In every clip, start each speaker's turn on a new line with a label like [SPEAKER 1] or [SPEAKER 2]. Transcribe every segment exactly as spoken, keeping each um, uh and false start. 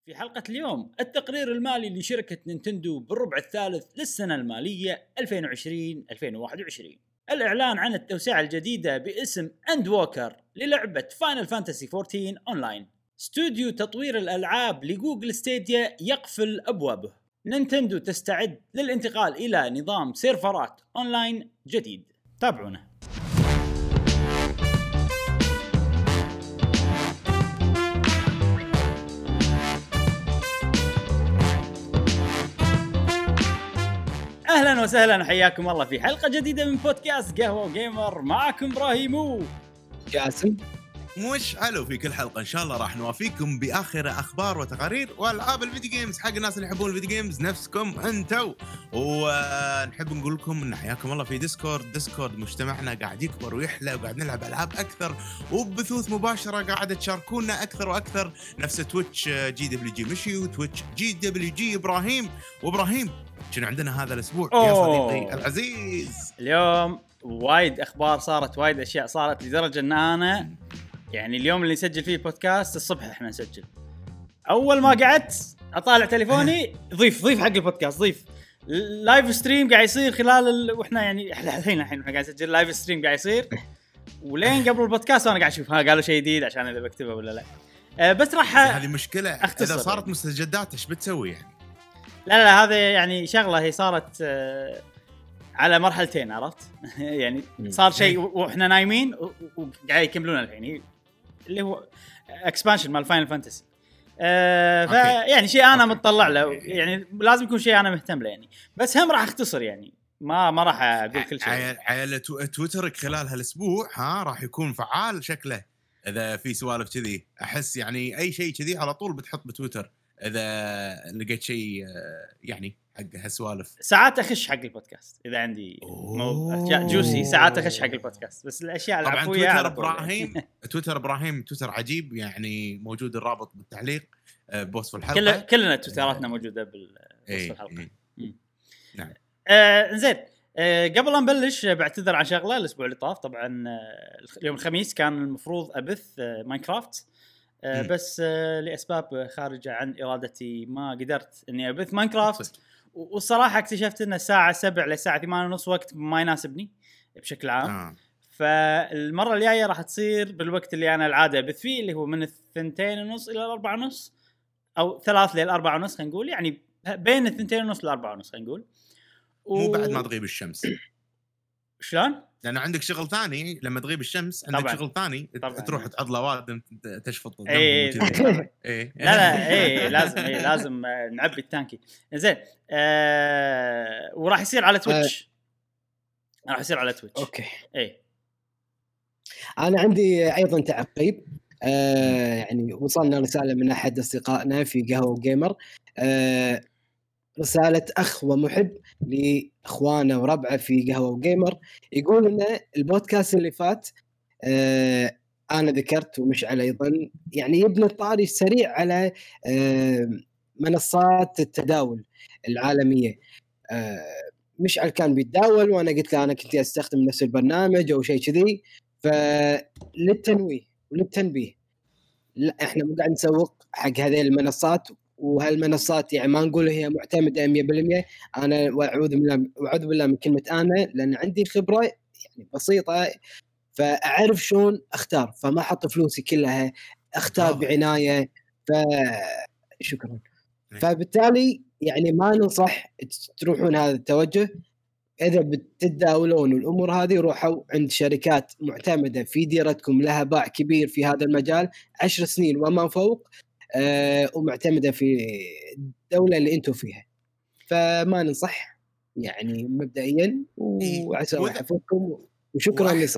[SPEAKER 1] في حلقة اليوم التقرير المالي لشركة نينتندو بالربع الثالث للسنة المالية ألفين وعشرين ألفين وواحد وعشرين. الإعلان عن التوسعة الجديدة باسم أند ووكر للعبة فاينل فانتسي فورتين أونلاين. استوديو تطوير الألعاب لجوجل ستيديا يقفل أبوابه. نينتندو تستعد للانتقال إلى نظام سيرفرات أونلاين جديد. تابعونا. اهلا وسهلا وحياكم الله في حلقه جديده من بودكاست قهوه جيمر. معكم ابراهيم
[SPEAKER 2] جاسم
[SPEAKER 3] مشعل. في كل حلقه ان شاء الله راح نوافيكم باخر اخبار وتقارير والعاب الفيديو جيمز حق الناس اللي يحبون الفيديو جيمز نفسكم انتو. ونحب نقول لكم ان حياكم الله في ديسكورد. ديسكورد مجتمعنا قاعد يكبر ويحلى وقاعد نلعب العاب اكثر وبثوث مباشره قاعد تشاركونا اكثر واكثر، نفس تويتش جي دبليو جي مشي وتويتش جي دبليو جي ابراهيم. وابراهيم شنو عندنا هذا الاسبوع
[SPEAKER 1] أوه.
[SPEAKER 3] يا صديقي العزيز؟
[SPEAKER 1] اليوم وايد اخبار صارت، وايد اشياء صارت لدرجه ان انا يعني اليوم اللي نسجل فيه بودكاست الصبح احنا نسجل، اول ما قعدت اطالع تليفوني ضيف ضيف حق البودكاست، ضيف لايف ستريم قاعد يصير خلال ال... واحنا يعني احنا الحين الحين احنا قاعد نسجل لايف ستريم قاعد يصير، ولين قبل البودكاست وانا قاعد اشوف ها قالوا شيء جديد عشان اذا بكتبه ولا لا. أه بس راح
[SPEAKER 3] هذه مشكله
[SPEAKER 1] اختصر.
[SPEAKER 3] اذا صارت مستجدات ايش بتسوي يعني؟
[SPEAKER 1] لا لا هذا يعني شغله هي صارت أه على مرحلتين، عرفت؟ يعني صار شيء واحنا نايمين وقاعد يكملون الحين اللي هو اكسبانشن مال فاينل فانتسي. أه فيعني شيء انا متطلع له، يعني لازم يكون شيء انا مهتم له يعني، بس هم راح اختصر يعني ما ما راح اقول كل شيء.
[SPEAKER 3] على تويترك خلال هالاسبوع ها راح يكون فعال شكله اذا في سوالف كذي، احس يعني اي شيء كذي على طول بتحط بتويتر اذا لقيت شيء يعني حق هالسوالف.
[SPEAKER 1] ساعات اخش حق البودكاست اذا عندي اشياء جوسي، ساعات اخش حق البودكاست، بس الاشياء العفويه
[SPEAKER 3] تويتر ابراهيم تويتر ابراهيم تويتر عجيب يعني، موجود الرابط بالتعليق بوصف الحلقه.
[SPEAKER 1] كل كلنا تويتراتنا موجوده بالوصف
[SPEAKER 3] ايه
[SPEAKER 1] الحلقه.
[SPEAKER 3] ايه. نعم.
[SPEAKER 1] آه زين. آه قبل لا نبلش بعتذر عن شغله الاسبوع اللي طاف. طبعا آه اليوم الخميس كان المفروض ابث آه ماينكرافت، آه بس آه لاسباب خارجه عن ارادتي ما قدرت اني ابث ماينكرافت، والصراحه اكتشفت ان الساعه سبعة للساعه ثمانية ونص وقت ما يناسبني بشكل عام. آه. فالمره الجايه راح تصير بالوقت اللي انا العاده ابث فيه، اللي هو من الثنتين ونص الى الاربعة ونص، او ثلاث للاربعة ونص خلينا نقول، يعني بين الثنتين ونص للاربعة ونص خلينا نقول،
[SPEAKER 3] و... مو بعد ما تغيب الشمس.
[SPEAKER 1] شلون؟
[SPEAKER 3] لأن عندك شغل ثاني لما تغيب الشمس، عندك طبعًا. شغل ثاني تروح تعض لوادم تشفط الدم.
[SPEAKER 1] ايه ايه لا لا ايه لازم ايه لازم نعبي التانكي. زين آه وراح يصير على تويتش. آه. راح يصير على تويتش.
[SPEAKER 2] اوكي.
[SPEAKER 1] ايه
[SPEAKER 2] انا عندي ايضا تعقيب. آه يعني وصلنا رسالة من احد اصدقائنا في قهوة جيمر، آه رسالة أخ ومحب لإخوانه وربعه في قهوة جيمر، يقول إن البودكاست اللي فات آه أنا ذكرت ومشعل أيضا يعني يبني الطاري سريع على آه منصات التداول العالمية. آه مشعل كان بيتداول وأنا قلت له أنا كنت أستخدم نفس البرنامج أو شيء كذي، فللتنويه وللتنبيه لا إحنا مو قاعد نسوق حق هذه المنصات، وهالمنصات يعني ما نقول هي معتمدة مية بالمية. أنا وأعوذ بالله وأعوذ بالله من كلمة أنا، لأن عندي خبرة يعني بسيطة فأعرف شلون أختار، فما أحط فلوسي كلها، أختار أوه. بعناية. فشكرا. فبالتالي يعني ما ننصح تروحون هذا التوجه. إذا بتتداولون الأمور هذه روحوا عند شركات معتمدة في ديرتكم لها باع كبير في هذا المجال عشر سنين وما فوق، أه ومعتمدة في الدولة اللي أنتم فيها، فما ننصح يعني مبدئيا. وعسى الله يحفظكم وشكرا. لص...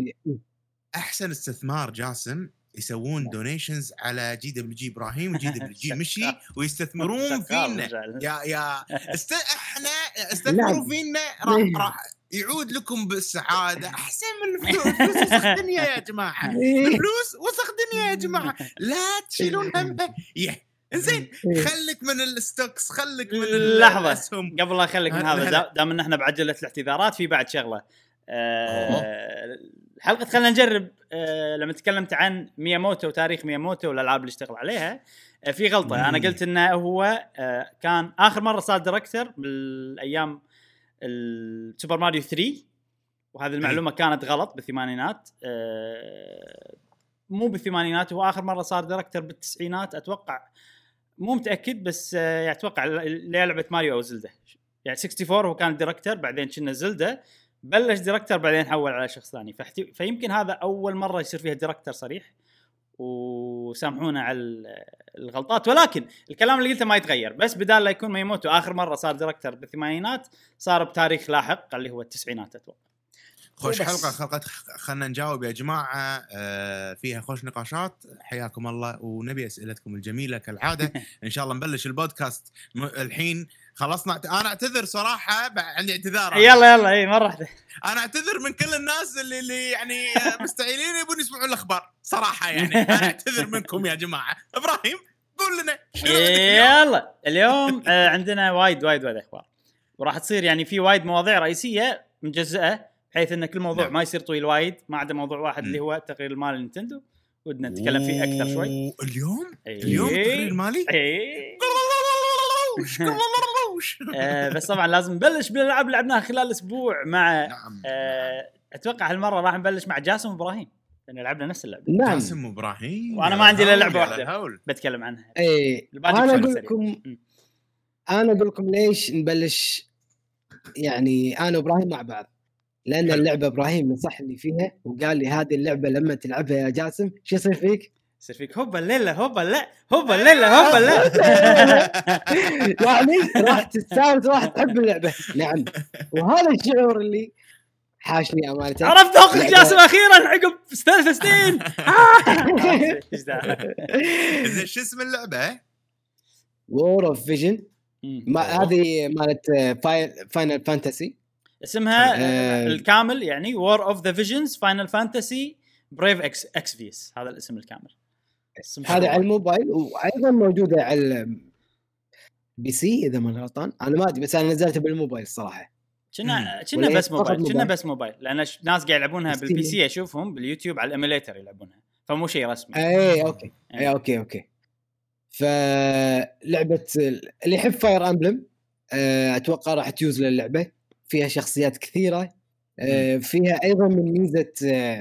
[SPEAKER 3] أحسن استثمار جاسم يسوون دونيشنز على جي دبليو جي ابراهيم وجي دبليو جي مشي ويستثمرون فينا يا يا است... احنا استثمروا فينا راح راح يعود لكم بالسعاده احسن من الفلوس. الفلوس وسخ دنيا يا جماعه، الفلوس وسخ دنيا يا جماعه، لا تشيلون همها. يه زين خليك من الستوكس، خليك من
[SPEAKER 1] الاسهم. قبل لا اخليك من هذا دام ان احنا بعجله الاعتذارات في بعد شغله. آه حلقه خلينا نجرب آه لما تكلمت عن مياموتو وتاريخ مياموتو والالعاب اللي اشتغل عليها آه في غلطه. مم. انا قلت انه هو آه كان اخر مره صار دايركتور بالايام السوبر ماريو ثري، وهذه المعلومه كانت غلط بالثمانينات. آه مو بالثمانينات، هو اخر مره صار دايركتور بالتسعينات اتوقع، مو متاكد بس آه اتوقع لعبه ماريو او زلدة يعني أربعة وستين هو كان دايركتور، بعدين كنا زلدة بلش دايركتور بعدين حول على شخص ثاني، فحتي... فيمكن هذا اول مره يصير فيها دايركتور صريح، وسامحونا على الغلطات. ولكن الكلام اللي قلته ما يتغير، بس بدال لا يكون ميموتو اخر مره صار دايركتور بالثمانينات صار بتاريخ لاحق اللي هو التسعينات اتوقع.
[SPEAKER 3] خوش حلقه خلقت خلنا نجاوب يا جماعه فيها خوش نقاشات، حياكم الله ونبي اسئلتكم الجميله كالعاده. ان شاء الله نبلش البودكاست الحين. خلصنا. انا اعتذر صراحه، عندي اعتذار.
[SPEAKER 1] يلا يلا اي مره واحده.
[SPEAKER 3] انا اعتذر من كل الناس اللي اللي يعني مستعيلين يبون يسمعوا الاخبار صراحه يعني. انا اعتذر منكم يا جماعه. ابراهيم قول لنا
[SPEAKER 1] يلا اليوم عندنا وايد وايد وايد اخبار، وراح تصير يعني في وايد مواضيع رئيسيه مجزئه، بحيث ان كل موضوع نعم. ما يصير طويل وايد، ما عدا موضوع واحد م. اللي هو تقرير المال نينتندو، ودنا نتكلم فيه اكثر شوي
[SPEAKER 3] اليوم. أيه. اليوم تقرير المالي.
[SPEAKER 1] أيه. آه بس طبعا لازم نبلش بالالعاب اللي لعبناها خلال الاسبوع مع نعم. آه اتوقع هالمره راح نبلش مع جاسم وابراهيم لان لعبنا نفس اللعبه.
[SPEAKER 2] نعم.
[SPEAKER 3] جاسم وابراهيم،
[SPEAKER 1] وانا ما عندي الا لعبه واحده بتكلم عنها.
[SPEAKER 2] اي انا اقول لكم انا اقول لكم ليش نبلش يعني انا وابراهيم مع بعض، لان اللعبه ابراهيم نصح لي فيها وقال لي هذه اللعبه لما تلعبها يا جاسم شو يصير فيك؟
[SPEAKER 1] يصير فيك هوبا الليله هوبا لا هوبا الليله هوبا لا
[SPEAKER 2] يعني راح تستانس راح تحب اللعبه. نعم، وهذا الشعور اللي حاشني امانه.
[SPEAKER 1] عرفت ذوقك جاسم اخيرا عقب ثلاث سنين.
[SPEAKER 3] زين شو اسم اللعبه؟
[SPEAKER 2] وور اوف فيجن. ما هذه مالت فاينل فانتسي
[SPEAKER 1] اسمها آه الكامل يعني وور اوف ذا فيجنز فاينل فانتسي بريف اكس اكس فيس، هذا الاسم الكامل.
[SPEAKER 2] هذا على الموبايل وايضا موجوده على بي سي اذا ما غلطان، انا ما ادري بس انا نزلتها بالموبايل الصراحه.
[SPEAKER 1] كنا كنا بس موبايل كنا بس موبايل لان ناس قاعد يلعبونها بالبي سي، اشوفهم باليوتيوب على الاميليتر يلعبونها، فمو شيء رسمي.
[SPEAKER 2] اي اوكي اي اوكي اوكي فلعبه اللي يحب فاير امبلم اتوقع راح تيوز للعبه، فيها شخصيات كثيره، فيها ايضا من ميزه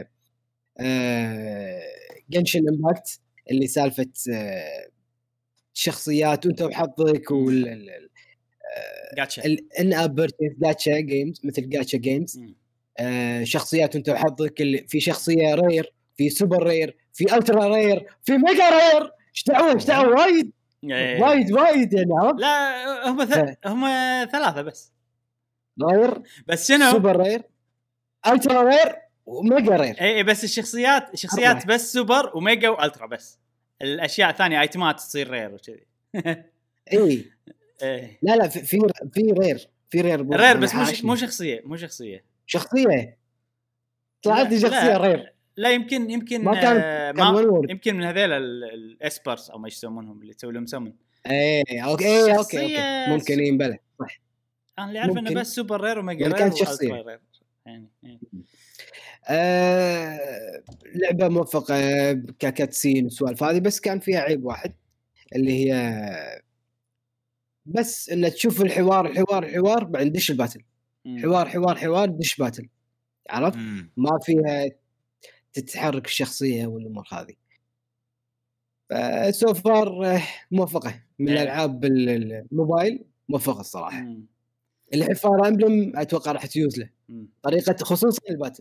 [SPEAKER 2] جنشن امباكت اللي سالفه شخصيات وانت وحظك وال
[SPEAKER 1] جاتشا
[SPEAKER 2] ان ابرتيف جاتشا جيمز مثل جاتشا جيمز. شخصيات انت وحظك، اللي في شخصيه رير، في سوبر رير، في الترا رير، في ميجا رير. ايش دعوه ايش دعوه وايد وايد وايد يعني.
[SPEAKER 1] لا هم ث... هم ثلاثه بس
[SPEAKER 2] رير،
[SPEAKER 1] بس شنو
[SPEAKER 2] سوبر رير الترا رير وميجا رير.
[SPEAKER 1] اي بس الشخصيات شخصيات أربعة. بس سوبر وميجا والترا، بس الاشياء الثانيه ايتمات تصير رير وكذي.
[SPEAKER 2] اي إيه. لا لا في في رير في رير
[SPEAKER 1] رير بس مش مو شخصيه مو شخصيه
[SPEAKER 2] شخصيه طلعت شخصيه رير.
[SPEAKER 1] لا يمكن يمكن ما كان, آه كان ما يمكن من هذيل الاسبرز او ما يسمونهم اللي تسوي لهم سمن.
[SPEAKER 2] ايه اوكي اوكي اوكي ممكن ينبله صح.
[SPEAKER 1] انا اللي عارف انه بس سوبر رير وميجا رير والترا يعني إيه.
[SPEAKER 2] آه لعبه موفقه ككاتسين وسوالف هذه، بس كان فيها عيب واحد اللي هي بس ان تشوف الحوار الحوار الحوار بعدين دش الباتل. مم. حوار حوار حوار دش باتل، عرفت؟ مم. ما فيها تتحرك الشخصيه والامور هذه. فسو فار موفقه من الالعاب الموبايل، موفقه الصراحه. مم. اللي يحب فاير امبلم اتوقع راح تيوز له طريقه خصوصا الباتل.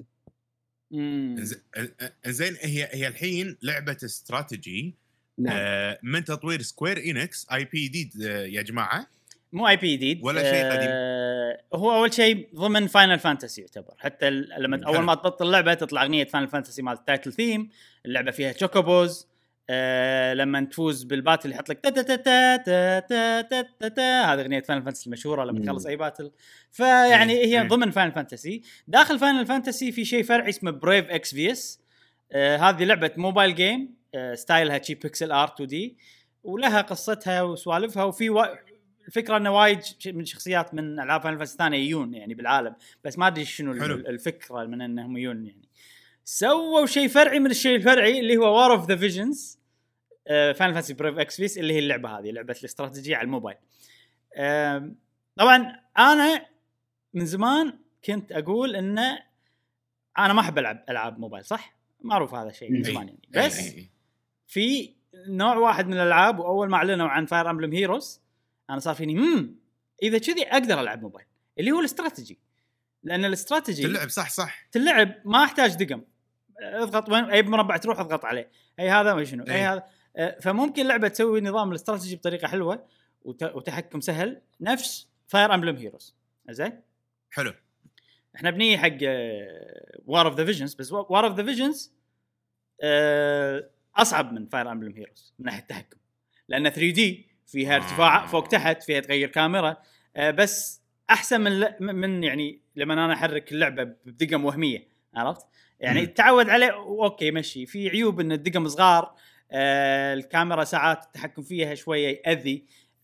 [SPEAKER 3] زين هي هي الحين لعبه استراتيجي. نعم. آه من تطوير سكوير إنكس، اي بي جديد آه يا جماعه،
[SPEAKER 1] مو اي بي جديد
[SPEAKER 3] ولا شيء قديم.
[SPEAKER 1] آه هو اول شيء ضمن فاينل فانتسي يعتبر، حتى لما اول ما تبطل اللعبه تطلع اغنيه فاينل فانتسي مال التايتل ثيم. اللعبه فيها تشوكوبوز، آه لما تفوز بالباتل يحط لك تا تا تا تا تا تا تا تا هذه اغنيه فاينل فانتسي المشهوره لما تخلص اي باتل. فيعني هي ضمن فاينل فانتسي. داخل فاينل فانتسي في شيء فرعي اسمه بريف اكس فيس. آه هذه لعبه موبايل جيم، آه ستايلها تشي بيكسل ار تو دي، ولها قصتها وسوالفها، وفي و... الفكره انه وايد من شخصيات من العاب فاينل فانتسي الثانيه يجون يعني بالعالم، بس ما ادري شنو حلو. الفكره من انهم يجون يعني. سووا شيء فرعي من الشيء الفرعي اللي هو وار اوف ذا فيجنز فاينل فانتسي بريف اكسبيس اللي هي اللعبه هذه لعبه الاستراتيجيه على الموبايل. طبعا انا من زمان كنت اقول ان انا ما احب العب العاب موبايل صح معروف هذا الشيء من زمان يعني بس في نوع واحد من الالعاب واول ما اعلنوا عن فاير امبلم هيروز انا صار فيني امم اذا كذي اقدر العب موبايل اللي هو الاستراتيجي لان الاستراتيجي
[SPEAKER 3] تلعب صح صح
[SPEAKER 1] تلعب ما احتاج دقم اضغط وين اي مربع تروح اضغط عليه اي هذا ما شنو اي هذا فممكن لعبه تسوي نظام الاستراتيجي بطريقه حلوه وتحكم سهل نفس فاير امبلم هيروز زين
[SPEAKER 3] حلو.
[SPEAKER 1] احنا بنيه حق وار اوف ذا فيجنز بس وار اوف ذا فيجنز اصعب من فاير امبلم هيروز من ناحيه التحكم لان ثري دي فيها ارتفاع فوق تحت فيها تغير كاميرا بس احسن من من يعني لما انا احرك اللعبه بدقم وهميه عرفت يعني تعود عليه اوكي ماشي في عيوب ان الدقم صغار آه الكاميرا ساعات التحكم فيها شويه ياذي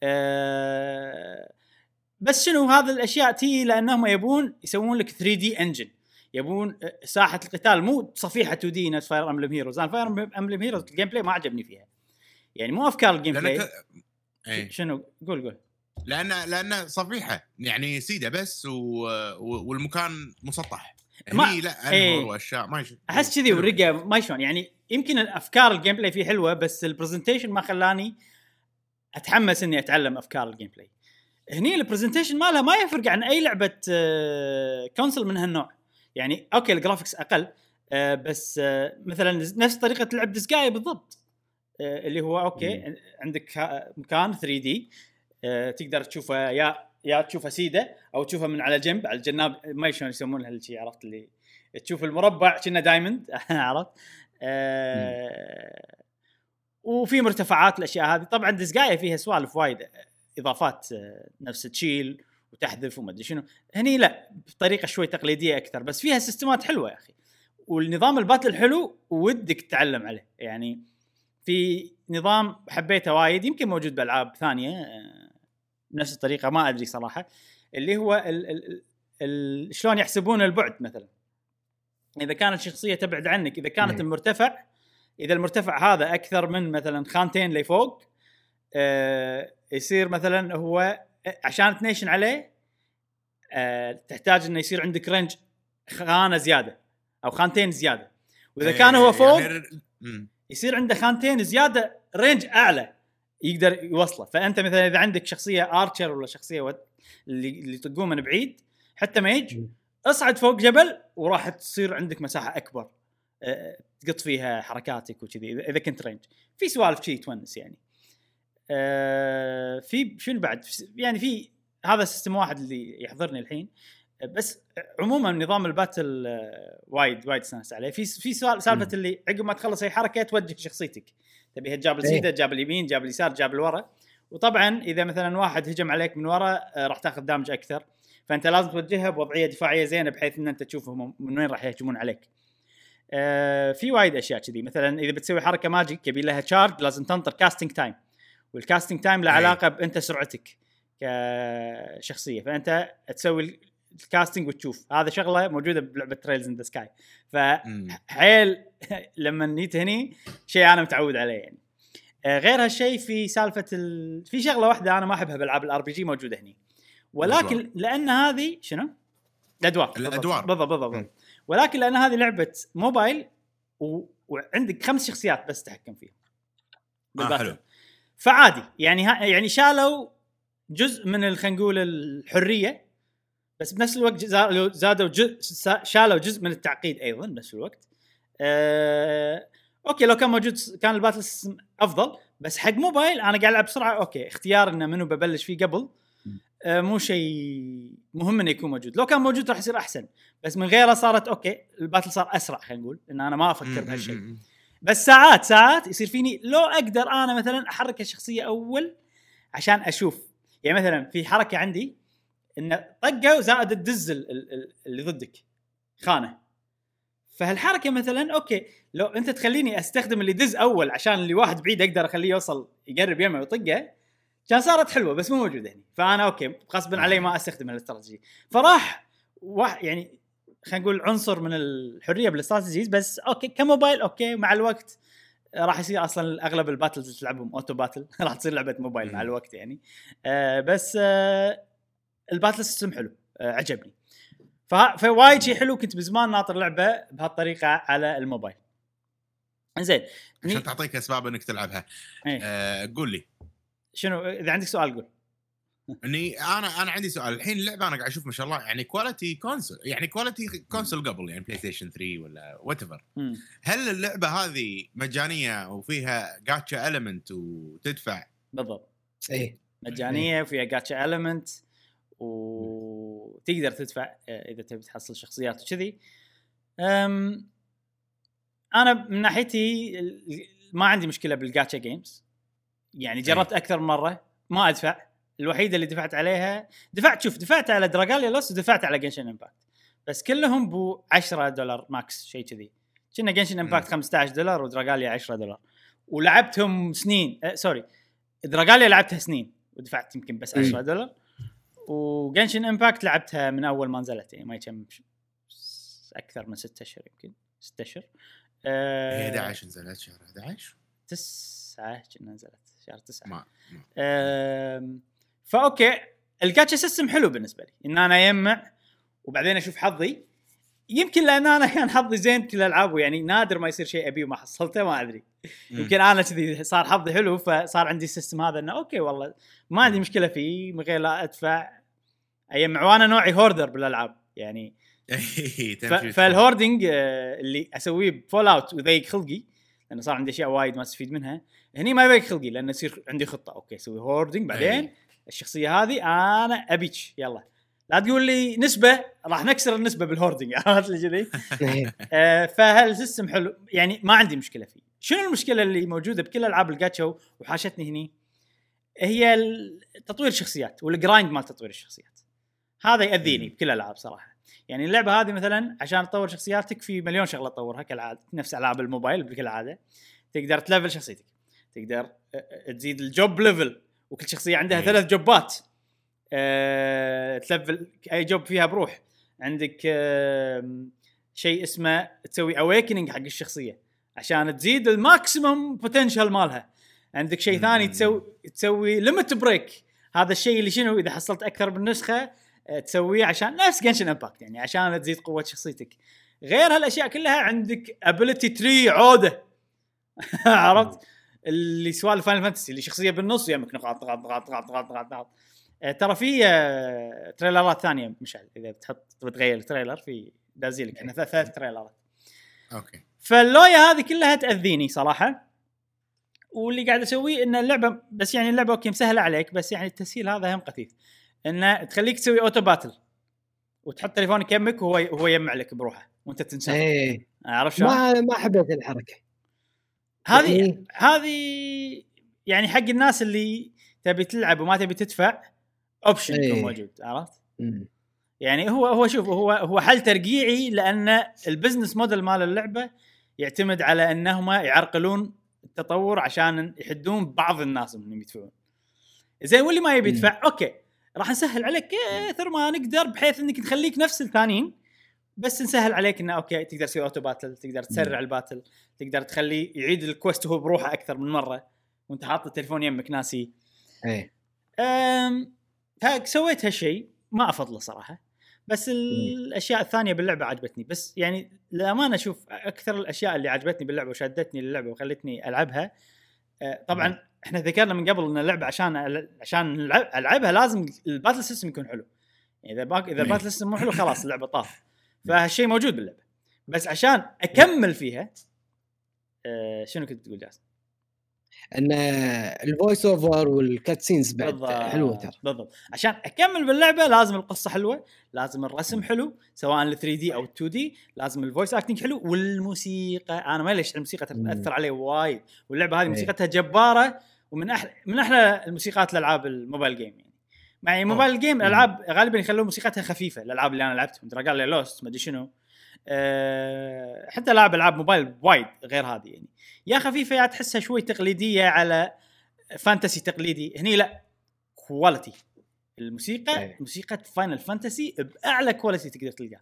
[SPEAKER 1] آه بس شنو هذا الاشياء تي لانهم يبون يسوون لك ثري دي انجن يبون ساحه القتال مو صفيحه تو دي نفس فاير امبلم هيروز انا فاير امبلم هيروز الجيم بلاي ما عجبني فيها يعني مو افكار الجيم بلاي ك...
[SPEAKER 3] ايه.
[SPEAKER 1] شنو قول قول
[SPEAKER 3] لان لان صفيحه يعني سيده بس و... والمكان مسطح
[SPEAKER 1] ما
[SPEAKER 3] هي لا انهار واشياء ما يش...
[SPEAKER 1] احس كذي ورقه ما شلون يعني يمكن الافكار الجيم بلاي فيه حلوه بس البرزنتيشن ما خلاني اتحمس اني اتعلم افكار الجيم بلاي هني البرزنتيشن مالها ما يفرق عن اي لعبه كونسول من هالنوع يعني اوكي الجرافيكس اقل بس مثلا نفس طريقه لعب ديسكاي بالضبط اللي هو اوكي م. عندك مكان ثري دي تقدر تشوفه يا يا تشوفه سيده او تشوفه من على جنب على الجناب ما شلون يسمونها هالشيء عرفت اللي تشوف المربع كأنه دايموند عرفت أه وفي مرتفعات الاشياء هذه طبعا ديسكاي فيها سوالف وايد اضافات نفس تشيل وتحذف وما ادري شنو هني لا بطريقه شوي تقليديه اكثر بس فيها سيستمات حلوه يا اخي والنظام الباتل حلو ودك تتعلم عليه يعني في نظام حبيته وايد يمكن موجود بالعاب ثانيه بنفس الطريقه ما ادري صراحه اللي هو ال ال ال شلون يحسبون البعد مثلا اذا كانت شخصيه تبعد عنك اذا كانت المرتفع اذا المرتفع هذا اكثر من مثلا خانتين لفوق أه يصير مثلا هو عشان تنيشن عليه أه تحتاج انه يصير عندك رينج خانه زياده او خانتين زياده واذا كان هو فوق يصير عنده خانتين زياده رينج اعلى يقدر يوصله فانت مثلا اذا عندك شخصيه ارشر ولا شخصيه ود... اللي اللي تقوم من بعيد حتى ما يجي اصعد فوق جبل وراح تصير عندك مساحه اكبر أه تقط فيها حركاتك وكذي اذا كنت رينج في سوالف شيء تونس يعني أه في شنو بعد يعني في هذا سيستم واحد اللي يحضرني الحين بس عموما نظام الباتل وايد وايد استانس عليه في في سالفه اللي عقب ما تخلص اي حركه توجه شخصيتك تبيها جاب السيده جاب اليمين جاب اليسار جاب الورا وطبعا اذا مثلا واحد هجم عليك من ورا راح تاخذ دامج اكثر فانت لازم توجهها بوضعيه دفاعيه زينه بحيث ان انت تشوفهم من وين راح يهجمون عليك أه في وايد اشياء كذي مثلا اذا بتسوي حركه ماجيك يبي لها تشارج لازم تنطر كاستنج تايم والكاستنج تايم له علاقه بانت سرعتك كشخصيه فانت تسوي الكاستنج وتشوف هذا شغله موجوده بلعبه تريلز ان ذا سكاي فحيل لما نيت هني شيء انا متعود عليه يعني آه غير هالشيء في سالفه ال... في شغله واحده انا ما احبها بالالعاب الار بي جي موجوده هني ولكن الأدوار. لان هذه شنو الادوار
[SPEAKER 3] الادوار
[SPEAKER 1] بالضبط بالضبط ولكن لان هذه لعبه موبايل و... وعندك خمس شخصيات بس تحكم فيهم
[SPEAKER 3] آه حلو
[SPEAKER 1] فعادي يعني ها... يعني شالوا جزء من خلينا نقول الحريه بس بنفس الوقت زادوا جزء شالوا جزء من التعقيد ايضا بنفس الوقت أه... اوكي لو كان موجود كان الباتل سيستم افضل بس حق موبايل انا قاعد العب بسرعه اوكي اختيار انه منو ببلش فيه قبل أه مو شيء مهم انه يكون موجود لو كان موجود راح يصير احسن بس من غيره صارت اوكي الباتل صار اسرع خلينا نقول ان انا ما افكر بهالشيء بس ساعات ساعات يصير فيني لو اقدر انا مثلا احرك الشخصيه اول عشان اشوف يعني مثلا في حركه عندي ان طقه وزائد الدز اللي ضدك خانه فهالحركه مثلا اوكي لو انت تخليني استخدم اللي دز اول عشان اللي واحد بعيد اقدر اخليه يوصل يقرب يمه ويطقه كان صارت حلوه بس مو موجوده هنا فانا اوكي غصبا علي ما استخدم الاستراتيجي فراح واحد يعني خلينا نقول عنصر من الحريه بالاستراتيجيز، بس اوكي كموبايل اوكي مع الوقت راح يصير اصلا اغلب الباتلز اللي تلعبهم اوتو باتل راح تصير لعبه موبايل مع الوقت يعني. آه بس آه الباتل سيستم حلو، آه عجبني. فوايد شيء حلو، كنت بزمان ناطر لعبه بهالطريقه على الموبايل. زين
[SPEAKER 3] عشان تعطيك اسباب انك تلعبها. آه قول لي
[SPEAKER 1] شنو اذا عندك سؤال قول.
[SPEAKER 3] اني انا انا عندي سؤال الحين. اللعبه انا قاعد اشوف ما شاء الله يعني كواليتي كونسول، يعني كواليتي كونسول قبل يعني بلاي ستيشن ثري ولا وات ايفر. هل اللعبه هذه مجانيه وفيها جاتشا اليمنت وتدفع؟
[SPEAKER 1] بالضبط
[SPEAKER 2] ايه
[SPEAKER 1] مجانيه وفيها جاتشا اليمنت وتقدر تدفع اذا تبي تحصل شخصيات وكذي. انا من ناحيتي ما عندي مشكله بالجاتشا جيمز، يعني جربت اكثر من مره ما ادفع. الوحيده اللي دفعت عليها دفعت شوف دفعت على دراغاليا لوس ودفعت على جنشن امباكت، بس كلهم بو عشرة دولار ماكس شيء كذي. كنا جنشن امباكت خمسة عشر دولار ودراغاليا عشرة دولار، ولعبتهم سنين. أه سوري دراغاليا لعبتها سنين ودفعت يمكن بس عشرة دولار، وجنشن امباكت لعبتها من اول ما نزلت يعني ما يكم اكثر من ستة اشهر يمكن ستة اشهر.
[SPEAKER 3] أه احد عشر نزلت شهر احد عشر
[SPEAKER 1] تسعة كنا نزلت شهر تسعة.
[SPEAKER 3] ما, ما.
[SPEAKER 1] أه فاوكي الجاتشا سيستم حلو بالنسبه لي ان انا يجمع وبعدين اشوف حظي. يمكن لان انا كان حظي زين كل الالعاب يعني نادر ما يصير شيء ابي وما حصلته ما ادري. يمكن انا كذي صار حظي حلو فصار عندي السيستم هذا انه اوكي والله ما عندي مشكله فيه من غير لا ادفع ايجمع. وانا نوعي هوردر بالالعاب يعني. فالهوردنج اللي اسويه بفول اوت وذيك خلقي لانه صار عندي اشياء وايد ما استفيد منها. هني ما يبيك خلقي لانه يصير عندي خطه اوكي اسوي هوردنج بعدين الشخصيه هذه انا ابيك يلا لا تقول لي نسبه راح نكسر النسبه بالهوردنج عرفت لي كذي. آه فهالسيستم حلو يعني ما عندي مشكله فيه. شنو المشكله اللي موجوده بكل العاب الجاتشا وحاشتني هني هي تطوير الشخصيات والجرايند مال تطوير الشخصيات. هذا يأذيني بكل الالعاب صراحه. يعني اللعبه هذه مثلا عشان تطور شخصياتك في مليون شغله تطورها كالعاده نفس العاب الموبايل بكل عاده. تقدر تلفل شخصيتك، تقدر تزيد الجوب ليفل وكل شخصيه عندها أيه. ثلاث جوبات أه، تلفل اي جوب فيها بروح. عندك أه، شيء اسمه تسوي اويكننج حق الشخصيه عشان تزيد الماكسيمم بوتنشال مالها. عندك شيء ثاني تسوي تسوي ليميت بريك. هذا الشيء اللي شنو اذا حصلت اكثر من نسخه تسويه عشان نفس جنشن امباكت يعني عشان تزيد قوه شخصيتك. غير هالاشياء كلها عندك ابيليتي تري عوده عرفت اللي سوالف فاينل فانتسي اللي شخصيه بالنص يمك نقاط نقاط نقاط نقاط نقاط نقاط. ترى في تريلرات ثانيه مشعل اذا بتحط بتغير التريلر في دازيلك احنا ثلاث تريلرات
[SPEAKER 3] اوكي.
[SPEAKER 1] فاللويا هذه كلها تاذيني صراحه. واللي قاعد اسويه ان اللعبه بس يعني اللعبه اوكي مسهله عليك بس يعني التسهيل هذا هم قثيث انه تخليك تسوي اوتو باتل وتحط تليفونك يمك وهو هو يجمع لك بروحه وانت تنسى.
[SPEAKER 2] ايه
[SPEAKER 1] عارف شلون؟
[SPEAKER 2] ما ما حبيت الحركه
[SPEAKER 1] هذه يعني... هذه يعني حق الناس اللي تبي تلعب وما تبي تدفع اوبشن يكون
[SPEAKER 2] ايه.
[SPEAKER 1] موجود عرفت؟
[SPEAKER 2] مم.
[SPEAKER 1] يعني هو هو شوف هو هو حل ترقيعي لان البزنس موديل مال اللعبه يعتمد على انهم يعرقلون التطور عشان يحدون بعض الناس انهم يدفعون. زين واللي ما يبي يدفع اوكي راح نسهل عليك كثر ما نقدر بحيث انك تخليك نفس الثانيين بس نسهل عليك انه اوكي تقدر تسوي اوتو باتل، تقدر تسرع الباتل، تقدر تخليه يعيد الكويست وهو بروحه اكثر من مره وانت حاط التليفون يمك ناسي.
[SPEAKER 2] ايه
[SPEAKER 1] امم فسويت هالشيء ما افضله صراحه. بس الاشياء الثانيه باللعبه عجبتني. بس يعني للامانه اشوف اكثر الاشياء اللي عجبتني باللعبه وشدتني للعبه وخلتني العبها. طبعا مم. احنا ذكرنا من قبل ان اللعبه عشان عشان العبها لازم الباتل سيستم يكون حلو. يعني اذا باك اذا الباتل سيستم مو حلو خلاص اللعبه طاف. فهالشيء موجود باللعبه بس عشان اكمل فيها أه شنو كنت تقول جاسم؟
[SPEAKER 2] ان الفويس اوفر والكات سينز بعد حلوه ترى.
[SPEAKER 1] بالضبط عشان اكمل باللعبه لازم القصه حلوه، لازم الرسم حلو سواء ال ثري دي او ال تو دي، لازم الفويس اكتنج حلو والموسيقى. انا ما ليش الموسيقى تاثر علي وايد واللعبه هذه موسيقتها جباره ومن احلى من احلى الموسيقات الالعاب الموبايل جيم. يعني مع موبايل جيم الالعاب غالبا يخلون موسيقتها خفيفه. الالعاب اللي انا لعبتهم دراجون لوست ما ادري شنو أه حتى لعب العاب موبايل وايد غير هذه يعني يا خفيفه يا تحسها شوي تقليديه على فانتسي تقليدي. هني لا كواليتي الموسيقى أيه. موسيقى فاينل فانتسي باعلى كواليتي تقدر تلقاه.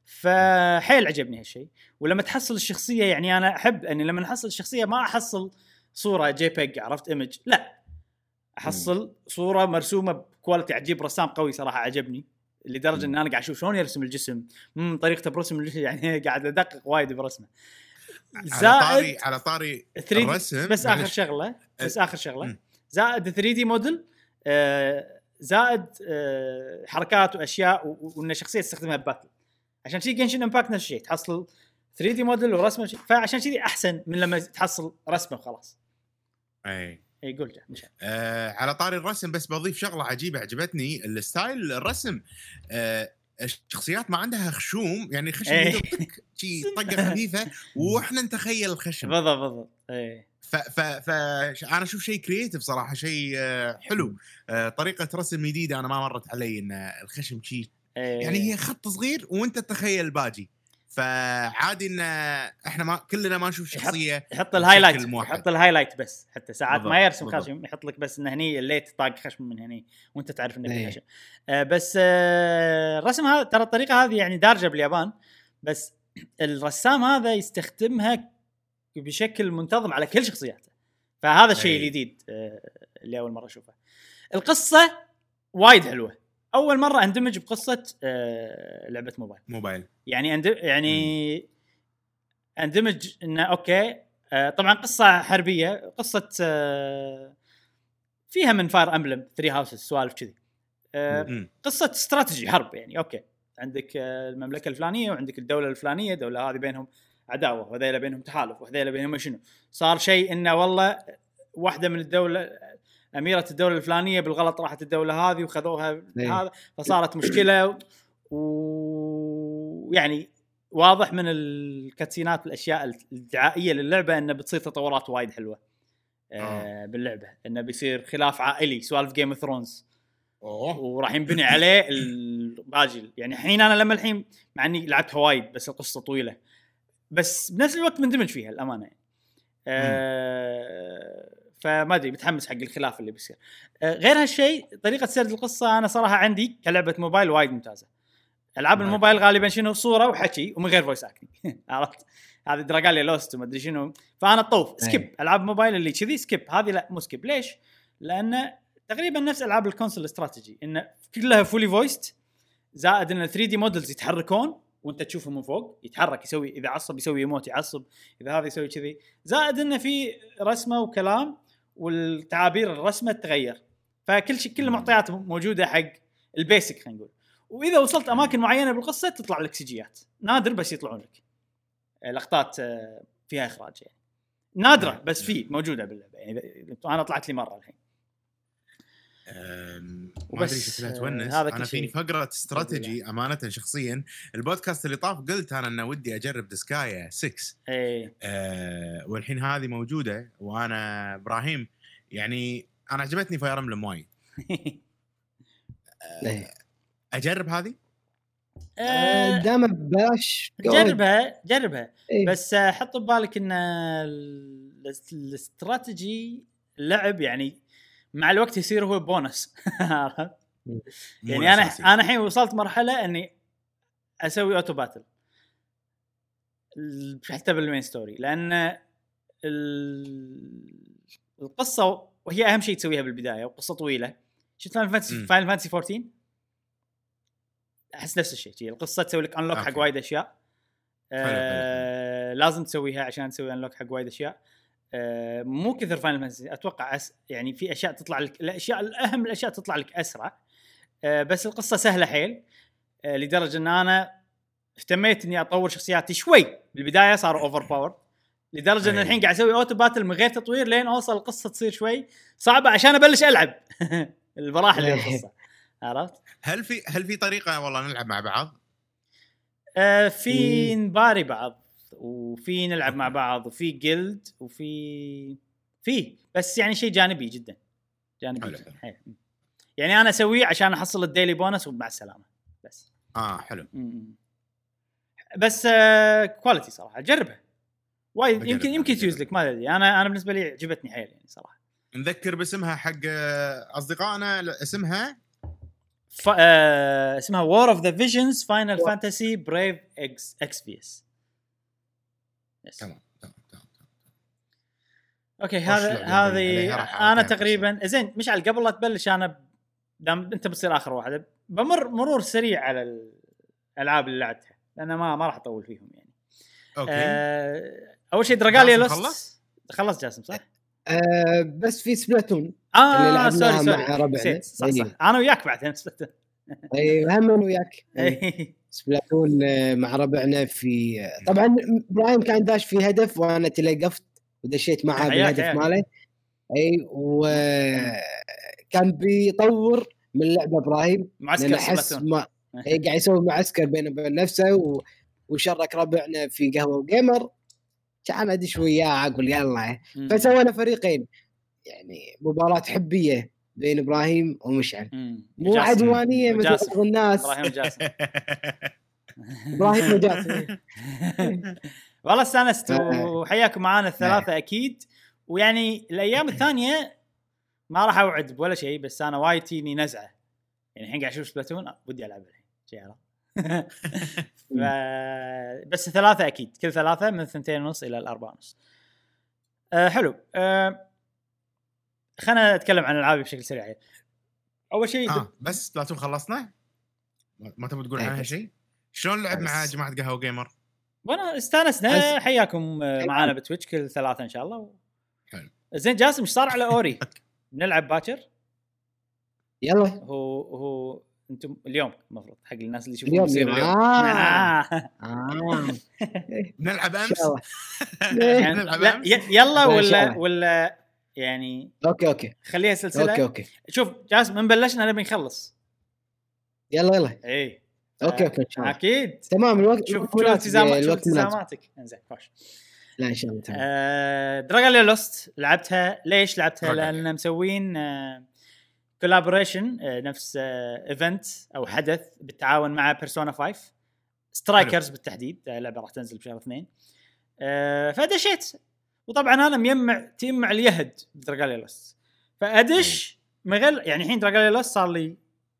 [SPEAKER 1] فحيل عجبني هالشيء. ولما تحصل الشخصيه يعني انا احب اني لما احصل الشخصيه ما احصل صوره جي بيج عرفت ايمج، لا احصل م. صوره مرسومه بكواليتي عجيب، رسام قوي صراحه عجبني لدرجه ان انا قاعد اشوف شلون يرسم الجسم، امم طريقته برسم الجسم يعني قاعد ادقق وايد برسمه.
[SPEAKER 3] على طاري على طاري الرسم
[SPEAKER 1] بس اخر شغله بس اخر شغله م. زائد ثري دي موديل، آه زائد آه حركات واشياء وان شخصيه تستخدمها بباتل. عشان شيء جنشن امباكت نفس الشيء، تحصل ثري دي موديل ورسمه، فعشان شيء احسن من لما تحصل رسمه وخلاص.
[SPEAKER 3] اي
[SPEAKER 1] اي قول جا مش
[SPEAKER 3] آه على طاري الرسم بس بضيف شغله عجيبه عجبتني، الستايل الرسم آه الشخصيات ما عندها خشوم، يعني خشم يدق شيء طقه خفيفه واحنا نتخيل الخشم
[SPEAKER 1] بالضبط بالضبط. اي
[SPEAKER 3] ف ف ف انا اشوف شيء كرييتيف صراحه، شيء حلو، طريقه رسم جديده انا ما مرت علي ان الخشم شيء يعني هي خط صغير وانت تتخيل الباجي، فعادي ان احنا ما كلنا ما نشوف شخصيه
[SPEAKER 1] يحط, يحط الهايلايت يحط الهايلايت بس حتى ساعات
[SPEAKER 3] بالضبط.
[SPEAKER 1] ما يرسم
[SPEAKER 3] بالضبط.
[SPEAKER 1] خشم، يحط لك بس انه هني الليت طاق خشم من هني وانت تعرف انه في خشم. آه بس آه الرسم هذا ترى الطريقه هذه يعني دارجه باليابان، بس الرسام هذا يستخدمها بشكل منتظم على كل شخصياته، فهذا الشيء الجديد آه اللي اول مره اشوفه. القصه وايد حلوه، اول مره اندمج بقصه آه لعبه موبايل
[SPEAKER 3] موبايل
[SPEAKER 1] يعني أند... يعني م. اندمج انه اوكي آه طبعا قصه حربيه، قصه آه فيها من فاير امبلم ثري هاوسز سوالف كذي، آه قصه استراتيجي حرب يعني. اوكي عندك آه المملكه الفلانيه وعندك الدوله الفلانيه، الدوله هذه بينهم عداوه وهذيلا بينهم تحالف وهذيلا بينهم شنو، صار شيء انه والله واحده من الدوله اميره الدوله الفلانيه بالغلط راحت الدوله هذه وخذوها هذا، فصارت مشكله، ويعني واضح من الكاتسينات الاشياء الدعائيه للعبه انه بتصير تطورات وايد حلوه آه باللعبه، انه بيصير خلاف عائلي سوالف جيم اوف ثرونز وراح ينبني عليه الباجي. يعني الحين انا لما الحين مع اني لعبت وايد بس القصه طويله، بس بنفس الوقت مندمج فيها الامانه يعني. آه فما ادري متحمس حق الخلاف اللي بيصير. آه غير هالشيء طريقه سرد القصه انا صراحه عندي كلعبه موبايل وايد ممتازه. العاب الموبايل غالبا شنو صوره وحكي ومن غير فويس اكتنج عرفت، هذه دراغاليا لوست وما ادري شنو، فانا طوف سكيب العاب موبايل اللي كذي سكيب، هذه لا مو سكيب. ليش؟ لان تقريبا نفس العاب الكونسول استراتيجي، ان كلها فولي فويست، زائد ان ثري دي مودلز يتحركون وانت تشوفه من فوق، يتحرك يسوي اذا عصب يسوي ايموت يعصب، اذا هذا يسوي كذي، زائد انه في رسمه وكلام والتعابير الرسمه تتغير، فكل شيء كل المعطيات موجوده حق البيسك خلينا نقول. واذا وصلت اماكن معينه بالقصه تطلع لك سجيات، نادر بس يطلعون لك لقطات فيها اخراج يعني نادره بس في موجوده باللعبه يعني. انا طلعت لي مره الحين
[SPEAKER 3] ما ادري شكلها تونس. انا فيني فقره استراتيجي امانه شخصيا. البودكاست اللي طاف قلت انا انه ودي اجرب ديسكايا ستة
[SPEAKER 1] اي
[SPEAKER 3] أه والحين هذه موجوده، وانا ابراهيم يعني انا عجبتني فاير امبلم وايد. أه اجرب هذه
[SPEAKER 2] أه دام ببلاش
[SPEAKER 1] جربها جربها إيه. بس حط ببالك ان الاستراتيجي اللعب يعني مع الوقت يصير هو بونس يعني انا انا الحين وصلت مرحله اني اسوي اوتو باتل حتى بالمين ستوري، لان القصه وهي اهم شيء تسويها بالبدايه، وقصه طويله. شفت فاينل فانتسي فاينل فانتسي فورتين احس نفس الشيء، القصه تسوي لك انلوك حق وايد اشياء آه لازم تسويها عشان تسوي انلوك حق وايد اشياء. آه مو كثر فاينل فانتسي اتوقع أس... يعني في اشياء تطلع لك، الاشياء الاهم الاشياء تطلع لك اسرع، آه بس القصه سهله حيل، آه لدرجه ان انا اهتميت اني اطور شخصياتي شوي بالبدايه، صاروا اوفر باور لدرجه ان الحين قاعد اسوي اوتو باتل من غير تطوير لين اوصل القصه تصير شوي صعبه عشان ابلش العب المراحل اللي القصه عرفت.
[SPEAKER 3] هل في هل في طريقه والله نلعب مع بعض؟
[SPEAKER 1] آه في نباري بعض وفي نلعب مع بعض وفي جيلد وفي في بس يعني شيء جانبي جدا جانبي حلو. جدا حلو. يعني انا اسويه عشان احصل الديلي بونس ومع السلامه بس.
[SPEAKER 3] اه حلو.
[SPEAKER 1] م-م. بس آه كواليتي صراحه جربها وايد، يمكن يمكن تيوز لك ما ادري. انا انا بالنسبه لي عجبتني حيل يعني صراحه.
[SPEAKER 3] نذكر باسمها حق اصدقائنا، اسمها
[SPEAKER 1] ف... آه... اسمها وور اوف ذا فيجنز فاينل فانتسي بريف اكس اكسبيس.
[SPEAKER 3] تمام تمام تمام.
[SPEAKER 1] اوكي هذا هذه انا تقريبا زين. مشعل قبل لا تبلش انا دام انت بتصير اخر واحده بمر مرور سريع على الالعاب اللي لعبتها لان ما ما راح اطول فيهم يعني.
[SPEAKER 3] اوكي
[SPEAKER 1] آه... اول شيء دراغاليا لوست خلص خلص جاسم صح؟
[SPEAKER 2] أه بس في سبلاتون
[SPEAKER 1] آه
[SPEAKER 2] اللي لعبناها
[SPEAKER 1] سوري
[SPEAKER 2] مع ربعنا.
[SPEAKER 1] صح صح, صح. انا وياك بعدين سبلاتون.
[SPEAKER 2] اي هم انا وياك سبلاتون مع ربعنا في طبعا ابراهيم كان داش في هدف وانا تلقفت ودشيت معه بالهدف ماله. اي وكان بيطور من اللعبه ابراهيم
[SPEAKER 1] معسكر
[SPEAKER 2] سبلاتون ما... اي قاعد يسوي معسكر بينه وبين نفسه و... وشرك ربعنا في قهوه وجيمر كان ادش وياه اقول يلا. فسوينا فريقين يعني مباراه حبيه بين ابراهيم ومشعل مو عدوانيه مثل بعض الناس.
[SPEAKER 1] ابراهيم وجاسم
[SPEAKER 2] ابراهيم وجاسم
[SPEAKER 1] والله استانست وحياكم معانا الثلاثه اكيد. ويعني الايام الثانيه ما راح اوعد ولا شيء بس انا وايد تيني نزعه يعني الحين قاعد اشوف سبلاتون ودي العب الحين شيء عرفت. ف... بس ثلاثه اكيد كل ثلاثه من ثنتين ونص الى الأربعة ونص. أه حلو. أه خلنا نتكلم عن العابي بشكل سريع. اول شيء
[SPEAKER 3] آه ب... بس سبلاتون خلصنا ما تبغى تقول عنها شيء؟ شلون لعب مع جماعه قهوه جيمر؟
[SPEAKER 1] وانا استانسنا. حياكم معانا بتويتش كل ثلاثه ان شاء الله.
[SPEAKER 3] حلو
[SPEAKER 1] زين جاسم ايش صار على اوري؟ نلعب باكر
[SPEAKER 2] يلا.
[SPEAKER 1] هو هو انتم اليوم المفروض حق الناس اللي يشوفون
[SPEAKER 2] اليوم
[SPEAKER 1] يصير اليوم
[SPEAKER 2] آه.
[SPEAKER 3] آه. نلعب امس
[SPEAKER 1] نلعب امس يلا ولا ولا يعني
[SPEAKER 2] اوكي اوكي
[SPEAKER 1] خليها سلسله.
[SPEAKER 2] اوكي اوكي
[SPEAKER 1] شوف جاسم من بلشنا نبي نخلص.
[SPEAKER 2] يلا يلا
[SPEAKER 1] اي
[SPEAKER 2] اوكي اوكي ان شاء الله
[SPEAKER 1] اكيد
[SPEAKER 2] تمام. الوقت
[SPEAKER 1] شوف التزامات شوف التزاماتك انزين خوش.
[SPEAKER 2] لا ان شاء الله تمام.
[SPEAKER 1] آه دراغاليا لوست لعبتها. ليش لعبتها؟ لان مسوين آه كولابوريشن آه نفس آه ايفنت او حدث بالتعاون مع بيرسونا خمسة سترايكرز بالتحديد. آه لعبه راح تنزل بشهر اثنين. آه فدشيت وطبعا انا مجمع تيمع اليهد بدراغاليا لوست فادش مغل يعني الحين دراغاليا لوست صار لي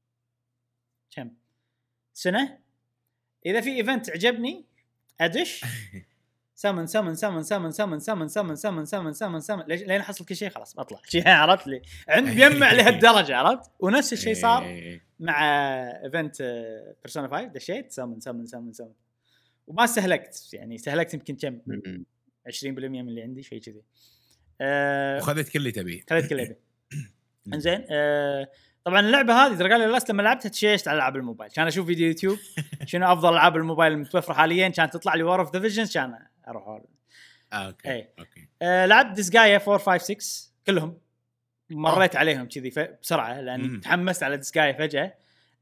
[SPEAKER 1] كم سنه. اذا في ايفنت عجبني ادش سمن سمن سمن سمن سمن سمن سمن سمن سمن سمن سمن لين احصل كل شيء خلاص بطلع شيء عرفت لي عند بيجمع لهالدرجه عرفت. ونفس الشيء صار مع ايفنت بيرسونا خمسة دشيت سمن سمن سمن سمن وما استهلكت يعني استهلكت يمكن كم عشرين بالمية من اللي عندي شيء كذي.
[SPEAKER 3] أه وخذت كل اللي تبيه
[SPEAKER 1] خذت كل اللي تبيه. انزين أه طبعا اللعبه هذه دراغاليا لاست لما لعبتها تشيشت على العاب الموبايل. كان اشوف فيديو يوتيوب شنو افضل العاب الموبايل المتوفره حاليا كانت تطلع لي وور اوف ذا فيجنز كان اروح أقول.
[SPEAKER 3] آه، اوكي
[SPEAKER 1] اي
[SPEAKER 3] اوكي
[SPEAKER 1] أه لعبت ديسغايا أربعة خمسة ستة كلهم مريت أوه. عليهم كذي بسرعه لان مم. تحمست على ديسغايا فجاه.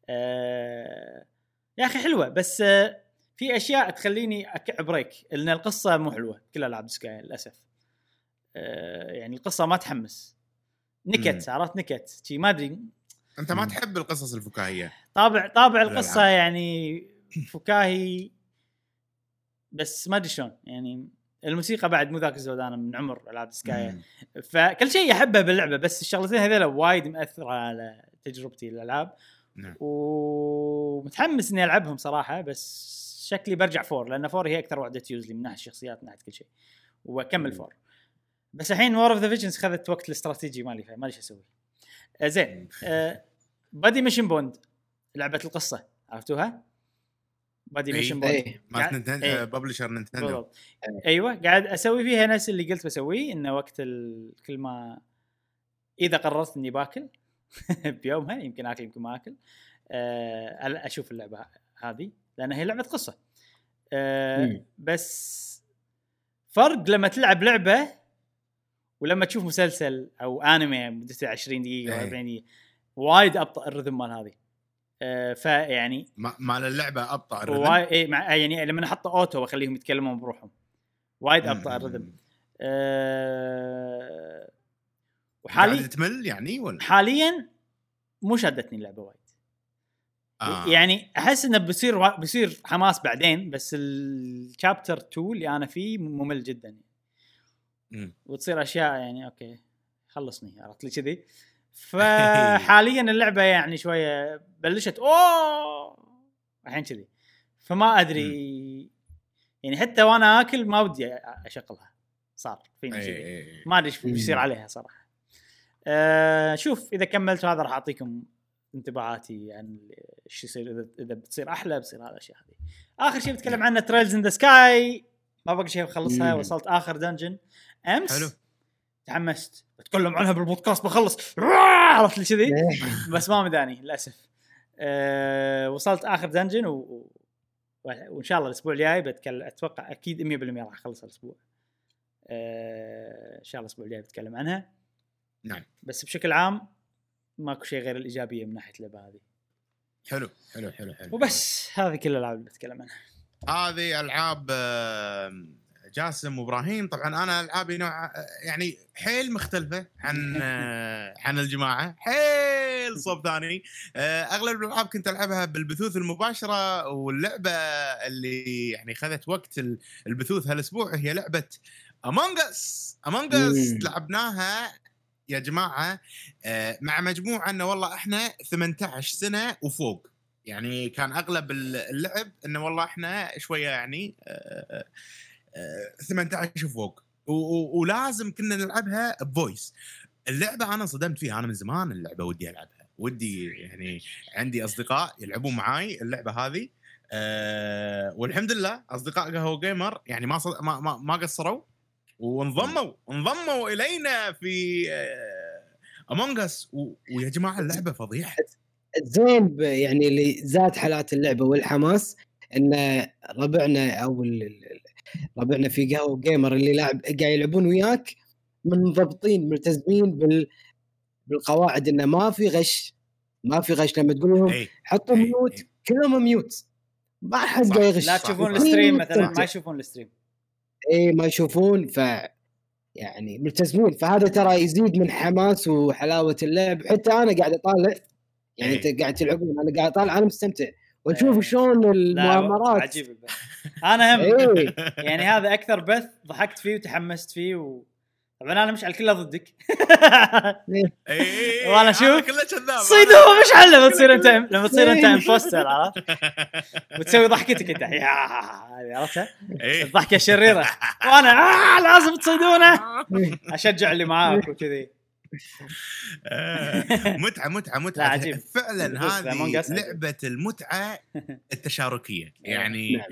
[SPEAKER 1] أه يا اخي حلوه بس أه في اشياء تخليني اكع بريك لان القصه مو حلوه كل العاب ديسغايا للاسف. أه يعني القصه ما تحمس نكت عرفت نكت شي ما ادري.
[SPEAKER 3] انت ما تحب القصص الفكاهيه؟
[SPEAKER 1] طابع طابع القصه يعني فكاهي بس ما ادري شلون يعني. الموسيقى بعد مو ذاك الزود انا من عمر العاب سكايا فكل شيء احبه باللعبه بس الشغلتين هذول وايد مأثره على تجربتي للالعاب.
[SPEAKER 3] نعم.
[SPEAKER 1] ومتحمس اني العبهم صراحه بس شكلي برجع فور لان فور هي اكثر وحده تيوزلي من ناحيه الشخصيات من ناحيه كل شيء واكمل فور. بس الحين وور اوف ذا فيجنز خذت وقت الاستراتيجي مالي فما ادري ايش اسوي. زين أه بادي ميشن بوند لعبه القصه عرفتوها؟ بادي ميشن بوند
[SPEAKER 3] مالت نينتندو ببلشر نينتندو.
[SPEAKER 1] ايوه قاعد اسوي فيها نفس اللي قلت بسويه انه وقت ال... كل ما اذا قررت اني باكل بيومها يمكن اكل يمكن ما اكل أه اشوف اللعبه هذه لان هي لعبه قصه. أه بس فرق لما تلعب لعبه ولما تشوف مسلسل او انمي مدته عشرين دقيقه او أربعين دقيقه وايد ابطا الرذم مال هذه. أه فيعني
[SPEAKER 3] مال اللعبه ابطا الرذم
[SPEAKER 1] اي مع يعني لما احط اوتو واخليهم يتكلمون بروحهم وايد ابطا الرذم. أه وحاليا
[SPEAKER 3] تمل يعني ولا
[SPEAKER 1] حاليا مو شادتني اللعبه وايد. آه. يعني احس انه بيصير بيصير حماس بعدين بس الشابتر اثنين اللي انا فيه ممل جدا
[SPEAKER 3] م.
[SPEAKER 1] وتصير اشياء يعني اوكي خلصني عرفت لي كذي. فحاليا اللعبه يعني شويه بلشت اوه الحين كذي، فما ادري يعني حتى وانا اكل ما ودي اشغلها، صار فيني كذي ما ادري ايش بيصير عليها صراحه. أه شوف اذا كملت هذا راح اعطيكم انطباعاتي عن ايش يصير اذا اذا بتصير احلى بتصير هذا الشيء. هذه اخر شيء بتكلم عنه تريلز ان ذا سكاي، ما بقى شيء بخلصها. وصلت اخر دنجن امس حلو. تحمست بتكلم عنها بالبودكاست بخلص عرفت لي كذي بس ما مداني للاسف. أه وصلت اخر دنجن و... و... وان شاء الله الاسبوع الجاي بتكلم، اتوقع اكيد مية بالمية راح اخلص الاسبوع. أه ان شاء الله الاسبوع الجاي بتكلم عنها.
[SPEAKER 3] نعم
[SPEAKER 1] بس بشكل عام ماكو شيء غير الايجابيه من ناحيه اللعبه هذه.
[SPEAKER 3] حلو حلو حلو حلو
[SPEAKER 1] وبس هذه كل الالعاب اللي بتكلم عنها.
[SPEAKER 3] هذه العاب جاسم وابراهيم. طبعا انا العابي نوع يعني حيل مختلفه عن عن الجماعه، حيل صوب ثاني. اغلب الالعاب كنت العبها بالبثوث المباشره، واللعبه اللي يعني خذت وقت البثوث هالاسبوع هي لعبه Among Us. Among Us لعبناها يا جماعه مع مجموعه انه والله احنا ثمانية عشر سنه وفوق، يعني كان اغلب اللعب انه والله احنا شويه يعني ثمانية عشر فوق، ولازم كنا نلعبها بفويس. اللعبه انا صدمت فيها، انا من زمان اللعبه ودي العبها، ودي يعني عندي اصدقاء يلعبون معاي اللعبه هذه. أه والحمد لله اصدقاء قهوه جيمر يعني ما صد... ما ما, ما قصروا وانضموا انضموا الينا في Among Us. و... ويا جماعه اللعبه فضيحه
[SPEAKER 2] الزين يعني اللي زاد حالات اللعبه والحماس ان ربعنا او ربعنا في قهوه جيمر اللي لاعب قاعد يلعبون وياك منضبطين ملتزمين بال بالقواعد انه ما في غش ما في غش. لما تقول لهم حطوا ميوت كلهم ميوت، ما حد يغش.
[SPEAKER 1] لا تشوفون الستريم مثلا، ما يشوفون الستريم
[SPEAKER 2] اي ما يشوفون، ف يعني ملتزمين. فهذا ترى يزيد من حماس وحلاوه اللعب. حتى انا قاعد اطالع يعني أيه. انت قاعد تلعبون انا قاعد اطالع انا مستمتع واشوف أيه. شلون المؤامرات
[SPEAKER 1] عجيب البث. انا هم أيه. يعني هذا اكثر بث ضحكت فيه وتحمست فيه و... طبعا انا مش على كله ضدك
[SPEAKER 3] اي
[SPEAKER 1] وانا شوف
[SPEAKER 3] صيدوه
[SPEAKER 1] مش حله بتصير انت لما تصير انت امبوستر عرفت وتسوي ضحكتك انت يا عرفتها الضحكه الشريره وانا آه لازم تصيدونه اشجع اللي معاك وكذي.
[SPEAKER 3] متعه متعه متعه فعلا. هذه لعبه المتعه التشاركيه يعني.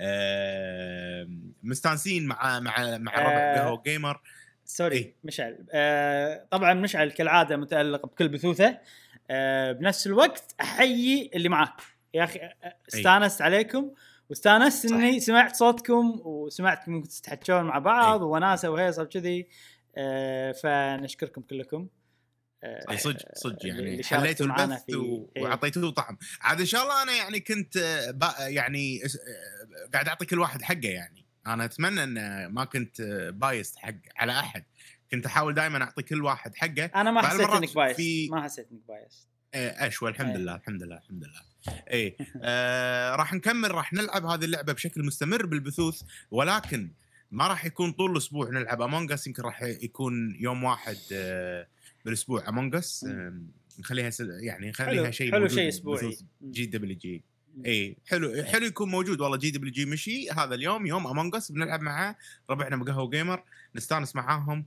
[SPEAKER 3] مستانسين مع مع مع ربع قهوه جيمر.
[SPEAKER 1] سوري إيه؟ مشعل آه طبعا مشعل كالعاده متألق بكل بثوثه. آه بنفس الوقت احيي اللي معاك يا اخي، استانست عليكم واستانست اني سمعت صوتكم وسمعتكم تتحكون مع بعض وناسه وهيصه وكذي. آه فنشكركم كلكم.
[SPEAKER 3] آه صدق صدق يعني حليتوا البث وعطيتوه طعم عاد ان شاء الله. انا يعني كنت يعني قاعد اعطي كل واحد حقه، يعني انا اتمنى ان ما كنت بايست حق على احد، كنت احاول دائما اعطي كل واحد حقه.
[SPEAKER 1] انا ما حسيت انك بايست في... ما حسيت انك بايست
[SPEAKER 3] ايه اشوى الحمد لله الحمد لله الحمد لله. ايه آه راح نكمل راح نلعب هذه اللعبه بشكل مستمر بالبثوث، ولكن ما راح يكون طول الاسبوع نلعب Among Us. يمكن راح يكون يوم واحد آه بالاسبوع Among Us. آه نخليها يعني نخليها شيء
[SPEAKER 1] حلو شيء اسبوعي
[SPEAKER 3] جي دبليو جي. اي حلو حلو يكون موجود والله. جي دبليو جي مشي هذا اليوم يوم Among Us بنلعب معاه ربعنا بقهوه جيمر نستانس معاهم.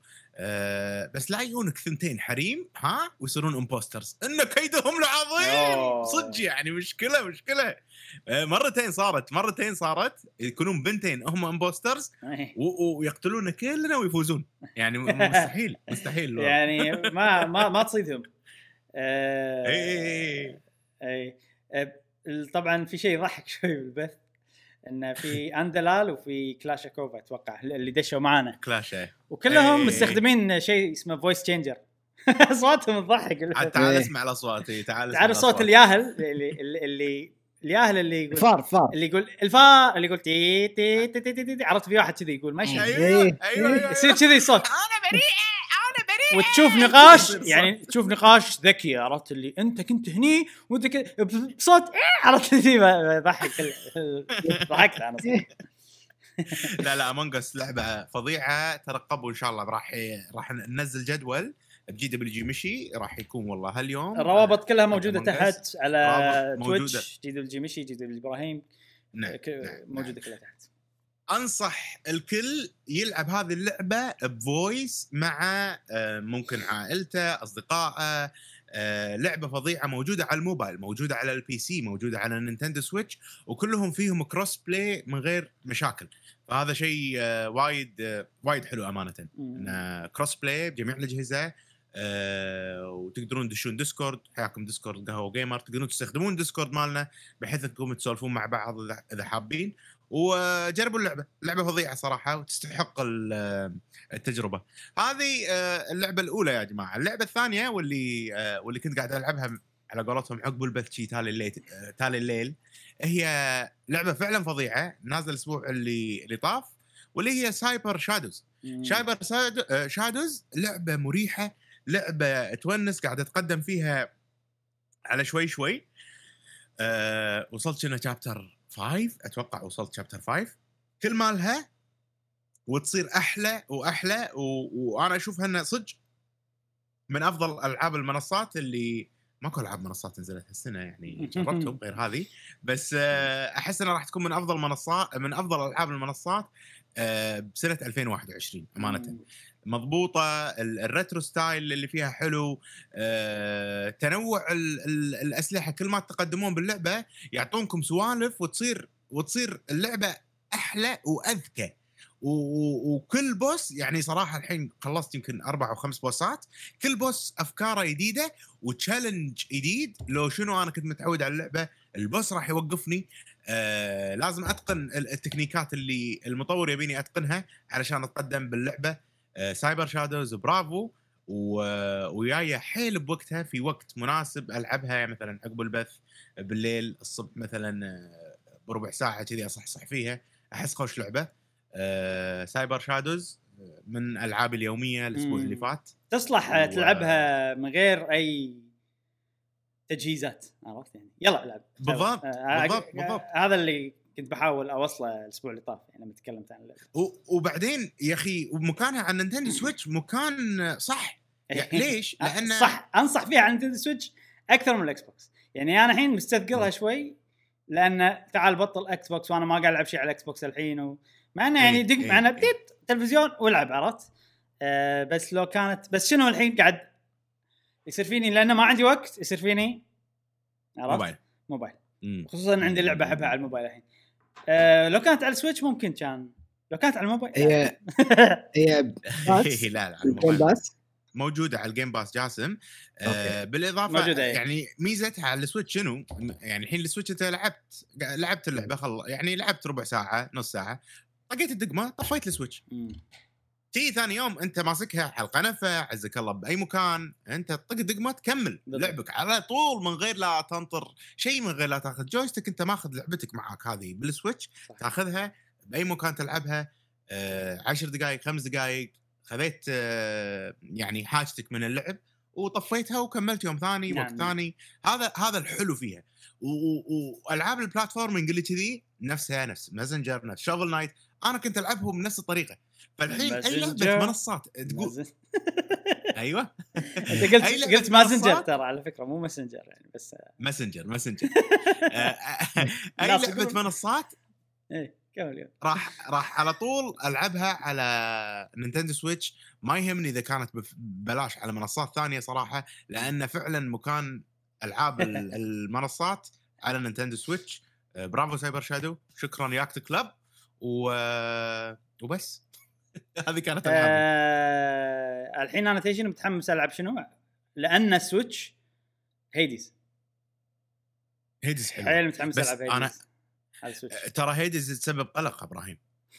[SPEAKER 3] أه بس لا يجونك ثنتين حريم ها ويصيرون امبوسترز ان كيدهم العظيم صدق يعني مشكله مشكله. أه مرتين صارت مرتين صارت يكونون بنتين هم امبوسترز ويقتلون كلنا ويفوزون، يعني مستحيل مستحيل
[SPEAKER 1] يعني ما ما ما تصيدهم. أه
[SPEAKER 3] اي
[SPEAKER 1] اي طبعا في شيء يضحك شوي بالبث انه في اندلال وفي كلاشاكوفا اتوقع اللي دشوا معانا
[SPEAKER 3] كلاشا
[SPEAKER 1] وكلهم مستخدمين شيء اسمه فويس تشينجر. اصواتهم تضحك.
[SPEAKER 3] تعال اسمع الاصوات. تعال
[SPEAKER 1] تعال صوت الياهل اللي اللي الياهل اللي يقول
[SPEAKER 2] فار فار
[SPEAKER 1] اللي يقول الفار اللي يقول تي تي تي تي, تي, تي. عرفت في واحد كذي يقول ماشي
[SPEAKER 3] ايوه ايوه
[SPEAKER 1] يصير كذي صوت
[SPEAKER 3] انا بريئه انا بريئه
[SPEAKER 1] وتشوف نقاش يعني تشوف نقاش ذكي عرفت اللي انت كنت هني وانت كذا بصوت عرفت ذي ضحك ضحكت انا
[SPEAKER 3] لا لا Among Us لعبه فظيعه. ترقبوا ان شاء الله راح راح ننزل جدول بجي دبليو جي مشي راح يكون والله هاليوم.
[SPEAKER 1] الروابط كلها موجوده تحت على تويتش. جي دبليو جي مشي، جي دبليو ابراهيم،
[SPEAKER 3] نعم.
[SPEAKER 1] موجوده نعم. كلها تحت.
[SPEAKER 3] انصح الكل يلعب هذه اللعبه بفويس مع ممكن عائلته اصدقائه. لعبه فظيعه موجوده على الموبايل، موجوده على البي سي، موجوده على النينتندو سويتش، وكلهم فيهم كروس بلاي من غير مشاكل. فهذا شيء وايد وايد حلو امانه، ان كروس بلاي بجميع الاجهزه. أه وتقدرون تدشون ديسكورد، حياكم ديسكورد قهوه جيمر، تقدرون تستخدمون ديسكورد مالنا بحيث انكم تسولفون مع بعض اذا حابين. وجربوا اللعبه، لعبه فظيعه صراحه وتستحق التجربه. هذه اللعبه الاولى يا جماعه. اللعبه الثانيه واللي واللي كنت قاعد العبها على قولتهم عقب البث شي تالي الليل تالي الليل هي لعبه فعلا فظيعه نازله الاسبوع اللي اللي طاف، واللي هي سايبر شادوز. سايبر شادوز لعبه مريحه، لعبه تونس، قاعده اتقدم فيها على شوي شوي. أه وصلت هنا شابتر خمسة اتوقع، وصلت شابتر خمسة. كل مالها وتصير احلى واحلى، و... وانا اشوفها انها صدق من افضل العاب المنصات اللي ماكو العاب منصات نزلت هالسنه يعني جربتهم غير هذه، بس احس انها راح تكون من افضل منصات من افضل العاب المنصات بسنه ألفين وواحد وعشرين امانه. مضبوطه، الريترو ستايل اللي فيها حلو، تنوع ال... ال... الاسلحه. كل ما تقدمون باللعبه يعطونكم سوالف وتصير وتصير اللعبه احلى واذكى. و... وكل بوس يعني صراحه الحين خلصت يمكن اربع او خمس بوسات، كل بوس افكاره جديده وتشالنج جديد. لو شنو انا كنت متعود على اللعبه، البوس راح يوقفني. آه لازم اتقن التكنيكات اللي المطور يبيني اتقنها علشان اتقدم باللعبه. آه سايبر شادوز برافو، وياي حيل بوقتها، في وقت مناسب العبها يعني مثلا عقب البث بالليل الصبح مثلا بربع ساعه كذي اصحصح فيها، احس خوش لعبه. أه سايبر شادوز من العابي اليوميه الاسبوع اللي فات.
[SPEAKER 1] تصلح و... تلعبها من غير اي تجهيزات، عرفت يعني. يلا العب
[SPEAKER 3] بالضبط.
[SPEAKER 1] آه
[SPEAKER 3] بالضبط بالضبط
[SPEAKER 1] هذا اللي كنت بحاول اوصله الاسبوع اللي طاف يعني لما تكلمت عن اللعبه.
[SPEAKER 3] و... وبعدين يا اخي مكانها على نينتندو سويتش مكان صح يعني. ليش؟ لان
[SPEAKER 1] صح انصح فيها على نينتندو سويتش اكثر من الاكس بوكس. يعني انا الحين مستثقلها شوي لان تعال بطل اكس بوكس وانا ما قاعد العب شيء على الاكس بوكس الحين، و... مع انه يعني دق معنا بديت تلفزيون والعب عرفت. أه بس لو كانت بس شنو الحين قاعد يصير فيني لانه ما عندي وقت، يصير فيني عرفت موبايل موبايل مم. خصوصا عندي لعبه احبها على الموبايل الحين. أه لو كانت على السويتش ممكن كان، لو كانت على الموبايل
[SPEAKER 2] هي هي
[SPEAKER 3] لا لا الموبايل باس موجوده على الجيم باس جاسم. آه بالاضافه يعني ميزتها على السويتش شنو يعني الحين السويتش انت لعبت لعبت اللعبه خل يعني لعبت ربع ساعه نص ساعه طقيت الدقمه طفيت السويتش، تي ثاني يوم انت ماسكها على القنفه عزك الله باي مكان، انت طق الدقمه تكمل لعبك على طول من غير لا تنطر شيء، من غير لا تاخذ جويستيك. انت ماخذ لعبتك معك هذه بالسويتش تاخذها باي مكان تلعبها. آه عشر دقائق خمس دقائق خذيت آه يعني حاجتك من اللعب وطفيتها وكملت يوم ثاني وقت ثاني. هذا هذا الحلو فيها. والعاب البلاتفورمينج اللي كذي نفسها نفس ماسنجر نفس شوفل نايت انا كنت العبهم بنفس الطريقه. فالحين اي لعبه منصات تقول ايوه
[SPEAKER 1] انت قلت قلت ماسنجر ترى على فكره مو ماسنجر يعني بس
[SPEAKER 3] ماسنجر ماسنجر اي لعبه منصات
[SPEAKER 1] ايه كمل
[SPEAKER 3] راح راح على طول العبها على نينتندو سويتش. ما يهمني اذا كانت ببلاش على منصات ثانيه صراحه، لان فعلا مكان العاب المنصات على نينتندو سويتش. برافو سايبر شادو، شكرا ياكت كلاب و... وبس هذه كانت العابي.
[SPEAKER 1] أه... الحين انا تيجي متحمس العب شنو لان السويتش هيديز
[SPEAKER 3] هيديز حلو
[SPEAKER 1] حيل متحمس العب هيديز
[SPEAKER 3] أنا... ترى هيديز تسبب قلق ابراهيم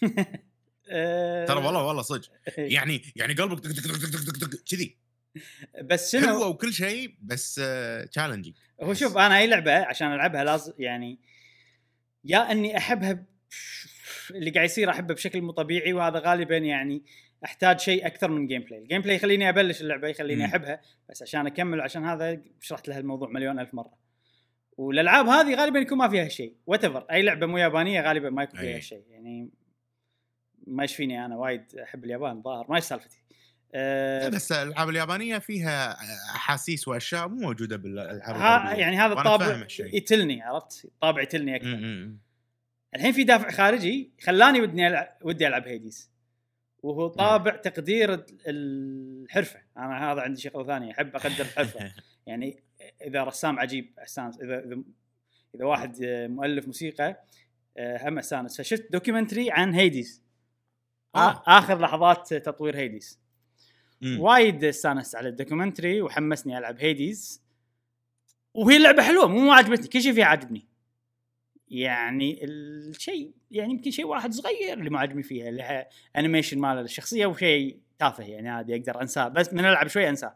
[SPEAKER 3] ترى والله والله صدق يعني يعني قلبك كذي
[SPEAKER 1] بس شنو
[SPEAKER 3] حلوه وكل شيء بس تشالنجينج.
[SPEAKER 1] uh, هو شوف انا اي لعبه عشان العبها لازم يعني يا اني احبها اللي قاعد يصير احبه بشكل مو طبيعي، وهذا غالبا يعني احتاج شيء اكثر من جيم بلاي. الجيم بلاي يخليني ابلش اللعبه يخليني م. احبها، بس عشان اكمل عشان هذا شرحت له الموضوع مليون الف مره. والالعاب هذه غالبا يكون ما فيها شيء واتيفر، اي لعبه مو يابانيه غالبا ما يكون فيها شيء يعني. ما يشفيني انا وايد احب اليابان ظاهر ما سالفتي. أه
[SPEAKER 3] بس الالعاب اليابانيه فيها احاسيس واشياء مو موجوده بالالعاب
[SPEAKER 1] ها يعني هذا الطابع يتلني، عرفت؟ طابع يتلني اكثر. م-م. الحين في دافع خارجي خلاني ودني ألعب ودي العب هيديز، وهو طابع م. تقدير الحرفه. انا هذا عندي شغله ثانيه، احب اقدر الحرفه. يعني اذا رسام عجيب استانس، اذا اذا واحد مؤلف موسيقى هم استانس. فشفت دوكيومنتري عن هيديز، آه. اخر لحظات تطوير هيديز. م. وايد استانست على الدوكيومنتري وحمسني العب هيديز، وهي لعبه حلوه مو عجبتني، كل شيء فيها عجبني. يعني الشيء يعني يمكن شيء واحد صغير اللي ما عجبني فيها، اللي هي انيميشن مال الشخصيه وشيء تافه يعني عادي اقدر انساه، بس من العب شوي انساه.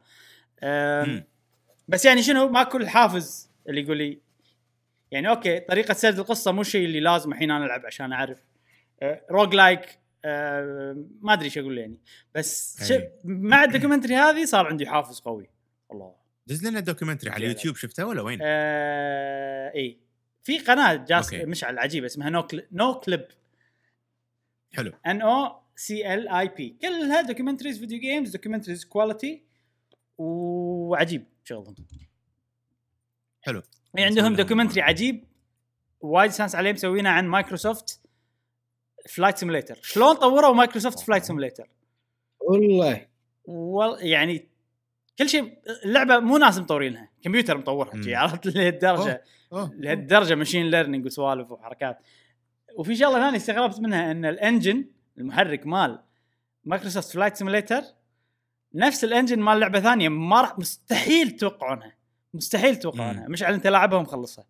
[SPEAKER 1] بس يعني شنو ما كل حافز اللي يقول لي يعني اوكي طريقه سرد القصه مو الشيء اللي لازم الحين انا العب عشان اعرف. روج لايك ما ادري ايش اقول يعني، بس مع الدوكيومنتري هذه صار عندي حافز قوي. الله
[SPEAKER 3] دز لنا دوكيومنتري على اليوتيوب شفته ولا وين؟
[SPEAKER 1] آه اي في قناه جاس مشعل عجيبه اسمها نو كليب. نو كليب
[SPEAKER 3] حلو.
[SPEAKER 1] ان او سي ال اي بي، كلها دوكيومنتريز فيديو جيمز، دوكيومنتريز كواليتي وعجيب شغلهم.
[SPEAKER 3] حلو.
[SPEAKER 1] يعني عندهم دوكيومنتري عجيب وايد سانس عليه مسوينه عن مايكروسوفت فلايت سيموليتر، شلون طوروا مايكروسوفت فلايت سيموليتر.
[SPEAKER 2] والله
[SPEAKER 1] والله يعني كل شيء اللعبه مو ناس مطورينها، كمبيوتر مطورها جي، عرفت لهالدرجه لهالدرجه ماشين ليرنينج وسوالف وحركات. وفي شغله ثانيه استغربت منها، ان الانجن المحرك مال مايكروسوفت فلايت سيموليتر نفس الانجن مال لعبه ثانيه ما راح مستحيل توقعونها، مستحيل توقعونها. مش على انت لاعبها ومخلصها.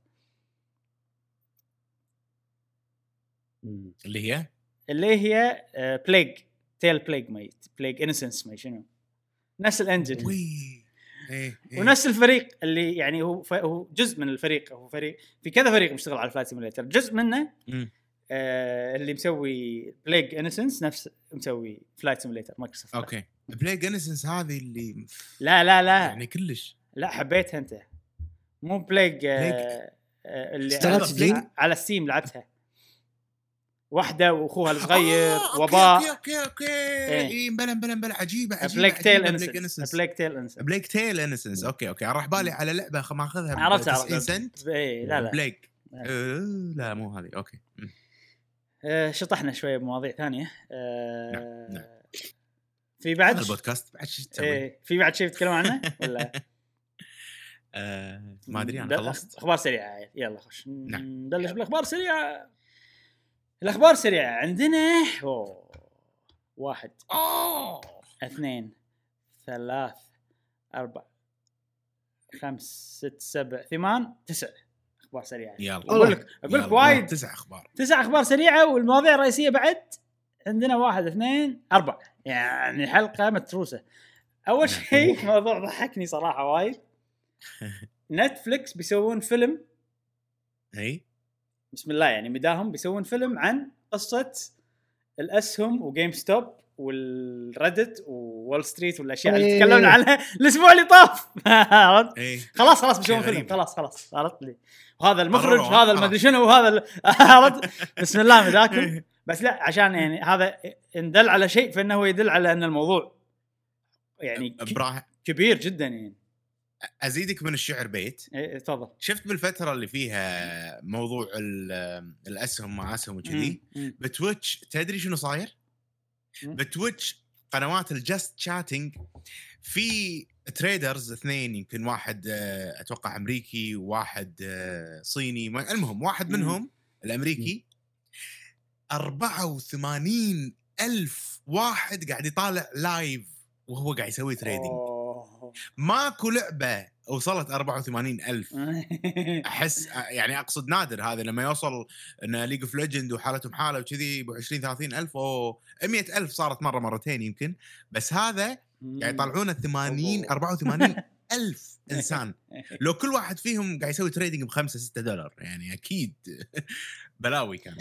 [SPEAKER 3] اللي هي اللي
[SPEAKER 1] هي بليج تيل بليج ما بليج انسنس ما شنو، نفس الانجن
[SPEAKER 3] إيه إيه.
[SPEAKER 1] ونفس الفريق اللي يعني هو ف... هو جزء من الفريق، هو فريق في كذا فريق مشتغل على فلايت سيموليتر، جزء منه آه اللي مسوي بليج انسنس نفس مسوي فلايت سيموليتر مايكروسوفت.
[SPEAKER 3] اوكي بليج انسنس هذه اللي
[SPEAKER 1] لا لا لا
[SPEAKER 3] يعني كلش
[SPEAKER 1] لا حبيتها انت، مو بليج آه اللي على ستيم لعبتها واحدة واخوها الصغير
[SPEAKER 3] آه،
[SPEAKER 1] وباء.
[SPEAKER 3] اوكي اوكي اوكي اي بلا بلا بلا عجيبه عجيبه
[SPEAKER 1] بليك تيل انسنس بليك تيل انسنس
[SPEAKER 3] بليك تيل انسنس اوكي اوكي راح بالي على لعبه ماخذها
[SPEAKER 1] عرفت
[SPEAKER 3] تسعين سنت.
[SPEAKER 1] اي لا لا
[SPEAKER 3] بليك أه لا مو هذه. اوكي
[SPEAKER 1] أه شطحنا شويه بمواضيع ثانيه. أه
[SPEAKER 3] نعم. نعم.
[SPEAKER 1] في بعد
[SPEAKER 3] البودكاست بعد شو تسوي؟
[SPEAKER 1] ايه في بعد شيء تتكلم عنه ولا
[SPEAKER 3] أه ما ادري انا خلصت.
[SPEAKER 1] اخبار سريعه يلا خش
[SPEAKER 3] نعم.
[SPEAKER 1] نبلش بالاخبار سريعه. الاخبار سريعه عندنا. أوه. واحد
[SPEAKER 3] أوه.
[SPEAKER 1] اثنين ثلاث اربع خمس ست سبع ثمان تسع اخبار سريعه. اقول لك اقول لك وايد
[SPEAKER 3] تسع اخبار
[SPEAKER 1] تسع اخبار سريعه، والمواضيع الرئيسيه بعد عندنا واحد اثنين اربع، يعني حلقه متروسه. اول شيء موضوع ضحكني صراحه وايد. نتفليكس بيسوون فيلم.
[SPEAKER 3] اي
[SPEAKER 1] بسم الله يعني مداهم بيسوون فيلم عن قصه الاسهم وجيم ستوب والريدت وول ستريت والاشياء اللي تكلمنا عنها الاسبوع اللي طاف. خلاص خلاص بيسوون فيلم خلاص خلاص عرفت لي. وهذا المخرج هذا المدري شنو وهذا عرفت. بسم الله مذاكر. بس لا عشان يعني هذا ندل على شيء، فانه يدل على ان الموضوع يعني كبير جدا. يعني
[SPEAKER 3] ازيدك من الشعر بيت.
[SPEAKER 1] ايه تفضل.
[SPEAKER 3] شفت بالفتره اللي فيها موضوع الاسهم مع اسهم وكذي بتويتش، تدري شنو صاير بتويتش؟ قنوات الجاست شاتنج في تريدرز اثنين، يمكن واحد اتوقع امريكي وواحد صيني، المهم واحد منهم الامريكي أربعة وثمانين ألف واحد قاعد يطالع لايف وهو قاعد يسوي تريدينج. ماكو لعبة وصلت أربعة وثمانين ألف. أحس يعني أقصد نادر هذا لما يوصل إن ليج اوف ليجند وحالتهم حالة وكذي بعشرين ثلاثين ألف أو مئة ألف صارت مرة مرتين يمكن، بس هذا يعني يطلعون ثمانين أربعة وثمانين ألف إنسان. لو كل واحد فيهم قاعد يسوي تريدينج بخمسة ستة دولار يعني أكيد بلاوي كان.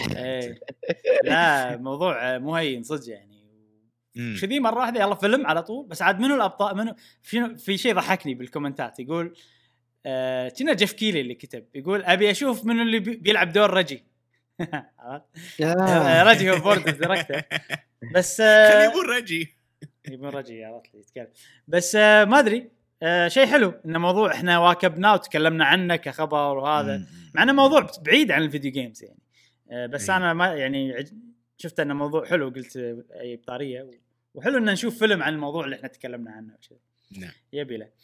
[SPEAKER 1] لا موضوع مهين صدق يعني. كذي مرة واحدة يلا فيلم على طول. بس عاد منو الأبطال منو في في شيء ضحكني بالكومنتات يقول آه كنا جيف كيلي اللي كتب يقول أبي أشوف منو اللي بيلعب دور رجي. رجي هو بورد دايركتور. بس
[SPEAKER 3] خليه يقول رجي
[SPEAKER 1] يبون رجي عرفت لي يتكلم بس آه ما ادري آه شيء حلو انه موضوع احنا واكبناه وتكلمنا عنه كخبر وهذا مع انه موضوع بعيد عن الفيديو جيمز يعني آه بس أيه. انا ما يعني شفت انه موضوع حلو قلت اي بطاريه وحلو ان نشوف فيلم عن الموضوع اللي احنا تكلمنا عنه وكذا
[SPEAKER 3] نعم
[SPEAKER 1] يبي له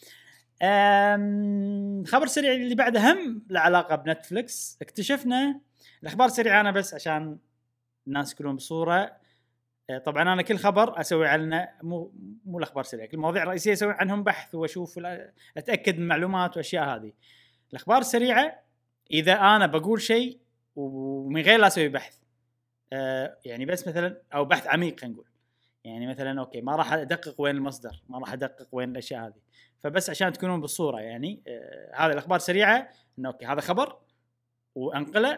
[SPEAKER 1] خبر سريع اللي بعده هم له علاقه بنتفليكس اكتشفنا الاخبار سريعه انا بس عشان الناس يكونون بصوره طبعا انا كل خبر اسوي عنه مو مو الاخبار سريعه كل المواضيع الرئيسيه اسوي عنهم بحث واشوف اتاكد من معلومات واشياء هذه الاخبار السريعه اذا انا بقول شيء ومن غير لا اسوي بحث أه يعني بس مثلا او بحث عميق خلينا نقول يعني مثلا اوكي ما راح ادقق وين المصدر ما راح ادقق وين الاشياء هذه فبس عشان تكونون بالصوره يعني أه هذه الاخبار سريعه انه اوكي هذا خبر وانقله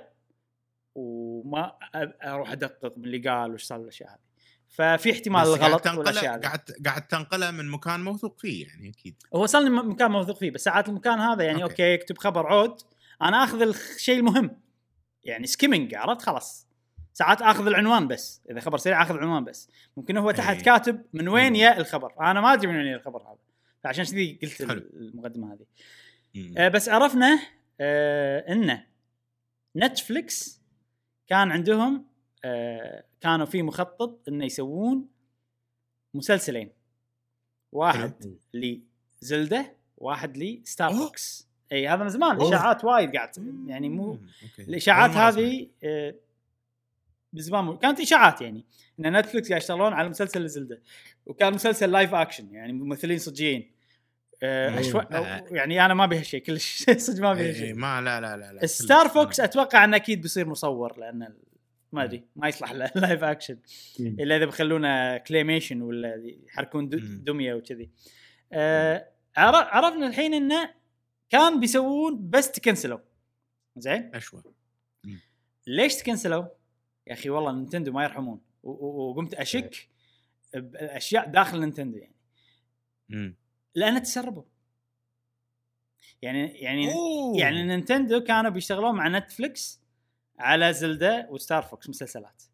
[SPEAKER 1] وما اروح ادقق من اللي قال وش صار الاشياء هذه ففي احتمال الغلط
[SPEAKER 3] والاشياء قاعد قاعد تنقله من مكان موثوق فيه يعني اكيد
[SPEAKER 1] هو صار مكان موثوق فيه بس ساعات المكان هذا يعني اوكي, أوكي يكتب خبر عود انا اخذ الشيء المهم يعني سكيمينج عرفت خلاص ساعات اخذ العنوان بس اذا خبر سريع اخذ العنوان بس ممكن هو تحت أيه. كاتب من وين يا الخبر انا ما ادري من وين الخبر هذا فعشان كذي قلت حلو. المقدمه هذه آه بس عرفنا آه انه نتفليكس كان عندهم آه كانوا في مخطط انه يسوون مسلسلين واحد لزلدة واحد لي ستار فوكس اي هذا من زمان اشاعات وايد قاعد يعني مو الاشاعات هذه آه بزمان كانت اشاعات يعني ان نتفليكس قاعد يشتغلون على مسلسل لزلدة وكان مسلسل لايف اكشن يعني ممثلين صجيين آه أشو... يعني انا ما بيه شيء كلش صدق ما بيه شيء
[SPEAKER 3] ما لا لا لا, لا.
[SPEAKER 1] ستار فوكس اتوقع انه اكيد بيصير مصور لان ما ادري ما يصلح له لايف اكشن الا اذا بخلونه كليميشن ولا يحركون دميه وكذي آه عرفنا الحين انه كان بيسوون بس تكنسلوا زين
[SPEAKER 3] اشوى
[SPEAKER 1] ليش تكنسلوا يا اخي والله نينتندو ما يرحمون وقمت اشك باشياء داخل نينتندو يعني
[SPEAKER 3] امم
[SPEAKER 1] لأن تسربوا يعني يعني
[SPEAKER 3] أوه.
[SPEAKER 1] يعني نينتندو كانوا بيشتغلون مع نتفليكس على زلدة وستار فوكس مسلسلات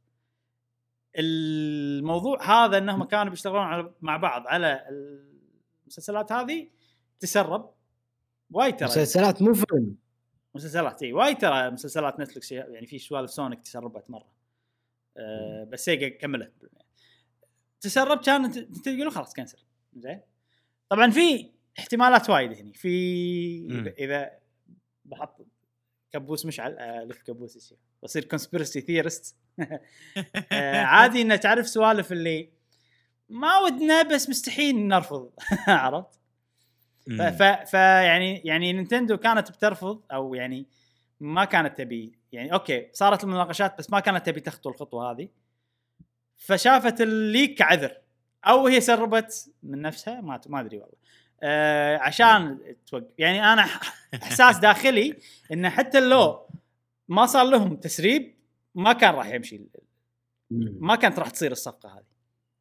[SPEAKER 1] الموضوع هذا انهم كانوا بيشتغلون مع بعض على المسلسلات هذه تسرب وايد ترى
[SPEAKER 2] مسلسلات مو فيلم
[SPEAKER 1] مسلسلات اي وايد ترى مسلسلات نتفليكس يعني في سوالف سونيك تسربت مره أه بس سيجا كملت تسرب كان تقولوا خلاص كنسل زين طبعا في احتمالات وايد هني في م. اذا بحط كبوس مشعل الف كبوس الشيء بصير كونسبيرسي ثيورست عادي ان تعرف سوالف اللي ما ودنا بس مستحيل نرفض عرفت ف ف يعني يعني نينتندو كانت بترفض او يعني ما كانت تبي يعني اوكي صارت المناقشات بس ما كانت تبي تخطو الخطوه هذه فشافت الليك كعذر او هي سربت من نفسها ما ما ادري والله آه عشان توقف يعني انا احساس داخلي ان حتى لو ما صار لهم تسريب ما كان راح يمشي ما كانت راح تصير الصفقه هذه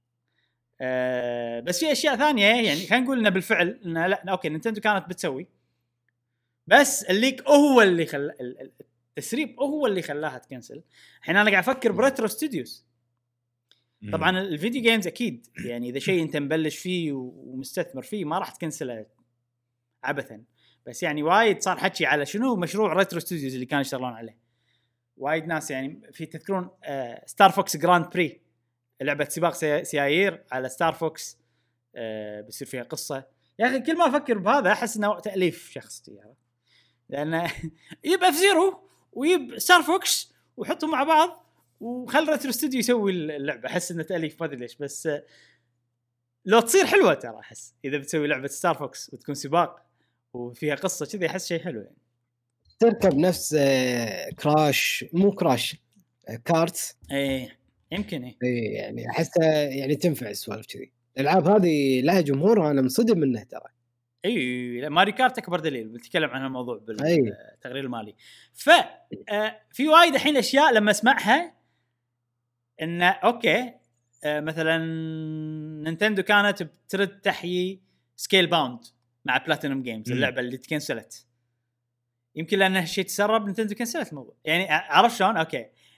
[SPEAKER 1] آه بس في اشياء ثانيه يعني خلينا نقول انه بالفعل انه لا اوكي نينتندو كانت بتسوي بس الليك هو اللي خل التسريب هو اللي خلاها تكنسل. الحين انا قاعد افكر بريترو ستوديوز طبعا الفيديو جيمز اكيد يعني اذا شيء انت مبلش فيه ومستثمر فيه ما راح تكنسله عبثا بس يعني وايد صار حكي على شنو مشروع ريترو ستوديوز اللي كانوا يشتغلون عليه وايد ناس يعني في تذكرون آه ستار فوكس جراند بري لعبه سباق سيايير على ستار فوكس آه بيصير فيها قصه يا اخي كل ما افكر بهذا احس انه تاليف شخصي يعني لان يجيب اف زيرو ويجيب ستار فوكس وحطهم مع بعض وخل ريترو ستوديو يسوي اللعبه احس انه تاليف ما ادري ليش بس لو تصير حلوه ترى احس اذا بتسوي لعبه ستار فوكس وتكون سباق وفيها قصه كذا احس شيء حلو يعني
[SPEAKER 2] تركب نفس كراش مو كراش كارت
[SPEAKER 1] ايه يمكن ايه
[SPEAKER 2] ايه يعني احسها يعني تنفع السوالف كذي الالعاب هذه لها جمهور وانا منصدم منه ترى
[SPEAKER 1] اي ماري كارت اكبر دليل بنتكلم عن الموضوع بالتقرير المالي ف في وايد الحين اشياء لما اسمعها ان اوكي مثلا نينتندو كانت بترد تحيي سكيل باوند مع بلاتينوم جيمز اللعبه اللي تكنسلت يمكن لان هالشيء تسرب نينتندو كنسلت الموضوع يعني عرف شلون اوكي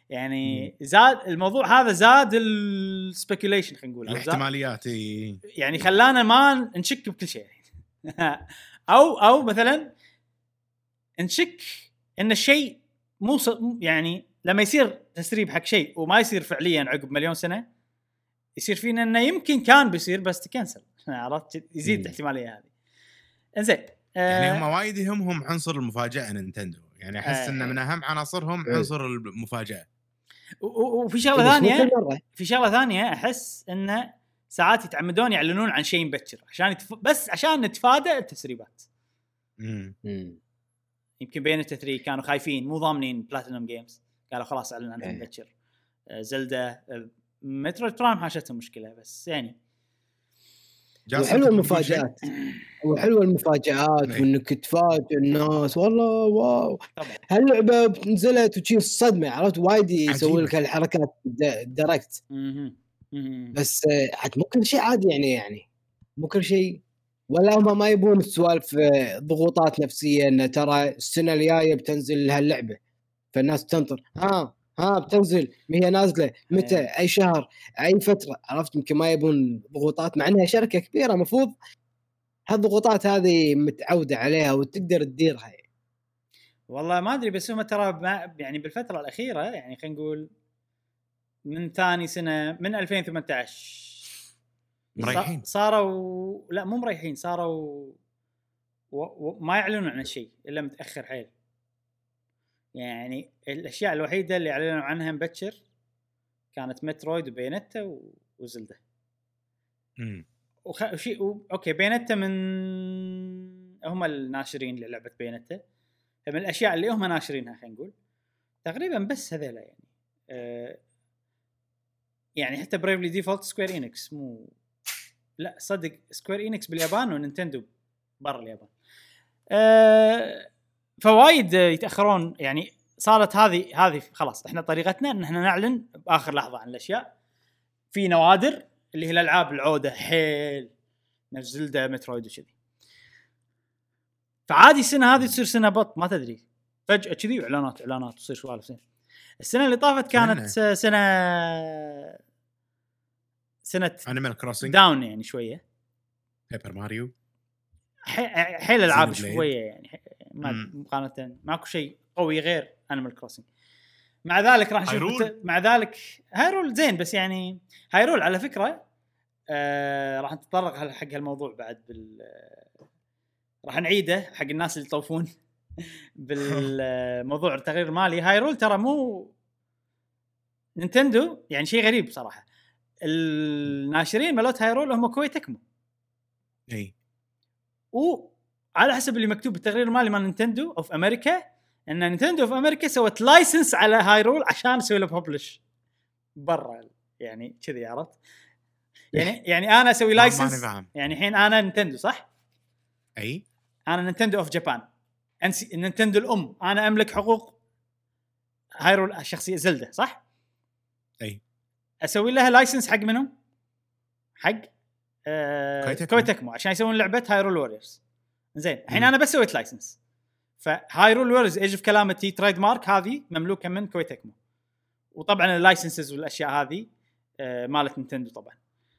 [SPEAKER 1] يعني زاد الموضوع هذا، زاد السبيكيوليشن خلينا نقول
[SPEAKER 3] الاحتماليات
[SPEAKER 1] يعني خلانا ما نشك بكل شيء او او مثلا نشك ان الشيء مو يعني لما يصير تسريب حق شيء وما يصير فعليا عقب مليون سنه يصير فينا انه يمكن كان بيصير بس تكنسل عرفت يزيد الاحتماليه هذه. انزين
[SPEAKER 3] يعني هم وايد يهمهم عنصر المفاجاه نينتندو يعني احس انه من اهم عناصرهم عنصر المفاجاه.
[SPEAKER 1] وفي شغله ثانيه في شغله ثانيه احس انه ساعات يتعمدون يعلنون عن شيء مبكر عشان يتف... بس عشان نتفادى التسريبات.
[SPEAKER 3] امم
[SPEAKER 1] يمكن بين التثري كانوا خايفين مو ضامنين بلاتينوم جيمز قالوا خلاص اعلن عنهم مبكر. زلدة مترويد برايم حاشتهم مشكله بس يعني
[SPEAKER 2] حلوه المفاجآت وحلوه المفاجآت وانك تفاجئ الناس والله واو هاللعبه بتنزلت وتجي الصدمه عرفت وايد يسوي لك الحركات دايركت بس حتى مو كل شيء عادي يعني يعني مو كل شيء ولا هم ما يبون السوالف ضغوطات نفسيه ان ترى السنه الجايه بتنزل هاللعبه فالناس تنطر ها ها بتنزل هي نازله متى اي شهر اي فتره عرفت يمكن ما يبون ضغوطات مع انها شركه كبيره مفروض هالضغوطات هذه متعوده عليها وتقدر تديرها يعني.
[SPEAKER 1] والله ما ادري بس هم ترى يعني بالفتره الاخيره يعني خلينا نقول من ثاني سنه من ألفين وثمانية عشر
[SPEAKER 3] مريحين
[SPEAKER 1] صاروا لا مو مريحين صاروا وما يعلنون عن شيء الا متاخر حيل يعني الاشياء الوحيده اللي اعلنوا عنها مبكر كانت مترويد وبينتا وزلدة
[SPEAKER 3] امم
[SPEAKER 1] وخ... وشيء و... اوكي بينتا من هم الناشرين للعبه بينتا من الاشياء اللي هم ناشرينها خلينا نقول تقريبا بس هذيلا يعني أه... يعني حتى بريفلي ديفولت سكوير إنكس مو لا صدق سكوير إنكس باليابان ونينتندو برا اليابان أه... فوايد يتاخرون يعني صارت هذه هذه خلاص احنا طريقتنا ان احنا نعلن باخر لحظه عن الاشياء في نوادر اللي هي الالعاب العوده حيل نفس زلدة مترويد وكذي فعادي السنه هذه تصير سنه بط ما تدري فجاه كذي اعلانات اعلانات تصير سوالف زين. السنه اللي طافت كانت سنه سنه, سنة
[SPEAKER 3] انيمال كروسنج
[SPEAKER 1] داون يعني شويه
[SPEAKER 3] بيبر ماريو
[SPEAKER 1] حيل العاب شويه يعني ما مقارنه ماكو شيء قوي غير انيمال كروسنج. مع ذلك راح نشوف بت... مع ذلك هايرول زين بس يعني هايرول على فكره آه... راح نتطرق حق هالموضوع بعد بال راح نعيده حق الناس اللي يطوفون بالموضوع التغيير المالي. هايرول ترى مو نينتندو يعني شيء غريب بصراحه الناشرين مالوت هايرول هم كوي تكمو
[SPEAKER 3] اي
[SPEAKER 1] وعلى حسب اللي مكتوب بالتغيير المالي مال نينتندو اوف امريكا ان نينتندو اوف امريكا سوت لايسنس على هايرول عشان تسوي له ببلش برا يعني كذي عرفت يعني يعني انا اسوي لايسنس يعني الحين انا نينتندو صح
[SPEAKER 3] اي
[SPEAKER 1] انا نينتندو اوف جابان انسي نينتندو الام انا املك حقوق هايرول الشخصيه زلدة صح
[SPEAKER 3] اي
[SPEAKER 1] اسوي لها لايسنس حق منهم حق آه كوي تكمو عشان يسوون لعبه هايرول ووريرز زين الحين انا بس سويت لايسنس فهايرول ووريرز ايج في كلامتي تريد مارك هذه مملوكه من كوي تكمو وطبعا اللايسنسز والاشياء هذه آه مالت نينتندو طبعا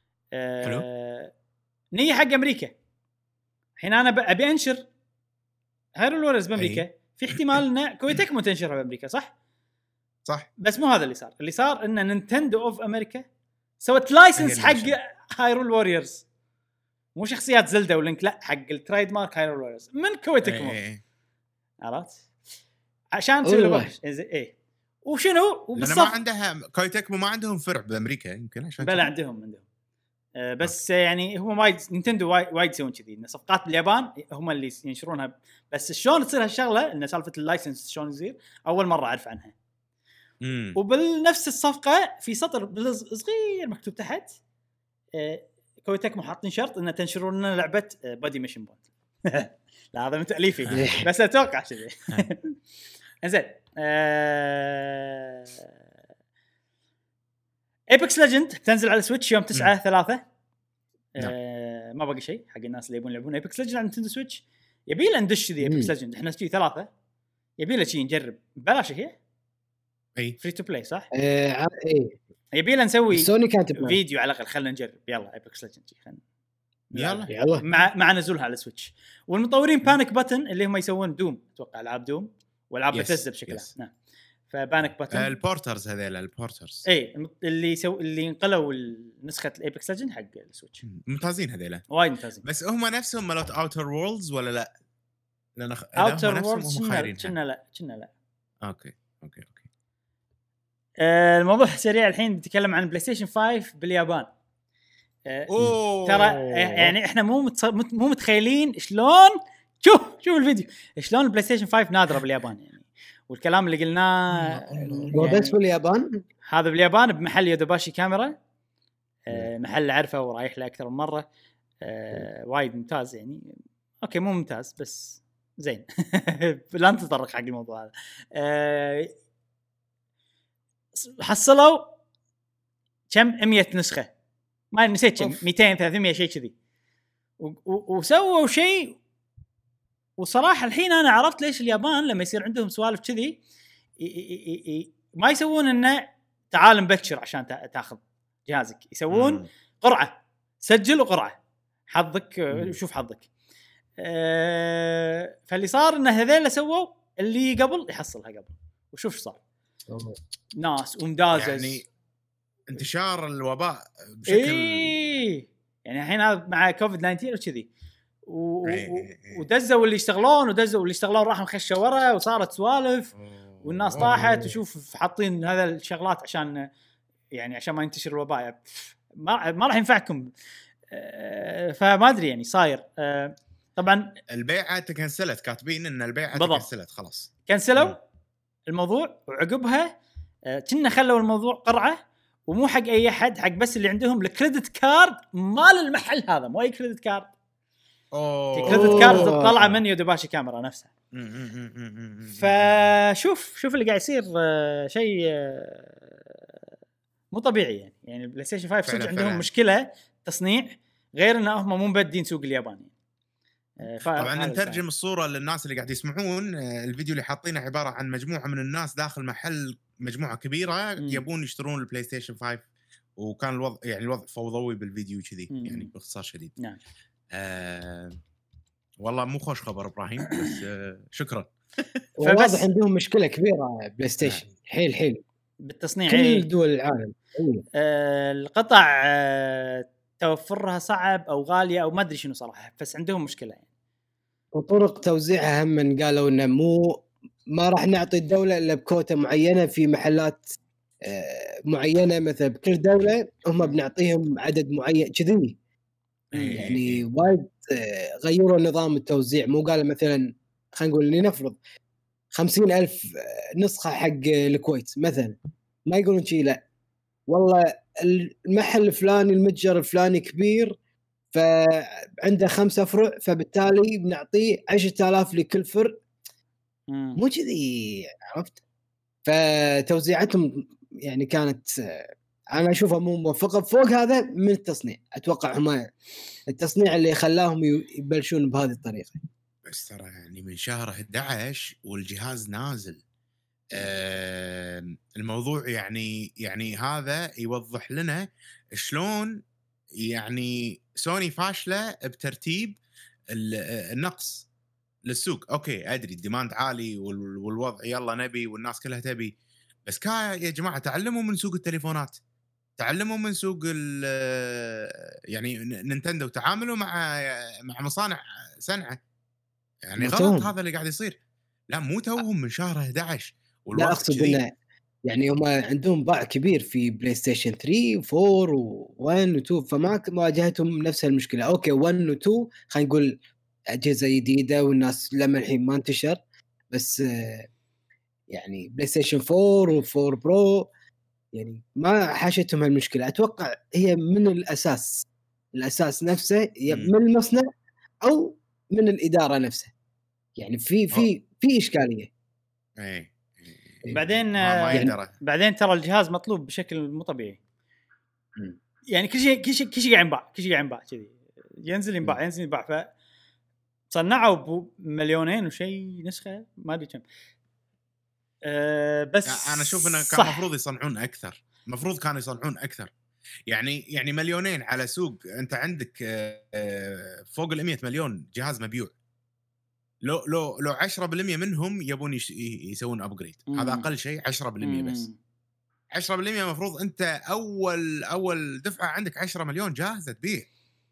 [SPEAKER 1] آه نية حق امريكا. الحين انا ابي انشر هايرول ووريرز بامريكا أي. في احتمال ان كوي تكمو تنشرها بامريكا صح
[SPEAKER 3] صح
[SPEAKER 1] بس مو هذا اللي صار. اللي صار ان نينتندو اوف امريكا سوت لايسنس حق هايرول ووريرز مو شخصيات زلدة ولينك لا حق التريد مارك هايرول ووريرز من كوي تكمو عرفت عشان تسوي له ايه وشنو
[SPEAKER 3] وبالصف ما عندها كوي تكمو ما عندهم فرع بامريكا يمكن عشان
[SPEAKER 1] بلا عندهم عندهم آه بس آه. يعني هم وايد نينتندو وايد يسوون كذي ان صفقات باليابان هم اللي ينشرونها بس شلون تصير هالشغله ان سالفه اللايسنس شلون يصير اول مره اعرف عنها.
[SPEAKER 3] امم
[SPEAKER 1] وبالنفس الصفقه في سطر صغير مكتوب تحت آه كوي تكمو حاطين شرط ان تنشرون لنا لعبه بادي ميشن بوند لا هذا من تاليفي بس اتوقع كذي زين ايبكس ليجند تنزل على سويتش يوم تسعة ثلاثة آه ما باقي شيء حق الناس اللي يبون يلعبون ايبكس ليجند على نينتندو سويتش. يبي لنا ندش ذي ايبكس ليجند احنا شي ثلاثة يبي له شيء نجرب بلاش هي
[SPEAKER 3] اي
[SPEAKER 1] فري تو بلاي صح؟
[SPEAKER 2] آه اي
[SPEAKER 1] يبي لنا نسوي
[SPEAKER 2] سوني كانت بلاي.
[SPEAKER 1] فيديو على الاقل، خلينا نجرب. يلا ايبكس ليجند خلينا
[SPEAKER 3] يلا
[SPEAKER 2] يلا
[SPEAKER 1] مع مع نزولها على السويتش. والمطورين بانيك باتن اللي هم يسوون دوم، اتوقع العاب دوم والعاب
[SPEAKER 3] يس،
[SPEAKER 1] بثزة بشكل
[SPEAKER 3] يس.
[SPEAKER 1] عام. نعم فبانيك باتن
[SPEAKER 3] آه البورترز هذيل البورترز
[SPEAKER 1] اي الم- اللي يسوي اللي انقلوا نسخه الايبكس ليجند حق السويتش.
[SPEAKER 3] ممتازين هذيل،
[SPEAKER 1] وايد ممتازين.
[SPEAKER 3] بس هم نفسهم مالت اوتر وورلدز ولا لا؟ لان خ...
[SPEAKER 1] اوتر وورلدز كنا لا كنا لا
[SPEAKER 3] اوكي اوكي اوكي
[SPEAKER 1] آه الموضوع سريع الحين. نتكلم عن بلاي ستيشن خمسة باليابان. آه
[SPEAKER 3] أوه.
[SPEAKER 1] ترى يعني احنا مو متص... مو متخيلين شلون. شوف شوف الفيديو شلون البلاي ستيشن خمسة نادره باليابان يعني. والكلام اللي قلناه
[SPEAKER 2] هو بس باليابان.
[SPEAKER 1] هذا باليابان بمحل يودوباشي كاميرا، آه محل عارفه ورايح له اكثر من مره. آه وايد ممتاز يعني. اوكي مو ممتاز بس زين. لا نتطرق حق الموضوع هذا. آه حصلوا كم مية نسخه، ما نسيت كم، مئتين ثلاثمية شيء كذي. وسووا شيء. وصراحه الحين انا عرفت ليش اليابان لما يصير عندهم سوالف كذي ما يسوون انه تعال نبكر عشان تاخذ جهازك. يسوون مم. قرعه، سجل وقرعه، حظك مم. شوف حظك. أه فاللي صار ان هذول سووا اللي قبل يحصلها قبل. وشوف شو صار. أوه. ناس ومدازز
[SPEAKER 3] يعني انتشار الوباء بشكل
[SPEAKER 1] إيه. يعني الحين هذا مع كوفيد تسعة عشر وكذي و... ودزوا اللي يشتغلون ودزوا اللي يشتغلون راحوا خشوا ورا وصارت سوالف والناس طاحت. وشوف حاطين هذا الشغلات عشان يعني عشان ما ينتشر الوباء. ما ما راح ينفعكم. فما ادري يعني صاير. طبعا
[SPEAKER 3] البيعه تكنسلت، كاتبين ان البيعه تكنسلت خلاص،
[SPEAKER 1] كنسلوا الموضوع. وعقبها كنا خلوا الموضوع قرعه ومو حق اي احد، حق بس اللي عندهم الكريدت كارد مال المحل هذا، مو اي كريدت كارد. اوه كريدت كارد تطلع من يودوباشي كاميرا نفسها. فشوف شوف اللي قاعد يصير شيء مو طبيعي يعني. يعني البلاي ستيشن خمسة صدق عندهم مشكله تصنيع، غير ان هم مو مبدين سوق الياباني.
[SPEAKER 3] طبعا نترجم الصوره للناس اللي قاعد يسمعون. الفيديو اللي حاطينه عباره عن مجموعه من الناس داخل محل، مجموعه كبيره م. يبون يشترون البلاي ستيشن خمسة، وكان الوضع يعني الوضع فوضوي بالفيديو كذي يعني باختصار شديد.
[SPEAKER 1] نعم
[SPEAKER 3] آه والله مو خوش خبر ابراهيم، بس آه شكرا.
[SPEAKER 2] فواضح عندهم مشكله كبيره بلاي ستيشن حيل حيل
[SPEAKER 1] بالتصنيع
[SPEAKER 2] كل دول العالم.
[SPEAKER 1] آه القطع آه توفرها صعب او غاليه او ما ادري شنو صراحه، بس عندهم مشكله يعني.
[SPEAKER 2] وطرق توزيعها هم من قالوا انه مو ما راح نعطي الدوله الا بكوتا معينه في محلات معينه، مثلا بكل دوله هم بنعطيهم عدد معين كذي يعني. وايد غيروا نظام التوزيع. مو قال مثلا خلينا نقول لنفرض خمسين ألف نسخه حق الكويت مثلا، ما يقولون شيء، لا والله المحل الفلاني المتجر الفلاني كبير فعنده خمسة فروع فبالتالي بنعطيه عشرة آلاف لكل فرع. مو كذي، عرفت؟ فتوزيعتهم يعني كانت انا اشوفها مو موفقه. فوق هذا من التصنيع، اتوقع هم التصنيع اللي خلاهم يبلشون بهذه الطريقه.
[SPEAKER 3] بس ترى يعني من شهر أحد عشر والجهاز نازل. آه الموضوع يعني يعني هذا يوضح لنا شلون يعني سوني فاشله بترتيب النقص للسوق. اوكي ادري الديماند عالي والوضع يلا نبي والناس كلها تبي، بس كا يا جماعه تعلموا من سوق التليفونات، تعلموا من سوق يعني نينتندو، تعاملوا مع مع مصانع صنعه يعني. غلط هذا اللي قاعد يصير. لا مو توهم من شهر أحد عشر
[SPEAKER 2] والوضع لا اقصد انه يعني هم عندهم باع كبير في بلاي ستيشن ثلاثة وفور وون وتو، فما واجهتهم نفس المشكله. اوكي ون وتو خلينا نقول اجهزه جديده والناس لما الحين ما انتشر، بس يعني بلاي ستيشن فور وفور برو يعني ما حاشتهم هالمشكله. اتوقع هي من الاساس الاساس نفسه من المصنع او من الاداره نفسها. يعني في في في اشكاليه.
[SPEAKER 3] اي
[SPEAKER 1] بعدين يعني بعدين ترى الجهاز مطلوب بشكل مو طبيعي. يعني كل شيء كل شيء كل شيء قاعد ينباع، كل شيء قاعد ينباع كذي، ينزل ينباع ينزل ينباع. فصنعوا بمليونين وشيء نسخه ما ادري كم. أه بس
[SPEAKER 3] انا اشوف انه كان المفروض يصنعون اكثر، المفروض كانوا يصنعون اكثر. يعني يعني مليونين على سوق، انت عندك فوق ال مية مليون جهاز مبيوع، لو لو لو عشرة بالمية منهم يبون يسوون ابجريد، هذا اقل شيء عشرة بالمية بس. عشرة بالمية المفروض انت اول اول دفعه عندك عشرة مليون جاهزه تبيع،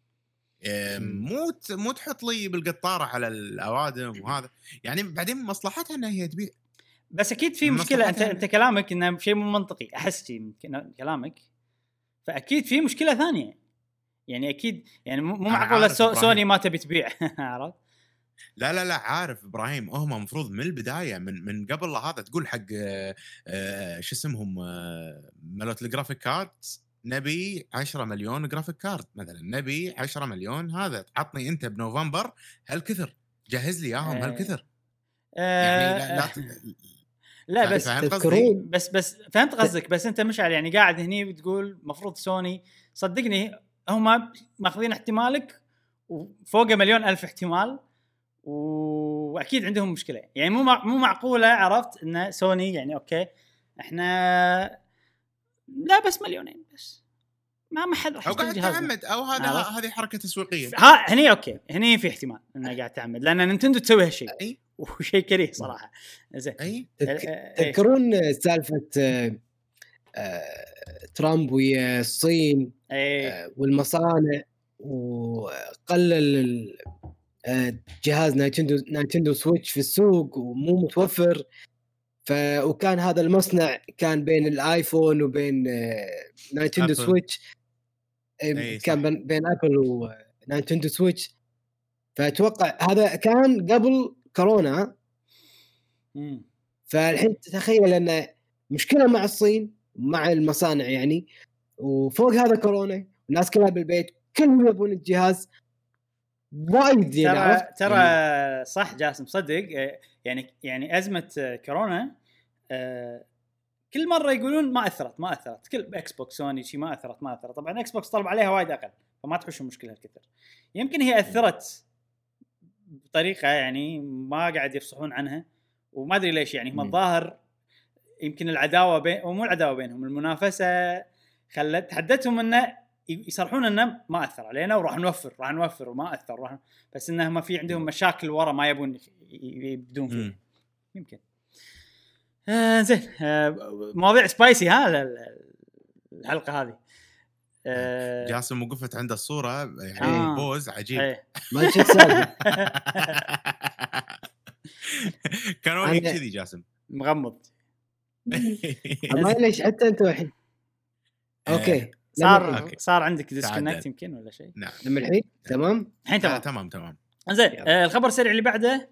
[SPEAKER 3] مو مو تحط لي بالقطاره على الاوادم وهذا. يعني بعدين مصلحتها انها هي تبيع.
[SPEAKER 1] بس اكيد في مشكله. انت انت كلامك انه شيء مو منطقي، احس شيء كلامك، فاكيد في مشكله ثانيه. يعني اكيد يعني مو معقوله سو سوني ما تبي تبيع. عرفت؟
[SPEAKER 3] لا لا لا عارف ابراهيم، هم المفروض من البدايه من من قبل هذا تقول حق شو اسمهم مالوت الجرافيك كارت، نبي عشرة مليون جرافيك كارت مثلا، نبي عشرة مليون، هذا عطني انت بنوفمبر هالكثر، جهز لي اياهم هالكثر. يعني لا لا
[SPEAKER 1] لا بس بس بس فهمت قصدك. بس انت مشعل يعني قاعد هني بتقول مفروض سوني، صدقني هم ماخذين احتمالك وفوق مليون ألف احتمال، واكيد عندهم مشكله. يعني مو مو معقوله عرفت ان سوني يعني اوكي احنا لا بس مليونين بس ما ما حد راح
[SPEAKER 3] يشتري جهازنا، او هذا هذه حركه تسويقيه.
[SPEAKER 1] ها هني اوكي، هني في احتمال انه قاعد تعمد، لان نينتندو تسوي هالشيء وشيء كريه صراحه. زين
[SPEAKER 2] اي تذكرون سالفه ترامب ويا الصين والمصانع وقلل جهاز نينتندو نينتندو سويتش في السوق ومو متوفر، ف وكان هذا المصنع كان بين الايفون وبين نينتندو سويتش، كان بين ابل ونينتندو سويتش. فاتوقع هذا كان قبل كورونا.
[SPEAKER 1] امم
[SPEAKER 2] فالحين تتخيل ان مشكله مع الصين مع المصانع يعني، وفوق هذا كورونا الناس كلها بالبيت كلهم يبون الجهاز وايد.
[SPEAKER 1] ترى ترى يعني صح جاسم صدق. يعني يعني ازمه كورونا كل مره يقولون ما اثرت ما اثرت كل اكس بوكس سوني شيء ما اثرت ما اثرت طبعا اكس بوكس طلب عليها وايد اقل، فما تحوش المشكله الكثير. يمكن هي اثرت بطريقه يعني ما قاعد يفصحون عنها، وما ادري ليش. يعني هم الظاهر يمكن العداوه بين ومو العداوه بينهم، المنافسه خلت تحدتهم انه يصرحون انه ما اثر علينا وراح نوفر راح نوفر وما اثر راح، بس انه ما في عندهم مشاكل ورا ما يبون يبدون فيه. يمكن آه زين. آه مواضيع سبايسي ها الحلقه هذه.
[SPEAKER 3] آه جاسم وقفت عند الصوره يعني آه. بوز عجيب.
[SPEAKER 1] ايه.
[SPEAKER 2] ما شفت سالفه
[SPEAKER 3] كانوا هيك كذي جاسم
[SPEAKER 1] مغمض.
[SPEAKER 2] ما ليش حتى انت الحين اوكي
[SPEAKER 1] صار أوكي. صار عندك ديسكونكت يمكن ولا شيء.
[SPEAKER 3] نعم
[SPEAKER 2] لما الحين تمام
[SPEAKER 1] الحين تمام
[SPEAKER 3] تمام تمام
[SPEAKER 1] زين. آه الخبر السريع اللي بعده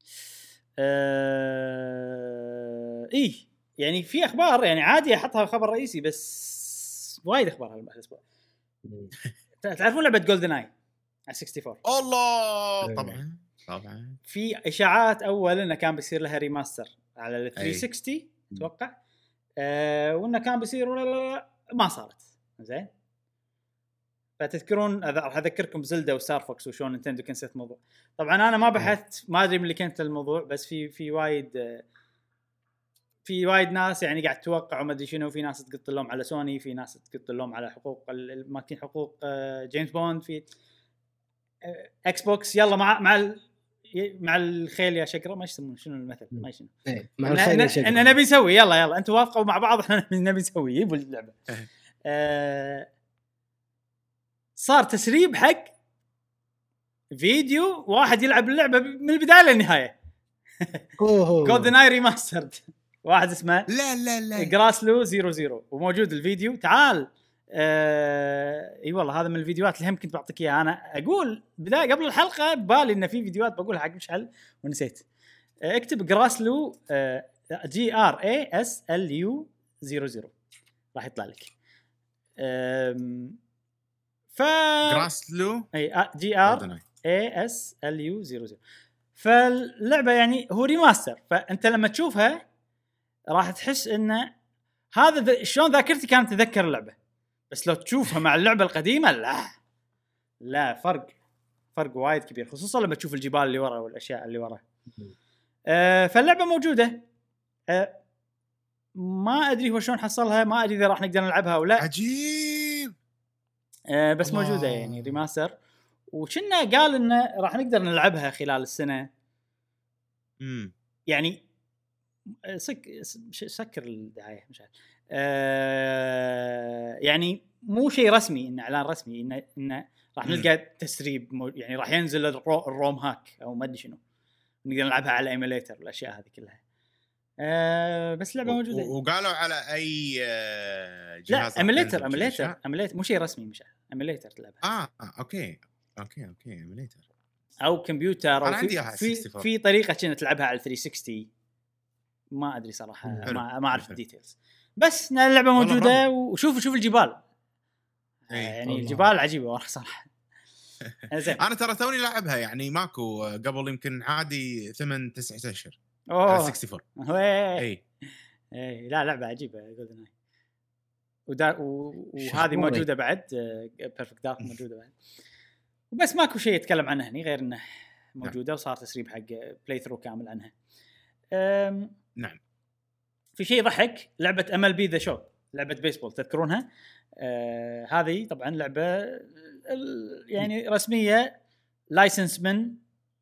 [SPEAKER 1] آه... ايه يعني في اخبار يعني عادي احطها خبر رئيسي، بس وايد اخبار هالاسبوع. تعرفون لعبه جولدن اي على أربعة وستين؟
[SPEAKER 3] الله طبعا طبعا.
[SPEAKER 1] في اشاعات اول انه كان بيصير لها ريماستر على ال ثلاثمية وستين اتوقع، آه وانه كان بيصير ولا لا ما صارت. زين فتذكرون راح اذكركم بزلدا وستار فوكس وشون نينتندو كنسلت الموضوع. طبعا انا ما بحثت ما ادري من اللي كانت الموضوع، بس في في وايد في وايد ناس يعني قاعد توقعوا ما ادري شنو. في ناس تقط لهم على سوني، في ناس تقط لهم على حقوق الماكين حقوق جيمس بوند، في اكس بوكس. يلا مع مع مع الخيل يا شكرا ما يسمون شنو المثل ما شنو
[SPEAKER 2] مع الخيل يا شكرا
[SPEAKER 1] ان نبي نسوي يلا يلا انتوا وافقوا مع بعض احنا نبي نسوي يبوا اللعبه. أه صار تسريب حق فيديو واحد يلعب اللعبه من البدايه للنهايه. جولدن اي ريماسترد واحد اسمه
[SPEAKER 3] لا لا لا
[SPEAKER 1] جراسلو صفر صفر وموجود الفيديو. تعال آه... اي والله هذا من الفيديوهات اللي هم كنت بعطيك اياها. انا اقول بدايه قبل الحلقه ببالي ان في فيديوهات بقولها حق مشعل ونسيت. آه اكتب جراسلو آه... جي ار اي اس ال يو صفر صفر راح يطلع لك. آه... ف
[SPEAKER 3] جراسلو
[SPEAKER 1] اي جي ار اي اس ال يو صفر صفر. فاللعبه يعني هو ريماستر، فانت لما تشوفها راح تحس انه هذا شلون ذاكرتي كانت تذكر اللعبه، بس لو تشوفها مع اللعبه القديمه لا لا فرق فرق وايد كبير، خصوصا لما تشوف الجبال اللي ورا والاشياء اللي ورا. آه فاللعبه موجوده. آه ما ادري هو شلون حصلها، ما ادري اذا راح نقدر نلعبها او لا.
[SPEAKER 3] عجيب.
[SPEAKER 1] آه بس
[SPEAKER 3] الله.
[SPEAKER 1] موجوده يعني ريماستر، وكنا قال انه راح نقدر نلعبها خلال السنه.
[SPEAKER 3] امم
[SPEAKER 1] يعني سك سكر الدعايه مش عارف. آه يعني مو شيء رسمي، انه اعلان رسمي انه انه راح نلقى تسريب مو يعني راح ينزل الرو الروم هاك او ما ادري شنو، نقدر نلعبها على ايميليتر والاشياء هذه كلها. آه بس لعبه موجوده.
[SPEAKER 3] وقالوا على اي جهاز؟
[SPEAKER 1] لا ايميليتر ايميليتر ايميليتر مو شيء رسمي، مش ايميليتر تلعبها.
[SPEAKER 3] اه اوكي اوكي اوكي ايميليتر
[SPEAKER 1] او كمبيوتر او
[SPEAKER 3] في
[SPEAKER 1] في, في طريقه كنا تلعبها على ثلاثمية وستين، ما ادري صراحه ما ما اعرف الديتيلز. بس اللعبه موجوده وشوفوا شوف الجبال يعني الله. الجبال عجيبه والله صراحه.
[SPEAKER 3] انا ترى توني لعبها يعني ماكو قبل يمكن عادي ثمانية تسعة اشهر
[SPEAKER 1] على
[SPEAKER 3] أربعة وستين.
[SPEAKER 1] اي اي لا لعبه عجيبه جولدن اي ودا وهذه موجوده بعد بيرفكت دارك موجوده بعد. وبس ماكو شيء يتكلم عنه هني غير انه موجوده وصار تسريب حق بلاي ثرو كامل عنها.
[SPEAKER 3] نعم.
[SPEAKER 1] في شيء ضحك، لعبه ام ال بي ذا شو، لعبه بيسبول تذكرونها؟ آه هذه طبعا لعبه يعني رسميه لايسنس من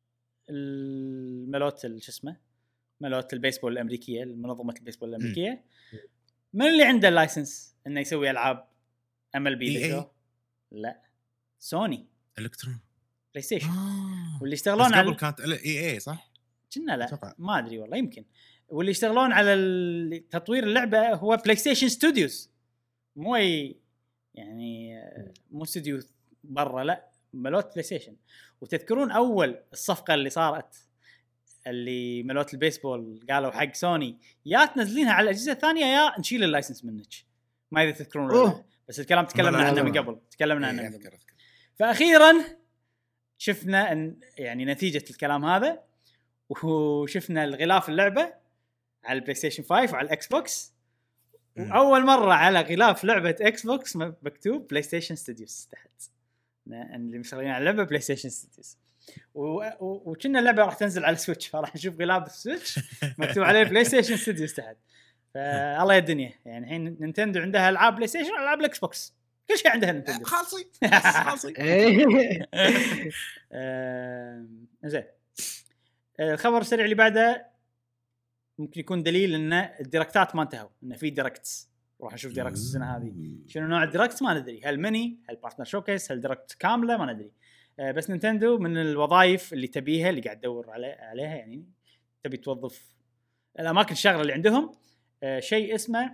[SPEAKER 1] الملوت شو اسمه ملوت البيسبول الامريكيه، منظمه البيسبول الامريكيه. من اللي عنده اللايسنس انه يسوي العاب ام ال بي ذا شو؟ لا سوني
[SPEAKER 3] الكترون
[SPEAKER 1] بلاي ستيشن.
[SPEAKER 3] آه.
[SPEAKER 1] واللي يشتغلون
[SPEAKER 3] على قبل كانت اي اي صح
[SPEAKER 1] كنا لا أتوقع. ما ادري والله يمكن. واللي يشتغلون على تطوير اللعبه هو بلاي ستيشن ستوديوز، مو يعني مو استوديو برا، لا ملوت بلاي ستيشن. وتذكرون اول الصفقه اللي صارت اللي ملوت البيسبول قالوا حق سوني يا تنزلينها على الاجهزه الثانيه يا نشيل اللايسنس منك، ما اذا تذكرون ولا. بس الكلام تكلمنا عنه من قبل، تكلمنا عنه من قبل. فاخيرا شفنا ان يعني نتيجه الكلام هذا، وشفنا الغلاف اللعبه على البلاي ستيشن خمسة وعلى الاكس بوكس. واول مره على غلاف لعبه اكس بوكس مكتوب بلاي ستيشن ستوديوز تحت، اللي مشغلين على اللعبه بلاي ستيشن ستوديوز. وكنا اللعبه راح تنزل على السويتش، فراح نشوف غلاف السويتش مكتوب عليه بلاي ستيشن ستوديوز تحت. فالله يا الدنيا يعني الحين نينتندو عندها العاب بلاي ستيشن والعاب الاكس بوكس، كل شيء عندها نينتندو
[SPEAKER 3] خالصي خالصي.
[SPEAKER 1] زين. الخبر السريع اللي بعده ممكن يكون دليل ان الديركتات ما انتهوا، انه في ديركتس. راح نشوف ديركتس السنه هذه شنو نوع الديركت ما ندري، هل ميني هل بارتنر شوكيس هل ديركت كامله ما ندري. بس نينتندو من الوظائف اللي تبيها اللي قاعد تدور عليها يعني تبي توظف الاماكن الشغله اللي عندهم شيء اسمه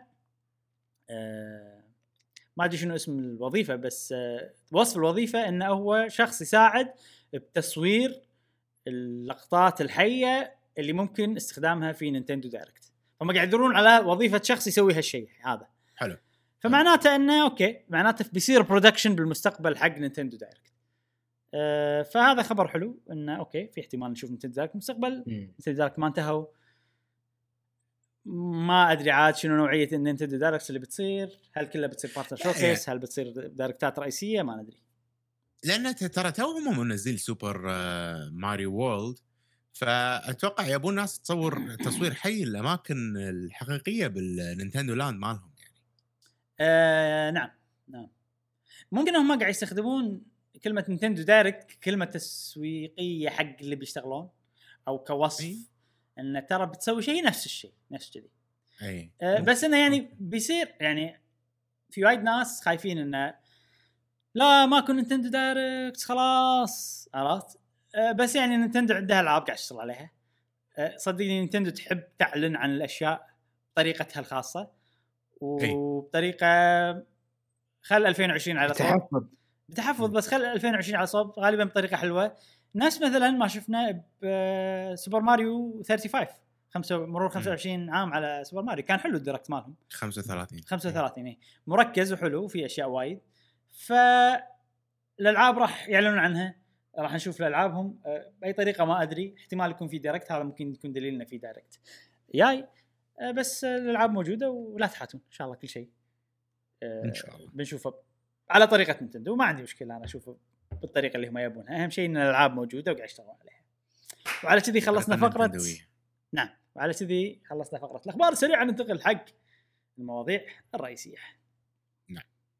[SPEAKER 1] ما ادري شنو اسم الوظيفه، بس وصف الوظيفه انه هو شخص يساعد بتصوير اللقطات الحيه اللي ممكن استخدامها في نينتندو دايركت. هم قاعد يدورون على وظيفه شخص يسوي هالشيء هذا.
[SPEAKER 3] حلو.
[SPEAKER 1] فمعناته انه اوكي معناته بيصير برودكشن بالمستقبل حق نينتندو دايركت. أه فهذا خبر حلو انه اوكي في احتمال نشوف نينتندو دايركت بالمستقبل. نينتندو دايركت ما انتهوا، ما ادري عاد شنو نوعيه النينتندو دايركت اللي بتصير، هل كلها بتصير بارتنر شوكيس هل بتصير دايركتات رئيسيه ما ندري.
[SPEAKER 3] لان ترى توهم منزل سوبر ماريو وورلد، فاتوقع يبون الناس تصور تصوير حي الاماكن الحقيقيه بالنينتندو لاند مالهم يعني.
[SPEAKER 1] آه نعم نعم ممكن هم قاعد يستخدمون كلمه نينتندو دايركت كلمه تسويقيه حق اللي بيشتغلون او كوصف أي. ان ترى بتسوي شيء نفس الشيء نفس كذي.
[SPEAKER 3] اي
[SPEAKER 1] آه بس انه يعني بيصير يعني في وايد ناس خايفين انه لا ماكو نينتندو دايركت خلاص عرفت. أه بس يعني نينتندو عندها العاب قاعد تشتغل عليها. أه صدقني نينتندو تحب تعلن عن الاشياء بطريقتها الخاصه وبطريقه خل ألفين وعشرين على صوب
[SPEAKER 2] بتحفظ
[SPEAKER 1] بتحفظ بس خل ألفين وعشرين على صوب غالبا بطريقه حلوه. نفس مثلا ما شفنا بسوبر ماريو خمسة وثلاثين خمسة مرور خمسة وعشرين عام على سوبر ماريو كان حلو الديركت مالهم
[SPEAKER 3] خمسة وثلاثين
[SPEAKER 1] خمسة وثلاثين اي مركز وحلو وفي اشياء وايد. فالالعاب راح يعلنون عنها، راح نشوف الالعابهم باي طريقه ما ادري. احتمال يكون في دايركت، هذا ممكن يكون دليلنا في دايركت جاي. بس الالعاب موجوده ولا تحاتون ان شاء الله كل شيء
[SPEAKER 3] ان شاء الله
[SPEAKER 1] بنشوفه على طريقه نينتندو. ما عندي مشكله انا اشوفه بالطريقه اللي هم يبونها، اهم شيء ان الالعاب موجوده وقاعد يشتغلون عليها. وعلى كذي خلصنا فقره نعم وعلى كذي خلصنا فقره الاخبار. سريعا ننتقل حق المواضيع الرئيسيه.
[SPEAKER 3] نعم.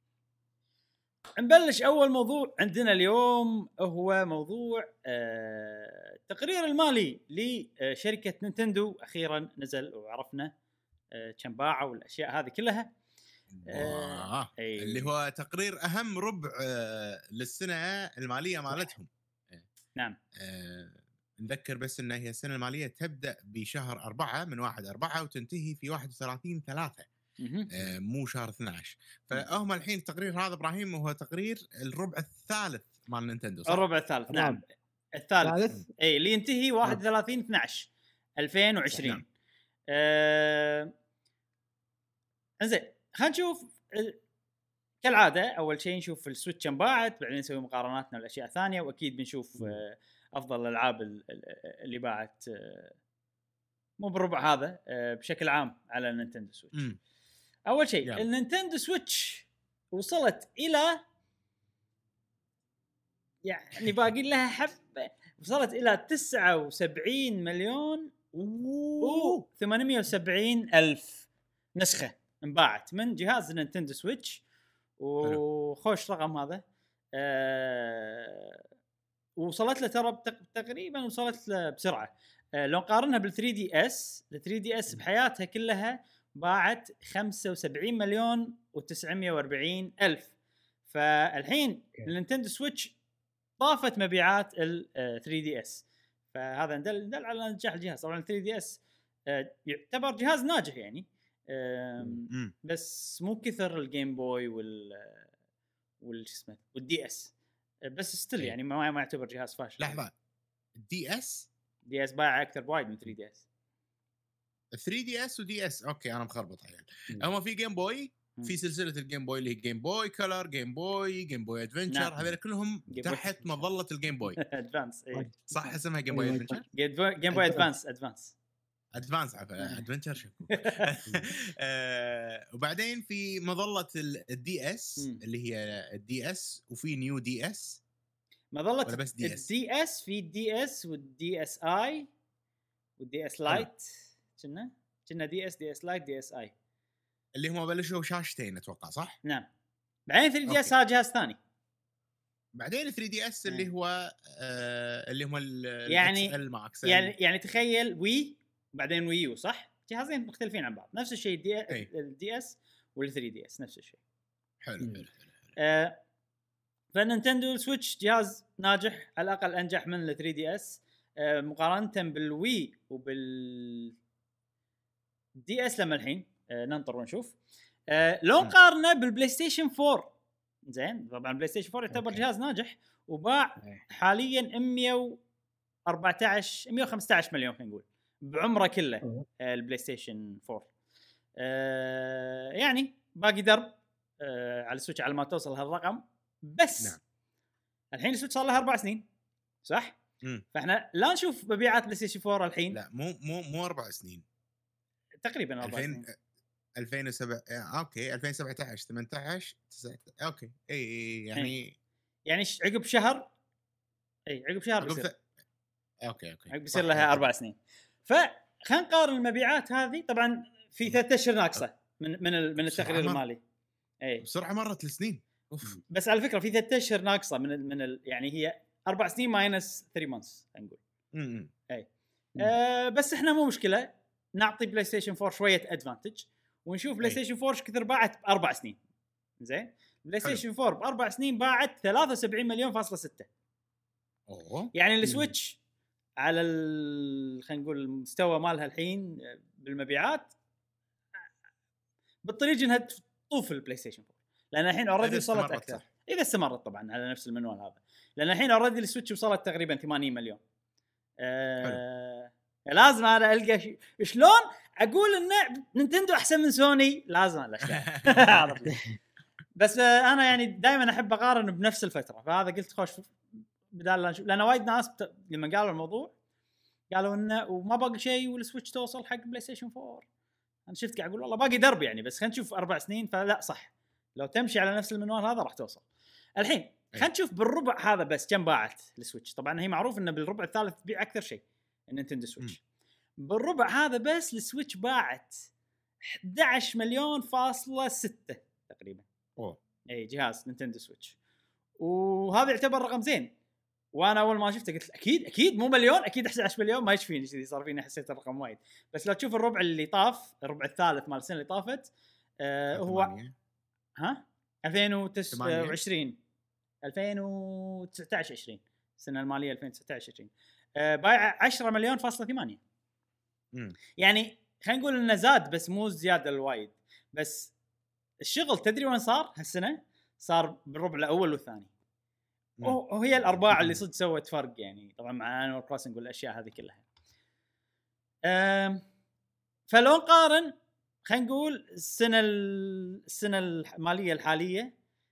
[SPEAKER 1] نبلش اول موضوع عندنا اليوم هو موضوع آه التقرير المالي لشركه نينتندو. اخيرا نزل وعرفنا آه كم باعوا والاشياء هذه كلها.
[SPEAKER 3] آه
[SPEAKER 1] أي.
[SPEAKER 3] اللي هو تقرير اهم ربع آه للسنه الماليه مالتهم.
[SPEAKER 1] نعم.
[SPEAKER 3] آه نذكر بس ان هي السنه الماليه تبدا بشهر أربعة من واحد أربعة وتنتهي في واحد وثلاثين ثلاثة، آه مو شهر اثنا عشر. فهم الحين التقرير هذا ابراهيم هو تقرير الربع الثالث مال نينتندو صح؟
[SPEAKER 1] الربع الثالث نعم الثالث اي اللي ينتهي واحد وثلاثين اثنا عشر ألفين وعشرين.
[SPEAKER 3] نعم.
[SPEAKER 1] آه... انزين خلينا نشوف كالعاده. اول شيء نشوف السويتش انباعت، بعدين نسوي مقارناتنا بالاشياء الثانيه، واكيد بنشوف آه افضل الالعاب اللي باعت آه مو بالربع هذا آه بشكل عام على النينتندو سويتش. م. اول شيء النينتندو سويتش وصلت الى يعني باقي لها حبه، وصلت الى تسعة وسبعين مليون و ثمانمئة وسبعين الف نسخه انباعت من جهاز نينتندو سويتش. وخوش رقم هذا. أه وصلت له ترى تقريبا وصلت له بسرعه. أه لو نقارنها بال ثري دي اس، ال ثري دي اس بحياتها كلها باعت خمسة وسبعين مليون وتسعمئة وأربعين الف. فالحين النينتندو سويتش ضافت مبيعات ال ثري دي اس، فهذا دل, دل على نجاح الجهاز. طبعا ال ثري دي اس أه يعتبر جهاز ناجح يعني، بس مو كثر الجيم بوي وال وال اسمه والدي اس، بس ستيل يعني ما ما يعتبر جهاز فاشل.
[SPEAKER 3] لحظه، الدي اس
[SPEAKER 1] دي اس باع اكثر وايد من ثري دي اس.
[SPEAKER 3] ثري دي اس ودي اس اوكي انا مخربط يعني. هم في جيم بوي، في سلسله الجيم بوي اللي هي جيم بوي كلر، جيم بوي، جيم بوي ادفنتشر، هذول كلهم تحت مظله الجيم بوي
[SPEAKER 1] ادفانس. اي
[SPEAKER 3] صح اسمها جيم بوي ادفنتشر،
[SPEAKER 1] جيم بوي ادفانس ادفانس
[SPEAKER 3] ادفانس ادفنتشر شو. وبعدين في مظله الدي اس اللي هي الدي اس، وفي نيو دي اس
[SPEAKER 1] مظله الدي اس، في الدي اس والدي اس اي والدي اس لايت. كنا كنا دي اس دي اس لايت دي اس اي
[SPEAKER 3] اللي هم بلشوا شاشتين اتوقع صح.
[SPEAKER 1] نعم. بعدين ثري دي اس هذا جهاز ثاني.
[SPEAKER 3] بعدين ثري دي اس اللي هو آه اللي هم
[SPEAKER 1] يعني يعني يعني تخيل وي بعدين ويو صح، جهازين مختلفين عن بعض. نفس الشيء دي الدي اس وال ثري دي اس نفس الشيء.
[SPEAKER 3] حلو حلو حلو.
[SPEAKER 1] آه فالنينتندو سويتش جهاز ناجح، على الاقل انجح من ال ثري دي اس آه مقارنه بالوي وبال دي اس. لما الحين آه ننطر ونشوف آه لو نقارنه بالبلاي ستيشن فور. زين طبعا البلاي ستيشن فور يعتبر جهاز ناجح وباع حاليا مئة وأربعة عشر مئة وخمسة عشر مليون خلينا نقول بعمره كله البلاي ستيشن فور. آه يعني باقي درب آه على السويتش على ما توصل هالرقم. بس نعم. الحين السويتش صار له أربع سنين صح؟ م. فاحنا لا نشوف مبيعات بلاي ستيشن فور الحين.
[SPEAKER 3] لا مو مو مو أربع سنين
[SPEAKER 1] تقريبا أربع سنين.
[SPEAKER 3] ألفين وسبعة اوكي ألفين وسبعة عشر ثمانية عشر تسعة اوكي اي اي يعني
[SPEAKER 1] يعني عقب شهر اي عقب شهر بيصير.
[SPEAKER 3] اوكي اوكي
[SPEAKER 1] عقب بيصير لها اربع سنين. فخلينا نقارن المبيعات هذه. طبعا في ثلاثة اشهر ناقصه من من من التقرير المالي. اي بسرعه
[SPEAKER 3] مرت السنين.
[SPEAKER 1] اوف. بس على فكره في ثلاثة اشهر ناقصه من ال من ال يعني هي اربع سنين ماينس ثلاثة مانثs نقول. امم اي آه بس احنا مو مشكله نعطي بلاي ستيشن فور شويه ادفانتج ونشوف بلاي ستيشن فور كثر باعت باربع سنين. زين بلاي ستيشن فور باربع سنين باعت ثلاثة وسبعين مليون فاصلة ستة.
[SPEAKER 3] اوه
[SPEAKER 1] يعني السويتش على خلينا نقول المستوى مالها الحين بالمبيعات بالطريق انها تطوف البلاي ستيشن فور، لان الحين اوريدي وصلت اكثر صح. اذا استمرت طبعا على نفس المنوال هذا، لان الحين اوريدي السويتش وصلت تقريبا ثمانين مليون. آه لازم انا القى شيء شلون اقول ان نينتندو احسن من سوني. لازم الاشياء بس انا يعني دائما احب اقارن بنفس الفتره. فهذا قلت خوش بدال لا نشوف، لان وايد ناس بت... لما قالوا الموضوع قالوا انه وما باقي شيء والسويتش توصل حق بلاي ستيشن فور. انا شفت قاعد اقول والله باقي درب يعني، بس خلينا نشوف اربع سنين. فلا صح، لو تمشي على نفس المنوال هذا راح توصل. الحين خلينا نشوف بالربع هذا بس كم باعت السويتش. طبعا هي معروف انه بالربع الثالث تبيع اكثر شيء النينتندو سويتش. بالربع هذا بس السويتش باعت احد عشر مليون فاصلة ستة تقريبا.
[SPEAKER 3] اوه
[SPEAKER 1] اي جهاز نينتندو سويتش، وهذا يعتبر رقم زين. وانا اول ما شفته قلت اكيد اكيد مو مليون، اكيد احد عشر مليون ما يشفيني كذي، صار فيني حسيت الرقم وايد. بس لو تشوف الربع اللي طاف، الربع الثالث مال السنه اللي طافت آه هو ها ألفين وعشرين ألفين وتسعة عشر عشرين السنه الماليه ألفين وتسعة عشر عشرين آه بايع عشرة مليون فاصلة ثمانية. يعني خلينا نقول انه زاد بس مو زياده الوايد. بس الشغل تدري وين صار هالسنه؟ صار بالربع الاول والثاني. وهي الارباع اللي صدق سوت فرق يعني، طبعا مع انيمال كروسنج والاشياء هذه كلها. امم فلو نقارن خلينا نقول السنه السنه الماليه الحاليه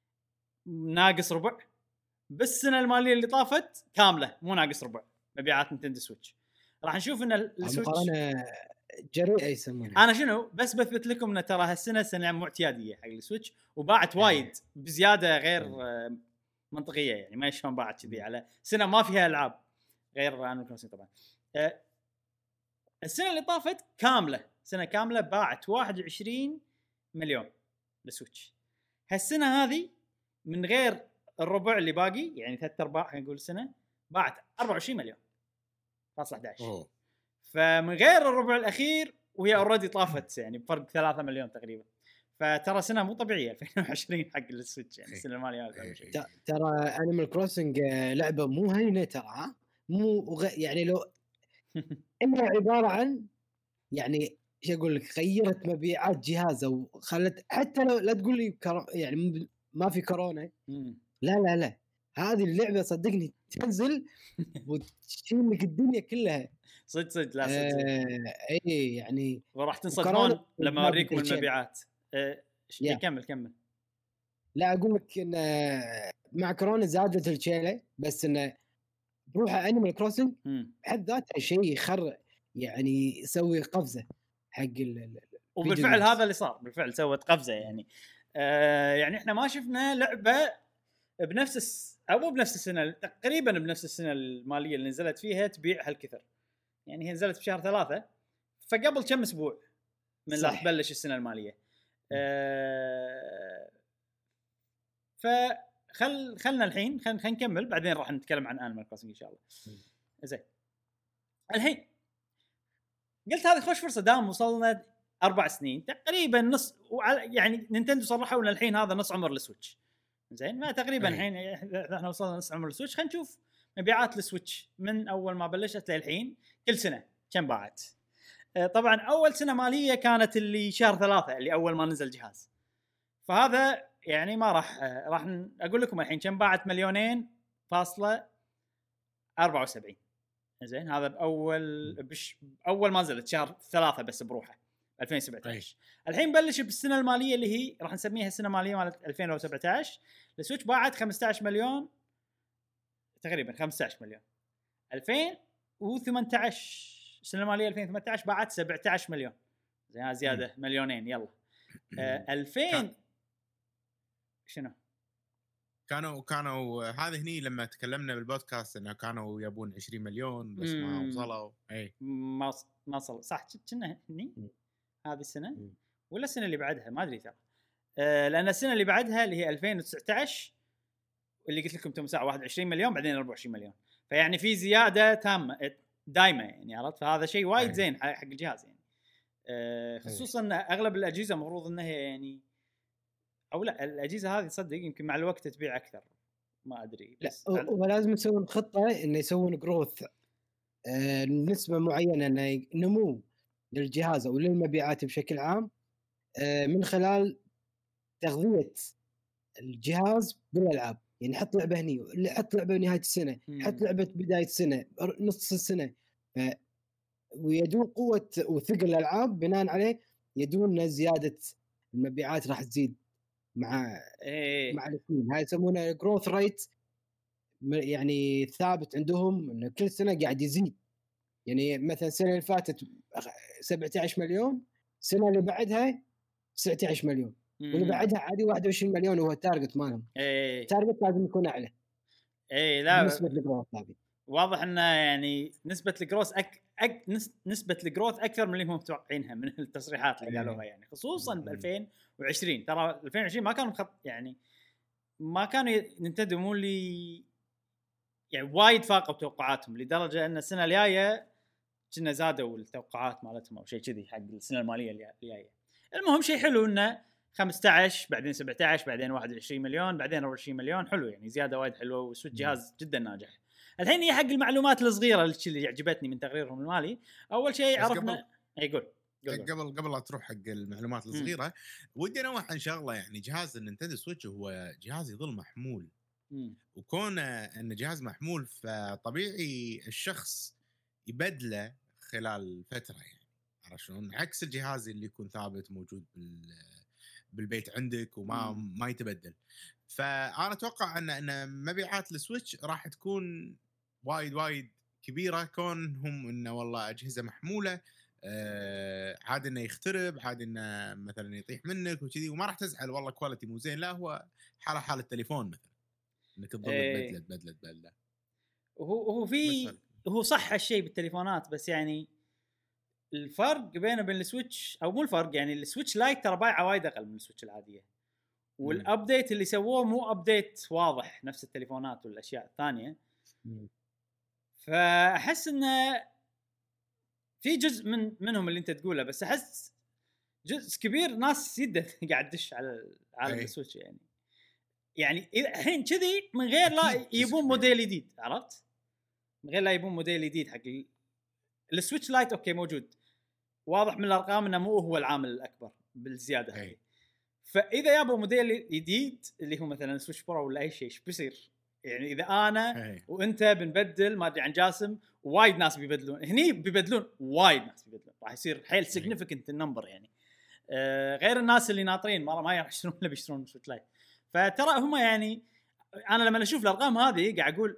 [SPEAKER 1] ناقص ربع، بالسنه الماليه اللي طافت كامله مو ناقص ربع مبيعات نينتندو سويتش. راح نشوف ان السويتش
[SPEAKER 2] مقارنه جريئه يسمونها.
[SPEAKER 1] انا شنو بس بثبت لكم ان ترى هالسنه سنه مو اعتياديه حق السويتش، وباعت وايد بزياده غير منطقيه يعني. ما شلون باعت كذي على سنه ما فيها العاب غير انو كروسنج. طبعا أه السنه اللي طافت كامله سنه كامله باعت واحد وعشرين مليون للسويتش. هالسنه هذه من غير الربع اللي باقي يعني ثلاث ارباع خلينا نقول السنه باعت أربعة وعشرين مليون فاصلة أحد عشر. أوه. فمن غير الربع الاخير وهي اوريدي طافت يعني بفرق ثلاثة مليون تقريبا. فترى سنه مو طبيعيه ألفين وعشرين حق السويتش يعني السنه الماليه.
[SPEAKER 2] ترى انيمال كروسنج لعبه مو هينه ترى، مو غ... يعني لو انها عباره عن يعني ايش اقول لك غيرت مبيعات جهازه وخلت حتى لو لا تقول لي كرو... يعني ما في كورونا لا لا لا هذه اللعبه صدقني تنزل وتشيل لك الدنيا كلها
[SPEAKER 1] صدق صدق. لا صدق
[SPEAKER 2] آه اي يعني
[SPEAKER 1] وراح تنصدمون لما اوريكم المبيعات. آه yeah. كمل كمل.
[SPEAKER 2] لا اقول لك ان مع كورونا زادت الشيله، بس انه بروحه انيمال كروسنج بحد ذاته شيء يخر يعني يسوي قفزه حق ال
[SPEAKER 1] وبالفعل هذا اللي صار بالفعل سوت قفزه يعني. آه يعني احنا ما شفنا لعبه بنفس الس... او مو بنفس السنه تقريبا بنفس السنه الماليه اللي نزلت فيها تبيع هالكثر يعني. هي نزلت بشهر ثلاثة فقبل كم اسبوع من لا تبلش السنه الماليه. آه فخل خلنا الحين خل خلينا نكمل بعدين راح نتكلم عن انيمال كروسنج ان شاء الله. زين الحين قلت هذه خوش فرصه دام وصلنا اربع سنين تقريبا نص يعني نينتندو صرحوا ان الحين هذا نص عمر السويتش. زين ما تقريبا الحين احنا وصلنا نص عمر السويتش. خلينا نشوف مبيعات السويتش من اول ما بلشت للحين كل سنه كم باعت. طبعا اول سنه ماليه كانت اللي شهر ثلاثة اللي اول ما نزل جهاز، فهذا يعني ما راح راح اقول لكم الحين كم باعت. مليونين فاصلة أربعة وسبعين. زين هذا باول بش اول ما نزلت شهر ثلاثة بس بروحه ألفين وسبعة عشر. الحين بلش بالسنه الماليه اللي هي راح نسميها السنه الماليه مال ألفين وسبعة عشر. السويتش باعت خمسة عشر مليون تقريبا خمسة عشر مليون. ألفين وثمانية عشر السنه الماليه ألفين وثمانية عشر باعت سبعة عشر مليون. زين زياده مليونين يلا. آه ألفين شنو
[SPEAKER 3] كانوا كانوا هذا هني لما تكلمنا بالبودكاست انه كانوا يبون عشرين مليون بس ما وصلوا. اي
[SPEAKER 1] ما ما وصل صح كنا هني هذه السنه مم. ولا السنه اللي بعدها ما ادري ترى. آه لان السنه اللي بعدها اللي هي ألفين وتسعة عشر اللي قلت لكم تم ساعه واحد وعشرين مليون بعدين أربعة وعشرين مليون. فيعني في زياده تامه دايمه يعني عرفت. فهذا شيء وايد أي. زين حق الجهاز يعني. آه خصوصا ان اغلب الاجهزه مفروض انها يعني او لا الاجهزه هذه تصدق يمكن مع الوقت تبيع اكثر ما ادري.
[SPEAKER 2] بس ولازم يسوون خطه انه يسوون جروث آه نسبه معينه انه نمو للجهاز او للمبيعات بشكل عام آه من خلال تغذيه الجهاز بالالعاب. يعني حط لعبه هني حط لعبه نهايه السنه حط لعبه بدايه السنه نص السنه ف ويدون قوه وثقل الالعاب بناء عليه يدون زياده المبيعات راح تزيد مع
[SPEAKER 1] إيه.
[SPEAKER 2] مع الاثنين. هاي يسمونه جروث ريت يعني ثابت عندهم انه كل سنه قاعد يزيد. يعني مثلا السنه اللي فاتت سبعة عشر مليون السنه اللي بعدها تسعة عشر مليون واللي بعدها عادي واحد وعشرين مليون هو التارجت مالهم.
[SPEAKER 1] ايه
[SPEAKER 2] التارجت لازم يكون اعلى.
[SPEAKER 1] ايه لا
[SPEAKER 2] نسبه الجروث هذه
[SPEAKER 1] واضح انه يعني نسبه الجروث أك... أك... نس... نسبه الجروث اكثر من اللي هم متوقعينها من التصريحات اللي قالوها يعني خصوصا ب ألفين وعشرين. ترى ألفين وعشرين ما كانوا مخط... يعني ما كانوا نينتندو مو اللي يعني وايد فاقوا توقعاتهم لدرجه ان السنه الجايه كنا زادوا التوقعات مالتهم او شيء كذي حق السنه الماليه الجايه. المهم شيء حلو انه خمسة عشر بعدين سبعة عشر بعدين واحد وعشرين مليون بعدين أربعة وعشرين مليون. حلو يعني زياده وايد حلوه وسويتش جهاز جدا ناجح. الحين هي حق المعلومات الصغيره اللي عجبتني من تقريرهم المالي. اول شيء عرفنا يقول
[SPEAKER 3] قبل قبل قبل لا تروح حق المعلومات الصغيره م. ودي انوه عن شغله. يعني جهاز النينتندو سويتش هو جهاز يظل محمول م. وكون ان جهاز محمول فطبيعي الشخص يبدله خلال فتره يعني عرفت شلون عكس الجهاز اللي يكون ثابت موجود بال بالبيت عندك وما م. ما يتبدل. فانا اتوقع ان ان مبيعات السويتش راح تكون وايد وايد كبيره كونهم انه والله اجهزه محموله آه عاد انه يخترب عاد انه مثلا يطيح منك وكذي وما راح تزعل والله كواليتي مو زين. لا هو حاله حال التليفون مثلا انك تضل
[SPEAKER 1] ايه.
[SPEAKER 3] تبدله تبدله تبدله
[SPEAKER 1] وهو هو في هو صح هالشيء بالتليفونات بس يعني الفرق بينه وبين السويتش او مو الفرق يعني السويتش لايت ترى بايعه وايد اقل من السويتش العاديه والابديت اللي سووه مو ابديت واضح نفس التليفونات والاشياء الثانيه. فاحس انه في جزء من منهم اللي انت تقوله بس احس جزء كبير ناس يده قاعد تدش على عالم السويتش يعني يعني الحين كذي من غير لا يبون موديل جديد عرفت من غير لا يبون موديل جديد حق السويتش لايت اوكي موجود واضح من الارقام انه مو هو العامل الاكبر بالزياده هذه. فاذا يابوا موديل جديد اللي هو مثلا سويتش برو ولا اي شيء ايش بيصير يعني اذا انا هي. وانت بنبدل ما ادري عن جاسم وايد ناس بيبدلون هني بيبدلون وايد ناس بيبدلون راح يصير حيل سيجنيفيكنت النمبر يعني آه غير الناس اللي ناطرين ما ما يشترون ولا بيشترون سويتش لايت. فترى هم يعني انا لما اشوف الارقام هذه قاعد اقول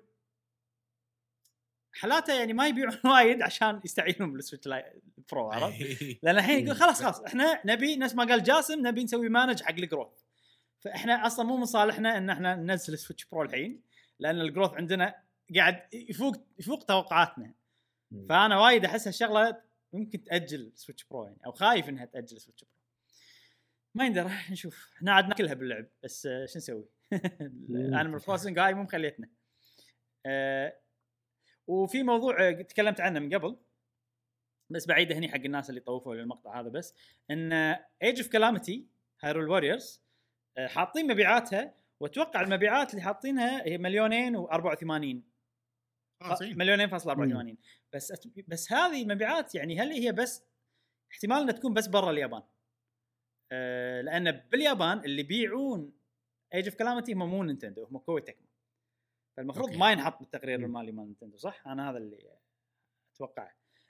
[SPEAKER 1] حالاته يعني ما يبيعون وايد عشان يستعينون بالسويتش لايت برو عرفت لان الحين يقول خلاص خلاص احنا نبي نفس ما قال جاسم نبي نسوي مانج حق الجروث. فاحنا اصلا مو من صالحنا ان احنا ننزل سويتش برو الحين لان الجروث عندنا قاعد يفوق يفوق توقعاتنا. فانا وايد احس هالشغله ممكن تاجل سويتش برو يعني او خايف انها تاجل سويتش برو ما يندر نشوف. احنا عاد ناكلها باللعب بس شو نسوي انا من الكروسنج هاي مو مخليتنا. أه وفي موضوع تكلمت عنه من قبل بس بعيده هني حق الناس اللي طوفوا للمقطع هذا بس ان ايج اوف كلاميتي هايرول واريورز حاطين مبيعاتها واتوقع المبيعات اللي حاطينها هي مليونين وأربعة وثمانين مليونين فاصلة أربعة وثمانين بس بس هذه المبيعات يعني هل هي بس احتمال انها تكون بس برا اليابان أه لان باليابان اللي بيبيعون ايج اوف كلاميتي هم مو نينتندو هم كوي تكمو فالمفروض أوكي. ما ينحط بالتقرير م. المالي مال نينتندو صح انا هذا اللي اتوقعه.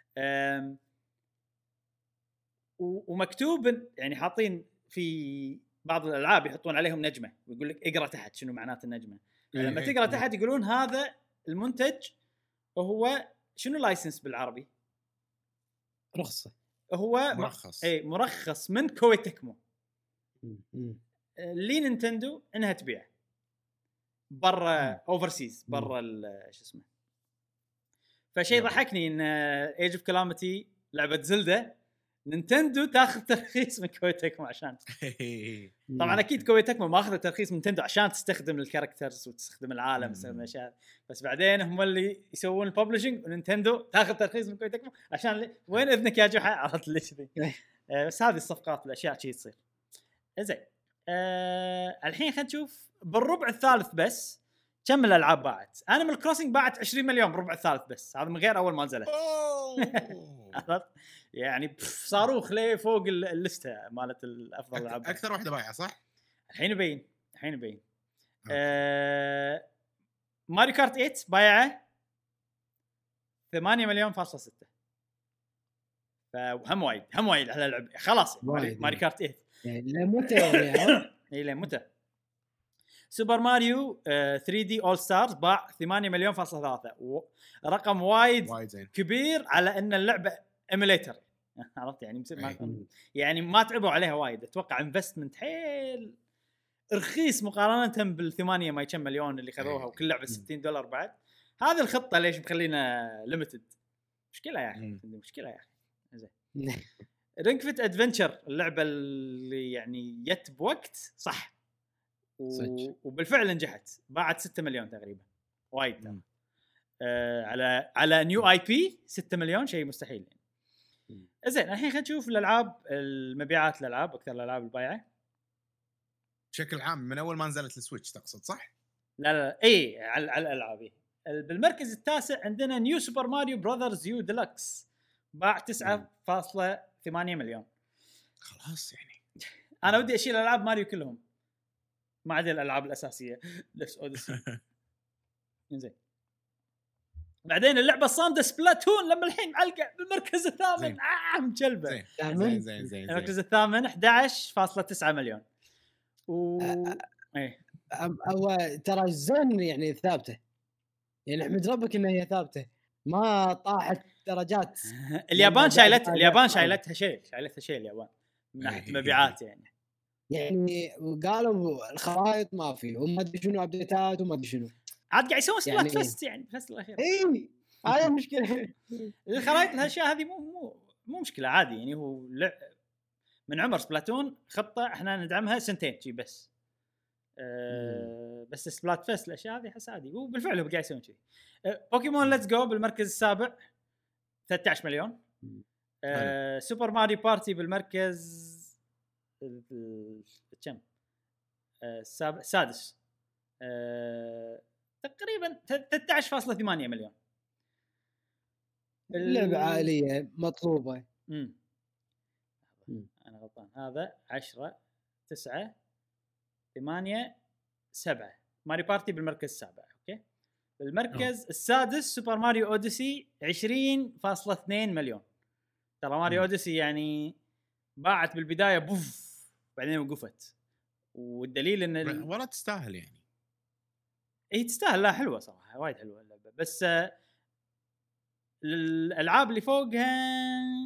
[SPEAKER 1] ومكتوب يعني حاطين في بعض الالعاب يحطون عليهم نجمه ويقول لك اقرا تحت شنو معنات النجمه لما إيه تقرا تحت يقولون هذا المنتج وهو شنو لايسنس بالعربي
[SPEAKER 2] رخصه
[SPEAKER 3] هو مرخص
[SPEAKER 1] اي مرخص من كوي تكمو لي نينتندو انها تبيع برا اوفرسيز برا شو اسمه. فشيء ضحكني ان ايج اوف كلاميتي لعبه زلدة نينتندو تاخذ ترخيص من كوي تكمو عشان طبعا اكيد كوي تكمو ما اخذ ترخيص من نينتندو عشان تستخدم الكاركترز وتستخدم العالم وتستخدم الاشياء بس بعدين هم اللي يسوون الببلشنج ونينتندو تاخذ ترخيص من كوي تكمو عشان لي... وين اذنك يا جحا عرفت ليش ذي آه بس هذه الصفقات والاشياء شيء تصير زين. آه الحين خلينا نشوف بالربع الثالث بس كم الالعاب باعت. انا من الكروسنج باعت عشرين مليون بالربع الثالث بس هذا من غير اول ما نزلت يعني صاروخ ليه فوق اللسته مالت الافضل العاب
[SPEAKER 3] اكثر واحده بايعه صح
[SPEAKER 1] الحين يبين الحين يبين آه ماريو كارت ثمانية بايعه ثمانية مليون فاصلة ستة فهم وايد هم وايد على اللعب خلاص ماريو كارت ثمانية
[SPEAKER 2] يعني لا متى يعني
[SPEAKER 1] اي لا متى. سوبر ماريو ثري دي اول ستارز باع ثمانية مليون فاصلة ثلاثة رقم وايد, وايد كبير على ان اللعبه ايميليتر عرفت يعني ما يعني ما تعبوا عليها وايد. اتوقع انفستمنت حيل رخيص مقارنه بالثمانية ما كم مليون اللي خذوها وكل لعبه ستين دولار بعد. هذه الخطه ليش مخلينا ليميتد مشكله يا اخي عندي مشكله يا اخي زين رينج فيت ادفنتشر اللعبه اللي يعني جت بوقت صح و... وبالفعل نجحت باعت ستة مليون تقريبا وايد آه على على نيو اي بي ستة مليون شيء مستحيل يعني. زين الحين خلينا نشوف الالعاب المبيعات الالعاب اكثر الالعاب البايعه
[SPEAKER 3] بشكل عام من اول ما نزلت السويتش تقصد صح؟
[SPEAKER 1] لا لا اي على, على الالعاب بالمركز التاسع عندنا نيو سوبر ماريو براذرز يو ديلكس باع تسعة فاصلة ثمانية مليون.
[SPEAKER 3] خلاص يعني
[SPEAKER 1] انا ودي اشيل العاب ماريو كلهم ما عدا الالعاب الاساسيه نفس اوديسي. زين بعدين اللعبه الصامده سبلاتون لما الحين معلقه بالمركز الثامن اه مجلبه
[SPEAKER 3] زين زين زين زين
[SPEAKER 1] المركز الثامن أحد عشر فاصلة تسعة مليون و ايه
[SPEAKER 2] هو ترى زين يعني ثابته يعني احمد ربك انها هي ثابته ما طاحت درجات.
[SPEAKER 1] اليابان شايلت اليابان شايلتها شيء شايلتها شيء اليابان من ناحيه مبيعات يعني
[SPEAKER 2] يعني قالوا الخرائط ما في وما ادري شنو ابديتات وما ادري شنو
[SPEAKER 1] عاد قاعد يسوون سبلات يعني فست يعني فست الاخير
[SPEAKER 2] اي هاي مشكله
[SPEAKER 1] الخرائط الاشياء هذه مو مو مو مشكله عادي يعني هو من عمر سبلاتون خطه احنا ندعمها سنتين شي بس أه بس سبلات فست الاشياء هذه حس عادي وبالفعل هو قاعد يسوون شيء. أه بوكيمون ليتس جو بالمركز السابع ثلاثة عشر مليون. أه سوبر ماريو بارتي بالمركز كم السابع السادس أه تقريبا ثلاثة عشر فاصلة ثمانية مليون.
[SPEAKER 2] اللعبة عائلية مطلوبة.
[SPEAKER 1] امم انا غلطان هذا عشرة تسعة ثمانية سبعة ماريو بارتي بالمركز السابع اوكي. بالمركز أوه. السادس سوبر ماريو اوديسي عشرين فاصلة اثنين مليون. ترى ماريو اوديسي يعني باعت بالبدايه بوف بعدين وقفت والدليل ان ال...
[SPEAKER 3] ولا تستاهل يعني
[SPEAKER 1] اي تستاهل لا حلوه صراحه وايد حلوه اللعبه بس آه الالعاب اللي فوقها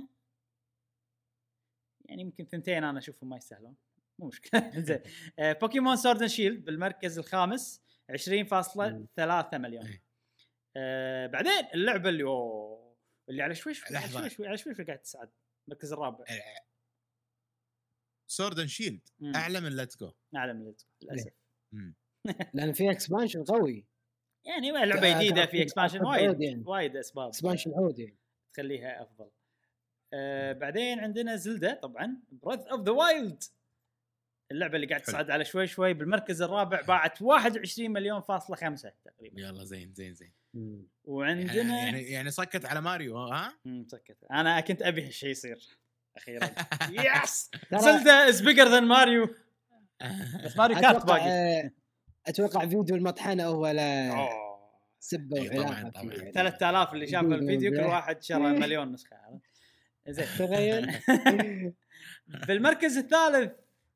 [SPEAKER 1] يعني يمكن ثنتين انا اشوفهم ما يستاهلون مو مشكله. زين آه بوكيمون سورد اند شيلد بالمركز الخامس عشرين فاصلة ثلاثة مليون. آه بعدين اللعبه اللي أوه اللي على شوي شوي على شوي شوي على شوي شوي قاعد تصعد المركز الرابع
[SPEAKER 3] سورد اند شيلد اعلى من ليتس جو
[SPEAKER 1] اعلى من ليتس جو للاسف
[SPEAKER 2] لان في اكسبانشن قوي
[SPEAKER 1] يعني لعبه جديده في اكسبانشن وايد يعني. وايد اسباب
[SPEAKER 2] اكسبانشن عودي يعني.
[SPEAKER 1] تخليها افضل. آه بعدين عندنا زلدة طبعا بريث اوف ذا وايلد اللعبه اللي قاعد تصعد على شوي شوي بالمركز الرابع باعت واحد وعشرين مليون فاصلة خمسة تقريبا.
[SPEAKER 3] يلا زين زين زين
[SPEAKER 2] مم.
[SPEAKER 1] وعندنا
[SPEAKER 3] يعني يعني صكت على ماريو ها
[SPEAKER 1] امم صكت انا كنت ابي هالشيء يصير اخيرا يس زلدة از بيجر ذان ماريو بس ماريو كارت باقي.
[SPEAKER 2] اتوقع فيديو المطحنه ولا سبه
[SPEAKER 3] وعلاقه
[SPEAKER 1] ثلاثة آلاف اللي شاف الفيديو كل واحد شرى مليون نسخه. زين
[SPEAKER 2] تخيل.
[SPEAKER 1] بالمركز الثالث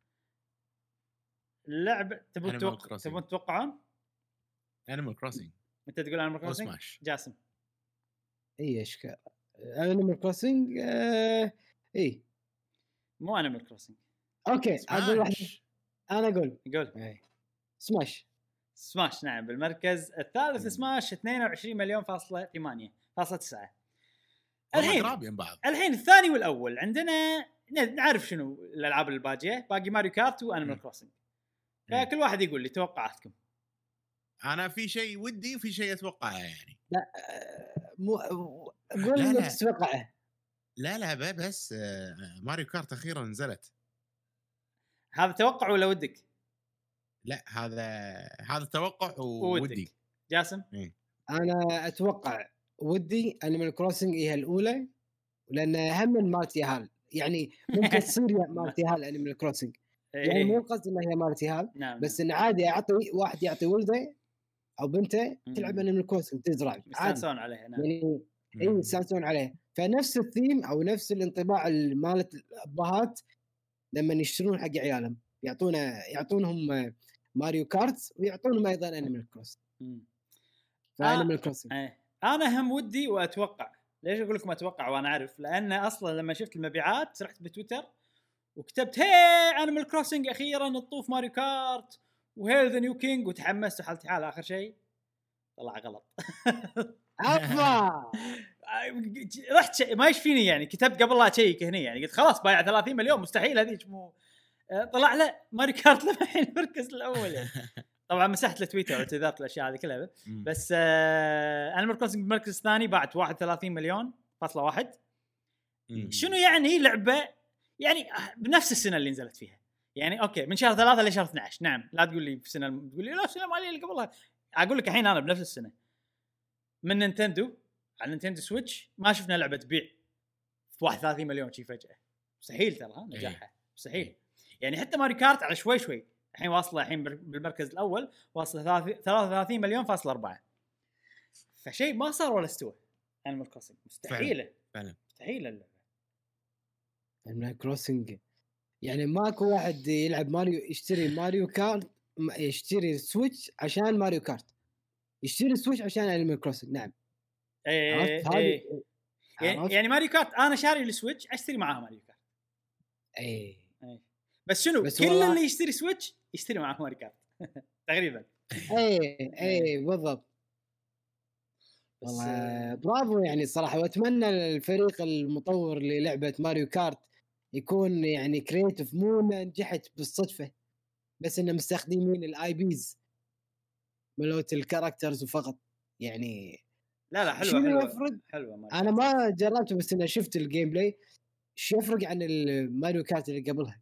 [SPEAKER 1] اللعبه تبون توقع تبون تتوقعون
[SPEAKER 3] انيمال كروسنج
[SPEAKER 1] انت تقول انيمال كروسنج جاسم
[SPEAKER 2] اي اشكال انيمال كروسنج اي
[SPEAKER 1] مو انيمال كروسنج
[SPEAKER 2] اوكي اقول واحد انا اقول
[SPEAKER 1] قول
[SPEAKER 2] سماش
[SPEAKER 1] سماش نعم بالمركز الثالث سماش اثنين وعشرين مليون فاصلة ثمانية فاصلة تسعة. الحين الحين الثاني والاول عندنا نعرف شنو الالعاب الباقيه باقي ماريو كارت وانيمال كروسنج فكل واحد يقول لي توقعاتكم.
[SPEAKER 3] انا في شيء ودي وفي شيء اتوقعه يعني
[SPEAKER 2] لا مو قول لي تتوقعه.
[SPEAKER 3] لا لا بس ماريو كارت اخيرا نزلت
[SPEAKER 1] هذا توقع ولا ودك؟
[SPEAKER 3] لا هذا هذا توقع وودي.
[SPEAKER 1] جاسم
[SPEAKER 3] إيه؟
[SPEAKER 2] انا اتوقع ودي انيمال كروسنج هي الاولى لان هم مالتي هال يعني ممكن تصير مالتي هال انيمال كروسنج يعني مو قصدي انها هي مالتي هال
[SPEAKER 1] نعم
[SPEAKER 2] بس انه عادي اعطي واحد يعطي ولده او بنته تلعب انيمال كروسنج تزرع
[SPEAKER 1] يستانسون عليها نعم
[SPEAKER 2] يعني اي يستانسون عليها فنفس الثيم او نفس الانطباع مالت الابهات لما يشترون حق عيالهم يعطونا يعطونهم ماريو كارت ويعطونهم ايضا انيمال كروسنج. فانيمال كروسنج
[SPEAKER 1] انا هم ودي واتوقع. ليش اقول لكم اتوقع وانا اعرف؟ لان اصلا لما شفت المبيعات رحت بتويتر وكتبت هي انيمال كروسنج اخيرا الطوف ماريو كارت وهيل ذا نيو كينج وتحمست وحالتي حال اخر شيء طلع غلط.
[SPEAKER 2] افا
[SPEAKER 1] رحت شي... ما يشفيني يعني كتبت قبل لا اشيك هنا يعني قلت خلاص بايع ثلاثين مليون مستحيل هذيك مو طلع له ماري كارت للحين المركز الاول يعني. طبعا مسحت له تويتر واعتذرت الاشياء هذه كلها بس آه انا مركز المركز الثاني باعت واحد وثلاثين مليون فاصلة واحد. شنو يعني لعبه يعني بنفس السنه اللي نزلت فيها يعني اوكي من شهر ثلاثة لشهر اثنا عشر. نعم لا تقول لي في سنه تقول لي لا السنه الماليه اللي قبلها اقول لك الحين انا بنفس السنه من نينتندو على نينتندو سويتش ما شفنا لعبه تبيع في واحد وثلاثين مليون شي فجاه مستحيل ترى نجاحها مستحيل يعني. حتى ماري كارت على شوي شوي الحين واصله الحين بالمركز الاول واصله ثلاثة وثلاثين مليون فاصلة أربعة فشيء ما صار ولا استوى. انيمال كروسنج مستحيله
[SPEAKER 3] فعلا
[SPEAKER 1] مستحيله اللعبه
[SPEAKER 2] انيمال كروسنج يعني ماكو واحد يلعب ماريو يشتري ماريو كارت يشتري سويتش عشان ماريو كارت يشتري سويتش عشان انيمال كروسنج. نعم
[SPEAKER 1] ايه ايه يعني, يعني ماريو كارت انا شاري السويتش اشتري معاه ماريو كارت
[SPEAKER 2] ايه
[SPEAKER 1] ايه بس شنو بس كل والله... اللي يشتري سويتش يشتري معاه ماريو كارت تقريبا.
[SPEAKER 2] ايه ايه بالضبط والله برافو يعني صراحه. واتمنى الفريق المطور للعبه ماريو كارت يكون يعني كرييتيف مو نجحت بالصدفه بس انه مستخدمين الاي بيز ملوت الكاركترز فقط يعني.
[SPEAKER 1] لا لا حلوه حلوه حلوه
[SPEAKER 2] انا ما جربته بس انا شفت الجيم بلاي. شو يفرق عن الماريو كارت اللي قبلها؟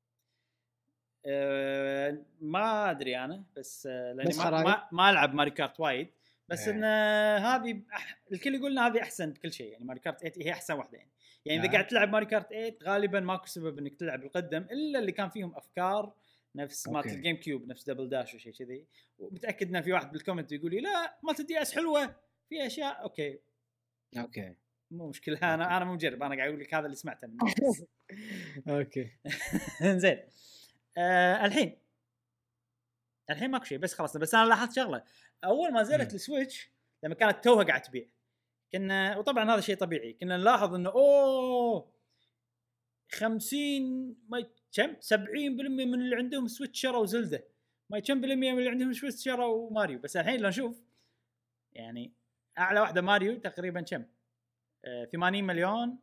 [SPEAKER 1] أه ما ادري انا بس لاني بس ما, ما ما العب ماريو كارت وايد بس ان هذه أح... الكل يقولنا هذه احسن بكل شيء يعني. ماريو كارت ثمانية هي احسن واحده يعني يعني اذا قاعد تلعب ماريو كارت ثمانية غالبا ماكو سبب انك تلعب القدم الا اللي كان فيهم افكار نفس مالت الجيم كيوب نفس دبل داش وشيء كذي. ومتاكد ان في واحد بالكومنت يقول لي لا مالت الدي اس حلوه في اشياء اوكي
[SPEAKER 2] اوكي
[SPEAKER 1] مو مشكله انا أوكي. انا مو مجرب انا قاعد اقول لك هذا اللي سمعته من
[SPEAKER 2] اوكي
[SPEAKER 1] زين. آه الحين الحين ماكو شيء بس خلصنا. بس انا لاحظت شغله اول ما نزلت السويتش لما كانت توها قاعد تبيع كنا وطبعا هذا شيء طبيعي كنا نلاحظ انه اوه خمسين ما كم سبعين بالمية من اللي عندهم سويتش شروا زلدة ما كم بالمية من اللي عندهم سويتش شروا ماريو. بس الحين لو نشوف يعني اعلى واحده ماريو تقريبا كم آه ثمانين مليون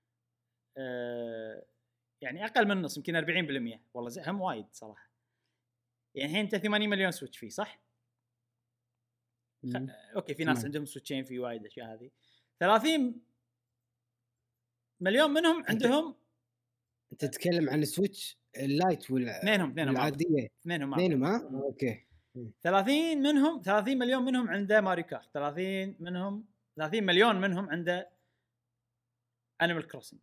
[SPEAKER 1] آه يعني اقل من النص يمكن أربعين بالمية والله زي هم وايد صراحه يعني. الحين انت ثمانين مليون سويتش فيه صح خ... اوكي في ناس مم. عندهم سويتشين في وايد اشياء هذه ثلاثين مليون منهم عندهم.
[SPEAKER 2] انت تتكلم عن السويتش اللايت ولا
[SPEAKER 1] اثنينهم اثنينهم
[SPEAKER 2] العاديه
[SPEAKER 1] اثنينهم
[SPEAKER 2] اثنينهم ها اوكي.
[SPEAKER 1] ثلاثين منهم ثلاثين مليون منهم عنده ماريو كارت ثلاثين منهم ثلاثين مليون منهم عنده انيمال كروسنج.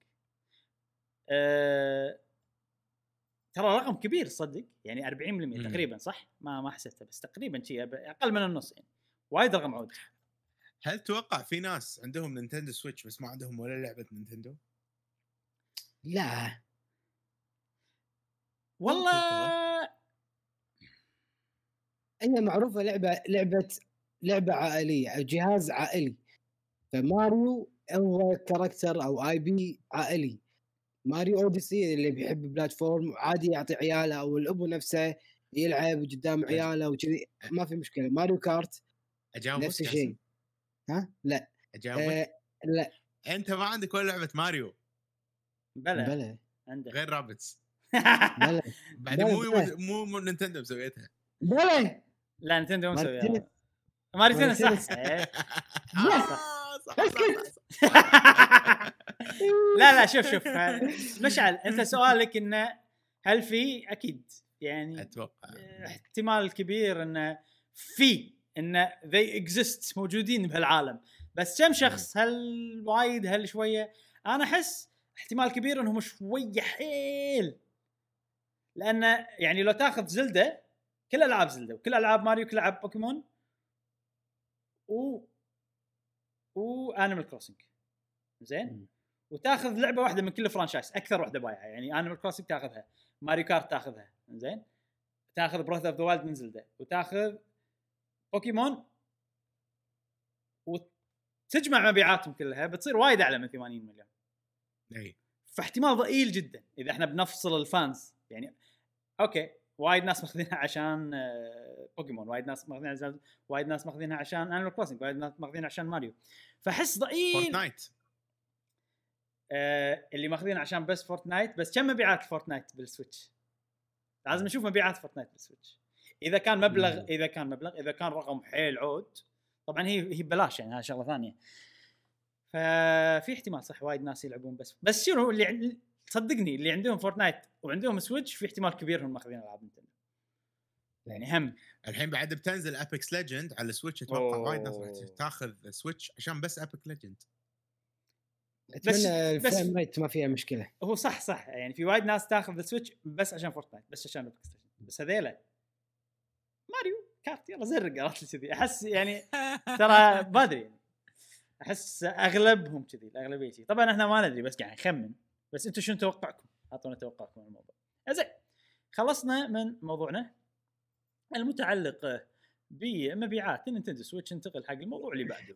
[SPEAKER 1] أه... ترى رقم كبير صدق يعني أربعين بالمية تقريبا صح ما ما حسيته بس تقريبا شيء اقل من النص يعني وايد رقم عود.
[SPEAKER 3] هل توقع في ناس عندهم نينتندو سويتش بس ما عندهم ولا لعبه نينتندو؟
[SPEAKER 2] لا
[SPEAKER 1] والله
[SPEAKER 2] هي معروفه لعبه لعبه لعبه عائليه او جهاز عائلي. فماريو هو كاركتر او اي بي عائلي. ماريو اوديسي اللي بيحب بلاتفورم عادي يعطي عياله او الابو نفسه يلعب قدام عياله وكذي ما في مشكله. ماريو كارت نفس الشيء. ها لا
[SPEAKER 3] آه
[SPEAKER 2] لا
[SPEAKER 3] انت ما عندك ولا لعبه ماريو؟
[SPEAKER 1] بلى
[SPEAKER 2] بلى
[SPEAKER 1] عندك
[SPEAKER 3] غير رابتس
[SPEAKER 2] بلى
[SPEAKER 3] بعد مو مو مو نينتندو مسويتها.
[SPEAKER 2] بلى
[SPEAKER 1] لا نينتندو مسويها ماريو تنس صح لا لا شوف شوف مشعل انت سؤالك انه هل في اكيد يعني
[SPEAKER 3] اتوقع
[SPEAKER 1] احتمال كبير انه في انه they exist موجودين بهالعالم بس كم شخص هل وايد هل شويه. انا احس احتمال كبير انهم شويه حيل لان يعني لو تاخذ زلدة كل العاب زلدة وكل العاب ماريو كل العاب بوكيمون و و انيمال كروسنج زين وتاخذ لعبه واحده من كل فرانشايز اكثر واحده بايعه يعني انيمال كروسنج تاخذها ماريو كارت تاخذها زين تاخذ بروث اوف ذا وايلد من زلدة وتاخذ بوكيمون وتجمع مبيعاتهم كلها بتصير وايد اعلى من ثمانين مليون.
[SPEAKER 3] اي
[SPEAKER 1] فاحتمال ضئيل جدا اذا احنا بنفصل الفانز يعني اوكي وايد ناس ماخذينها عشان بوكيمون، وايد ناس ماخذينها عشان وايد ناس ماخذينها عشان انيمال كروسنج، وايد ناس ماخذينها عشان ماريو. فحس ضئيل
[SPEAKER 3] فورتنايت
[SPEAKER 1] آه اللي ماخذينها عشان بس فورتنايت. بس كم مبيعات فورتنايت بالسويتش؟ لازم نشوف مبيعات فورتنايت بالسويتش. اذا كان مبلغ مم. اذا كان مبلغ اذا كان رقم حيل عود، طبعا هي هي ببلاش يعني، هذه شغله ثانيه. ففي احتمال صح وايد ناس يلعبون بس بس شنو اللي عند... صدقني اللي عندهم فورتنايت وعندهم سويتش في احتمال كبير هم ماخذين العاب نينتندو يعني. هم
[SPEAKER 3] الحين بعد بتنزل ابيكس ليجند على السويتش، اتوقع وايد ناس راح تاخذ سويتش عشان بس ابيك ليجند.
[SPEAKER 2] اتمنى الفريم ريت ما فيها مشكله.
[SPEAKER 1] هو صح صح يعني في وايد ناس تاخذ السويتش بس عشان فورتنايت، بس عشان ابيكس ليجند. بس هذيلا ماريو كارت يلا زر قرات لي كذي. احس يعني ترى بادري يعني احس اغلبهم كذي، الاغلبيه كذي. طبعا احنا ما ندري بس يعني نخمن. بس انتم شنو توقعكم؟ اعطونا توقعكم عن الموضوع. زين خلصنا من موضوعنا المتعلق بمبيعات نينتندو سويتش. ننتقل حق الموضوع اللي بعده.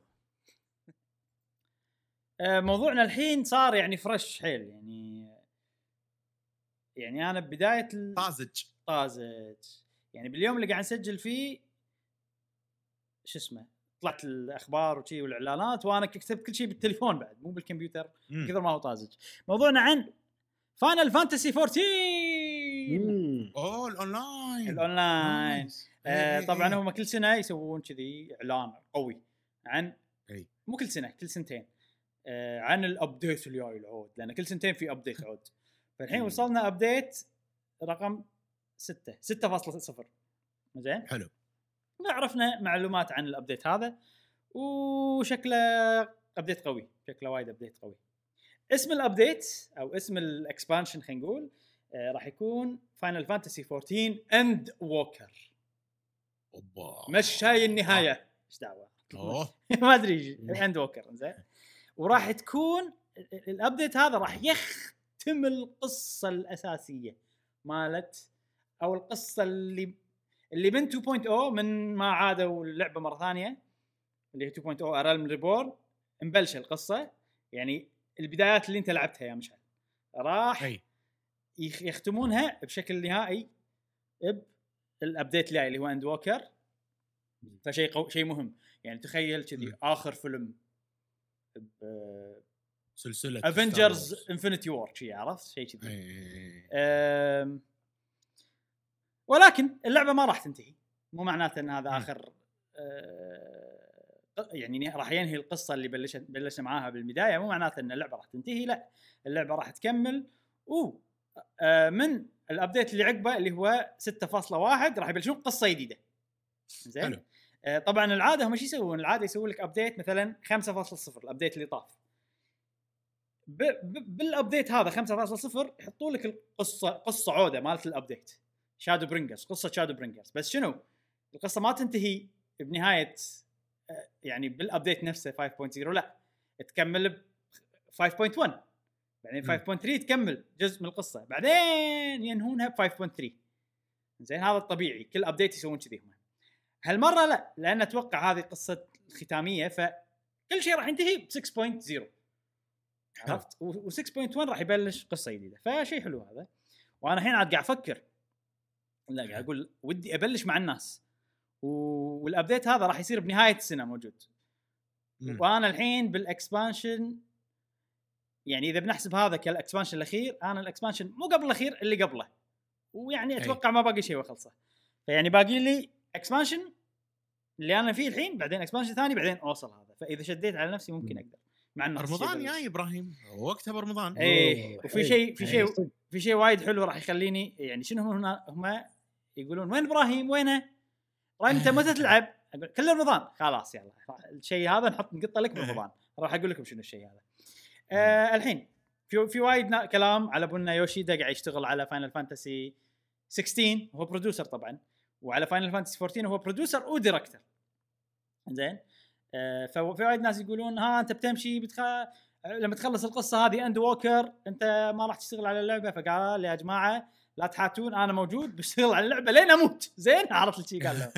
[SPEAKER 1] موضوعنا الحين صار يعني فرش حيل يعني يعني انا ببدايه
[SPEAKER 3] طازج
[SPEAKER 1] طازج يعني باليوم اللي قاعد نسجل فيه شو اسمه طلعت الاخبار وشي والاعلانات، وانا كتبت كل شيء بالتليفون بعد مو بالكمبيوتر كثر ما هو طازج. موضوعنا عن فاينل فانتسي أربعتاشر.
[SPEAKER 3] اوه الاونلاين
[SPEAKER 1] الاونلاين آه طبعا هم كل سنه يسوون كذي اعلان قوي عن
[SPEAKER 3] أي.
[SPEAKER 1] مو كل سنه كل سنتين آه عن الابديت اللي جاي العود، لان كل سنتين في ابديت عود. فالحين وصلنا ابديت رقم ستة ستة فاصلة صفر. زين
[SPEAKER 3] حلو.
[SPEAKER 1] عرفنا معلومات عن الابديت هذا وشكله ابديت قوي، شكله وايد ابديت قوي. اسم الابديت او اسم الاكسبانشن خلينا نقول آه راح يكون فاينل فانتسي أربعتاشر اند ووكر.
[SPEAKER 3] اوبا
[SPEAKER 1] مش هاي النهايه ايش دعوه ما ادري اند ووكر. زين وراح تكون الابديت هذا راح يختم القصه الاساسيه مالت او القصه اللي اللي من تو بوينت أو من ما عادوا اللعبه مره ثانيه اللي هي تو بوينت أو ارالم ريبورن. مبلشه القصه يعني البدايات اللي انت لعبتها يا مشعل راح أي. يختمونها بشكل نهائي بالابديت اللي اللي هو اند ووكر. فشيء قو... شيء مهم يعني. تخيل كذي اخر فيلم
[SPEAKER 3] سلسله
[SPEAKER 1] افنجرز انفينيتي وور شيء عرفت شيء كذي. أم... ولكن اللعبه ما راح تنتهي، مو معناته ان هذا اخر أه... يعني راح ينهي القصه اللي بلش بلش معاها بالبدايه. مو معناته ان اللعبه راح تنتهي، لا اللعبه راح تكمل. و أه... من الابديت اللي عقبه اللي هو ستة فاصلة واحد راح يبلشون قصه جديده. زين أه طبعا العاده هم ايش يسوون؟ العاده يسوون لك ابديت مثلا خمسة فاصلة صفر الابديت اللي طاف. ب... ب... بالابديت هذا خمسة فاصلة صفر يحطوا لك القصه قصه عوده مالت الابديت شادو برينجرز، قصه شادو برينجرز. بس شنو القصه ما تنتهي بنهايه يعني بالابديت نفسه خمسة فاصلة صفر، لا تكمل ب خمسة فاصلة واحد بعدين خمسة فاصلة ثلاثة تكمل جزء من القصه بعدين ينهونها ب خمسة فاصلة ثلاثة. زين هذا الطبيعي كل ابديت يسوون كذي. هم هالمره لا، لان اتوقع هذه قصه ختاميه فكل شيء راح ينتهي ب ستة فاصلة صفر عرفت. و ستة فاصلة واحد راح يبلش قصه جديده. فشيء حلو هذا. وانا الحين عاد قاعد افكر لا قاعد اقول ودي ابلش مع الناس والابديت هذا راح يصير بنهايه السنه موجود. م. وانا الحين بالاكسبانشن يعني اذا بنحسب هذا كالاكسبانشن الاخير، انا الاكسبانشن مو قبل الاخير اللي قبله، ويعني اتوقع ما باقي شيء وخلصه. فيعني باقي لي اكسبانشن اللي انا فيه الحين بعدين اكسبانشن ثاني بعدين اوصل هذا. فاذا شديت على نفسي ممكن اقدر مع الناس.
[SPEAKER 3] رمضان يا ابراهيم وقتها برمضان.
[SPEAKER 1] اي وفي شيء في شيء في شيء وايد حلو راح يخليني يعني شنو هم هنا هم يقولون وين ابراهيم وينه ابراهيم انت متى تلعب؟ اقول كل رمضان خلاص يلا الشيء هذا نحط نقطه لك برمضان. راح اقول لكم شنو الشيء هذا. آه الحين في في وايد كلام على بنا يوشيدا قاعد يشتغل على فاينل فانتسي ستة عشر، هو برودوسر طبعا، وعلى فاينل فانتسي أربعة عشر هو برودوسر وديركتور. زين آه ففي وايد ناس يقولون ها انت بتمشي بتخ... لما تخلص القصه هذه اند ووكر انت ما راح تشتغل على اللعبه. فقال يا جماعه لا تحاتون انا موجود بشتغل على اللعبه لين اموت. زين عرفت الشيء قال له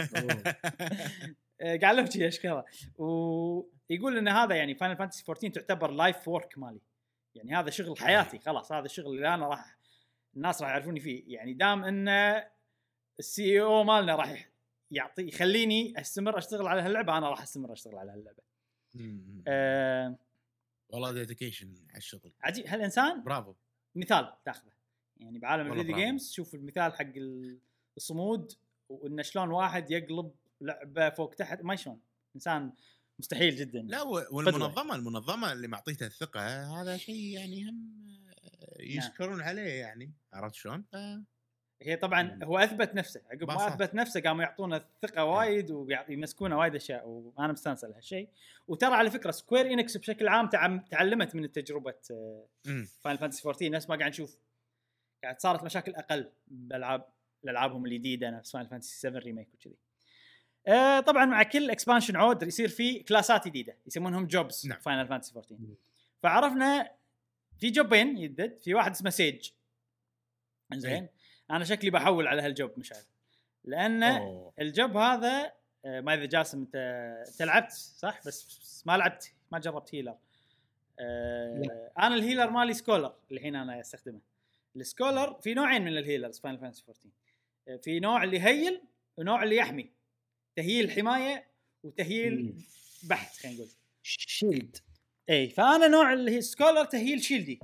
[SPEAKER 1] قال له شيء اشكره. ويقول ان هذا يعني فاينل فانتسي أربعة عشر تعتبر لايف وورك مالي، يعني هذا شغل حياتي خلاص، هذا الشغل اللي انا راح الناس راح يعرفوني فيه. يعني دام انه السي او مالنا راح يعطي يخليني استمر اشتغل على هاللعبه، انا راح استمر اشتغل على هاللعبه.
[SPEAKER 3] أه والله ديديكيشن على الشغل
[SPEAKER 1] عجيب هالانسان.
[SPEAKER 3] برافو.
[SPEAKER 1] مثال تاخذه يعني بعالم الفيديو جيمز، شوف المثال حق الصمود وان شلون واحد يقلب لعبه فوق تحت، ما شلون انسان مستحيل جدا.
[SPEAKER 3] لا والمنظمه المنظمه اللي معطيته الثقه هذا شيء يعني هم يشكرون عليه يعني، عرفت شلون؟
[SPEAKER 1] هي طبعا هو اثبت نفسه عقب ما اثبت نفسه قاموا يعطونا الثقه وايد ويمسكونه وايد اشياء، وانا مستانس على هالشيء. وترى على فكره سكوير إنكس بشكل عام تعلمت من تجربه فاينل فانتسي فورتين، نفس ما قاعد نشوف قاعد صارت مشاكل اقل بالالعاب الالعابهم الجديده نفس فاينل فانتسي سفن ريميك وكذي. آه طبعا مع كل اكسبانشن عود يصير في كلاسات جديده يسمونهم جوبز. نعم. فاينل فانتسي فورتين فعرفنا في جوبين يدد، في واحد اسمه سيج. زين انا شكلي بحول على هالجوب مش عارف، لان أوه. الجوب هذا ما اذا جاسم انت انت لعبت صح بس ما لعبت ما جربت هيلر. أه انا الهيلر مالي سكولر الحين انا استخدمه. السكولر في نوعين من الهيلرز فاينل فانتسي فورتين، في نوع اللي هيل ونوع اللي يحمي، تهييل حمايه وتهييل بحث خلينا نقول
[SPEAKER 2] شيلد.
[SPEAKER 1] اي فانا نوع اللي هي سكولر تهييل شيلدي.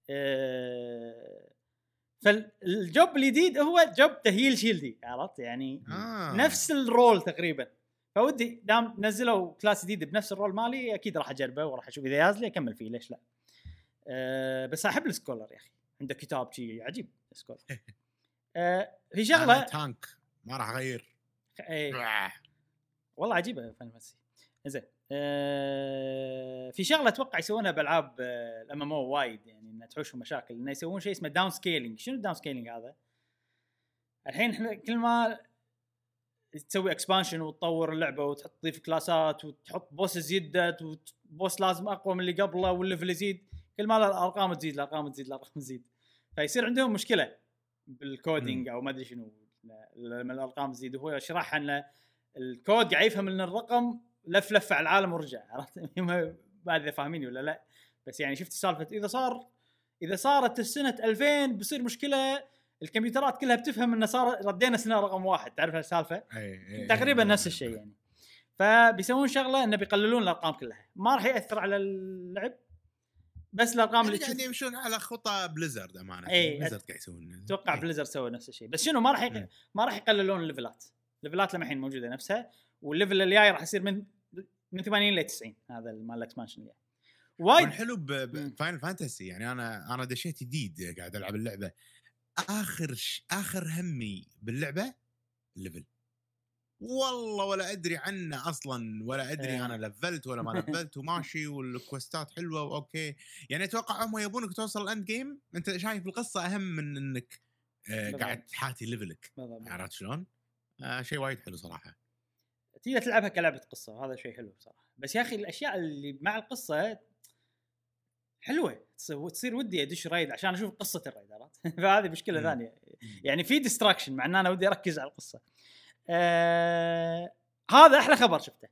[SPEAKER 1] أه فالجوب الجديد هو جوب تهييل شيلدي، عرفت يعني آه. نفس الرول تقريبا. فودي دام نزلوا كلاس جديد بنفس الرول مالي اكيد راح اجربه وراح اشوف اذا يازلي اكمل فيه، ليش لا. أه بس احب السكولر يا اخي، عنده كتاب شيء عجيب سكولر. أه في شغله
[SPEAKER 3] تانك ما راح اغير
[SPEAKER 1] ايه. والله عجيبه فاينل فانتسي. زين أه في شغله اتوقع يسوونها بالعاب الام ام او وايد، يعني انه تحوشهم مشاكل، انه يسوون شيء اسمه داون سكيلينج. شنو الداون سكيلينج هذا؟ الحين احنا كل ما تسوي اكسبانشن وتطور اللعبه وتضيف كلاسات وتحط بوسز يدت وبوس لازم اقوى من اللي قبله والليفل يزيد، كل ما الارقام تزيد الارقام تزيد الارقام تزيد، فيصير عندهم مشكله بالكودينج او ما ادري شنو لما الارقام تزيد. وهو شرح ان الكود قاعد يفهم ان الرقم لف لف على العالم ورجع، عرفت؟ ما ادري فاهميني ولا لا، بس يعني شفت السالفه اذا صار اذا صارت السنه ألفين بصير مشكله، الكمبيوترات كلها بتفهم ان صار ردينا سنه رقم واحد، تعرف هالسالفه تقريبا نفس الشيء يعني. فبيسوون شغله انه بيقللون الارقام كلها، ما راح ياثر على اللعب بس الارقام اللي
[SPEAKER 3] قاعد يمشون على خطى بليزرد امانه.
[SPEAKER 1] بليزرد
[SPEAKER 3] قاعد يسوون
[SPEAKER 1] اتوقع بليزرد سووا نفس الشيء، بس شنو ما راح يق... ما راح يقللون الليفلات. الليفلات لما الحين موجوده نفسها، والليفل اللي جاي راح يصير من من ثمانين ل تسعين، هذا مال الاكسبانشن اللي
[SPEAKER 3] وايد حلو بفاينل فانتسي. يعني انا انا دشيت جديد قاعد العب اللعبه، اخر ش... اخر همي باللعبه الليفل، والله ولا ادري عنه اصلا ولا ادري انا لفلت ولا ما لفلت وماشي والكوستات حلوه واوكي. يعني اتوقع هم يبونك توصل الاند جيم انت شايف القصه اهم من انك آه قاعد تحاتي ليفلك، عرفت شلون؟ آه شيء وايد حلو صراحه،
[SPEAKER 1] تقدر تلعبها كلعبه قصه وهذا شيء حلو صراحه. بس يا اخي الاشياء اللي مع القصه حلوه تصير ودي ادش رايد عشان اشوف قصه الرايد، عرفت؟ فهذه مشكله ثانيه يعني، في ديستراكشن مع ان انا ودي اركز على القصه. آه... هذا احلى خبر شفته،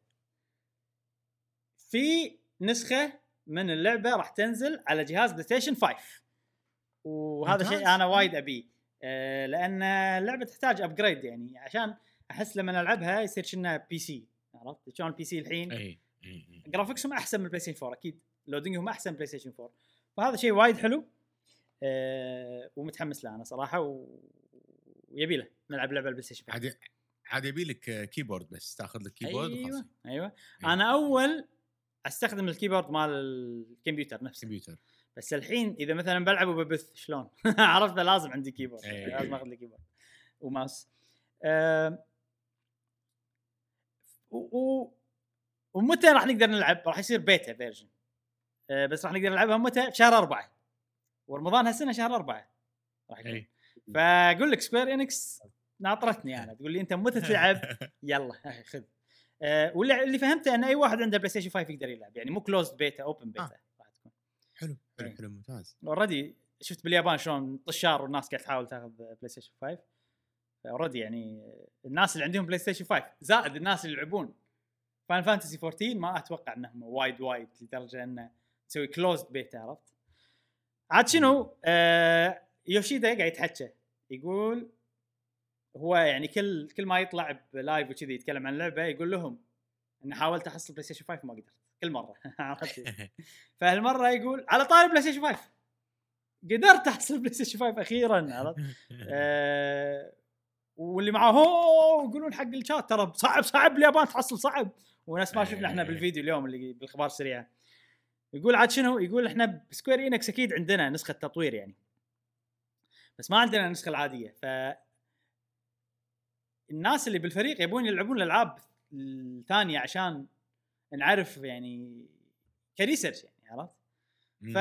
[SPEAKER 1] في نسخه من اللعبه راح تنزل على جهاز بلاي ستيشن خمسة، وهذا شيء انا وايد ابيه. آه... لان اللعبه تحتاج ابجريد يعني، عشان احس لما العبها يصير شنها بي سي، عرفت شلون البي سي الحين اي جرافيكسهم احسن من البلاي ستيشن فور، اكيد لودينجهم احسن من بلاي ستيشن فور، فهذا شيء وايد حلو. أه ومتحمس له انا صراحه و... ويبي له نلعب لعبه البلاي ستيشن.
[SPEAKER 3] عادي عادي يبي لك كيبورد، بس تاخذ لك كيبورد
[SPEAKER 1] أيوة.
[SPEAKER 3] وخلاص.
[SPEAKER 1] ايوه انا اول استخدم الكيبورد مال الكمبيوتر نفسه
[SPEAKER 3] الكمبيوتر،
[SPEAKER 1] بس الحين اذا مثلا بلعب وببث شلون عرفت لازم عندي كيبورد، لازم اخذ لي كيبورد وماوس. أه و... و... ومتى راح نقدر نلعب؟ راح يصير بيتا فيرجن، أه بس راح نقدر نلعبها متى؟ في شهر أربعة، ورمضان هالسنه شهر أربعة راح يكون. فاقول لك سكوير إنكس ناطرتني انا، تقول لي انت متى تلعب؟ يلا خذ. أه واللي اللي فهمته ان اي واحد عنده بلاي ستيشن خمسة يقدر يلعب، يعني مو كلوزد بيتا، اوبن بيتا
[SPEAKER 3] آه. راح تكون حلو حلو حلو ممتاز.
[SPEAKER 1] اوريدي شفت باليابان شلون طشار والناس قاعده تحاول تاخذ بلاي ستيشن خمسة، اوريدي يعني الناس اللي عندهم بلاي ستيشن خمسة زائد الناس اللي يلعبون فاينل فانتسي فورتين ما اتوقع انهم وايد وايد لدرجه انه تسوي كلوزد بيتا، عرفت؟ عاد شنو آه يوشيدا قاعد يتحكى يقول هو يعني كل كل ما يطلع بلايف وكذي يتكلم عن اللعبه يقول لهم ان حاولت احصل بلاي ستيشن خمسة ما قدرت كل مره. فهالمره يقول على طاري بلاي ستيشن خمسة قدرت احصل بلاي ستيشن خمسة اخيرا. عرفت؟ أه واللي معه هو يقولون حق الشات ترى صعب صعب اليابان تحصل صعب، وناس ما شفنا احنا بالفيديو اليوم اللي بالاخبار السريعه. يقول عاد شنو؟ يقول احنا بسكوير إنكس اكيد عندنا نسخه تطوير يعني، بس ما عندنا النسخه العاديه. ف الناس اللي بالفريق يبون يلعبون الالعاب الثانيه عشان نعرف يعني كريسيرش يعني. عرفت؟ ف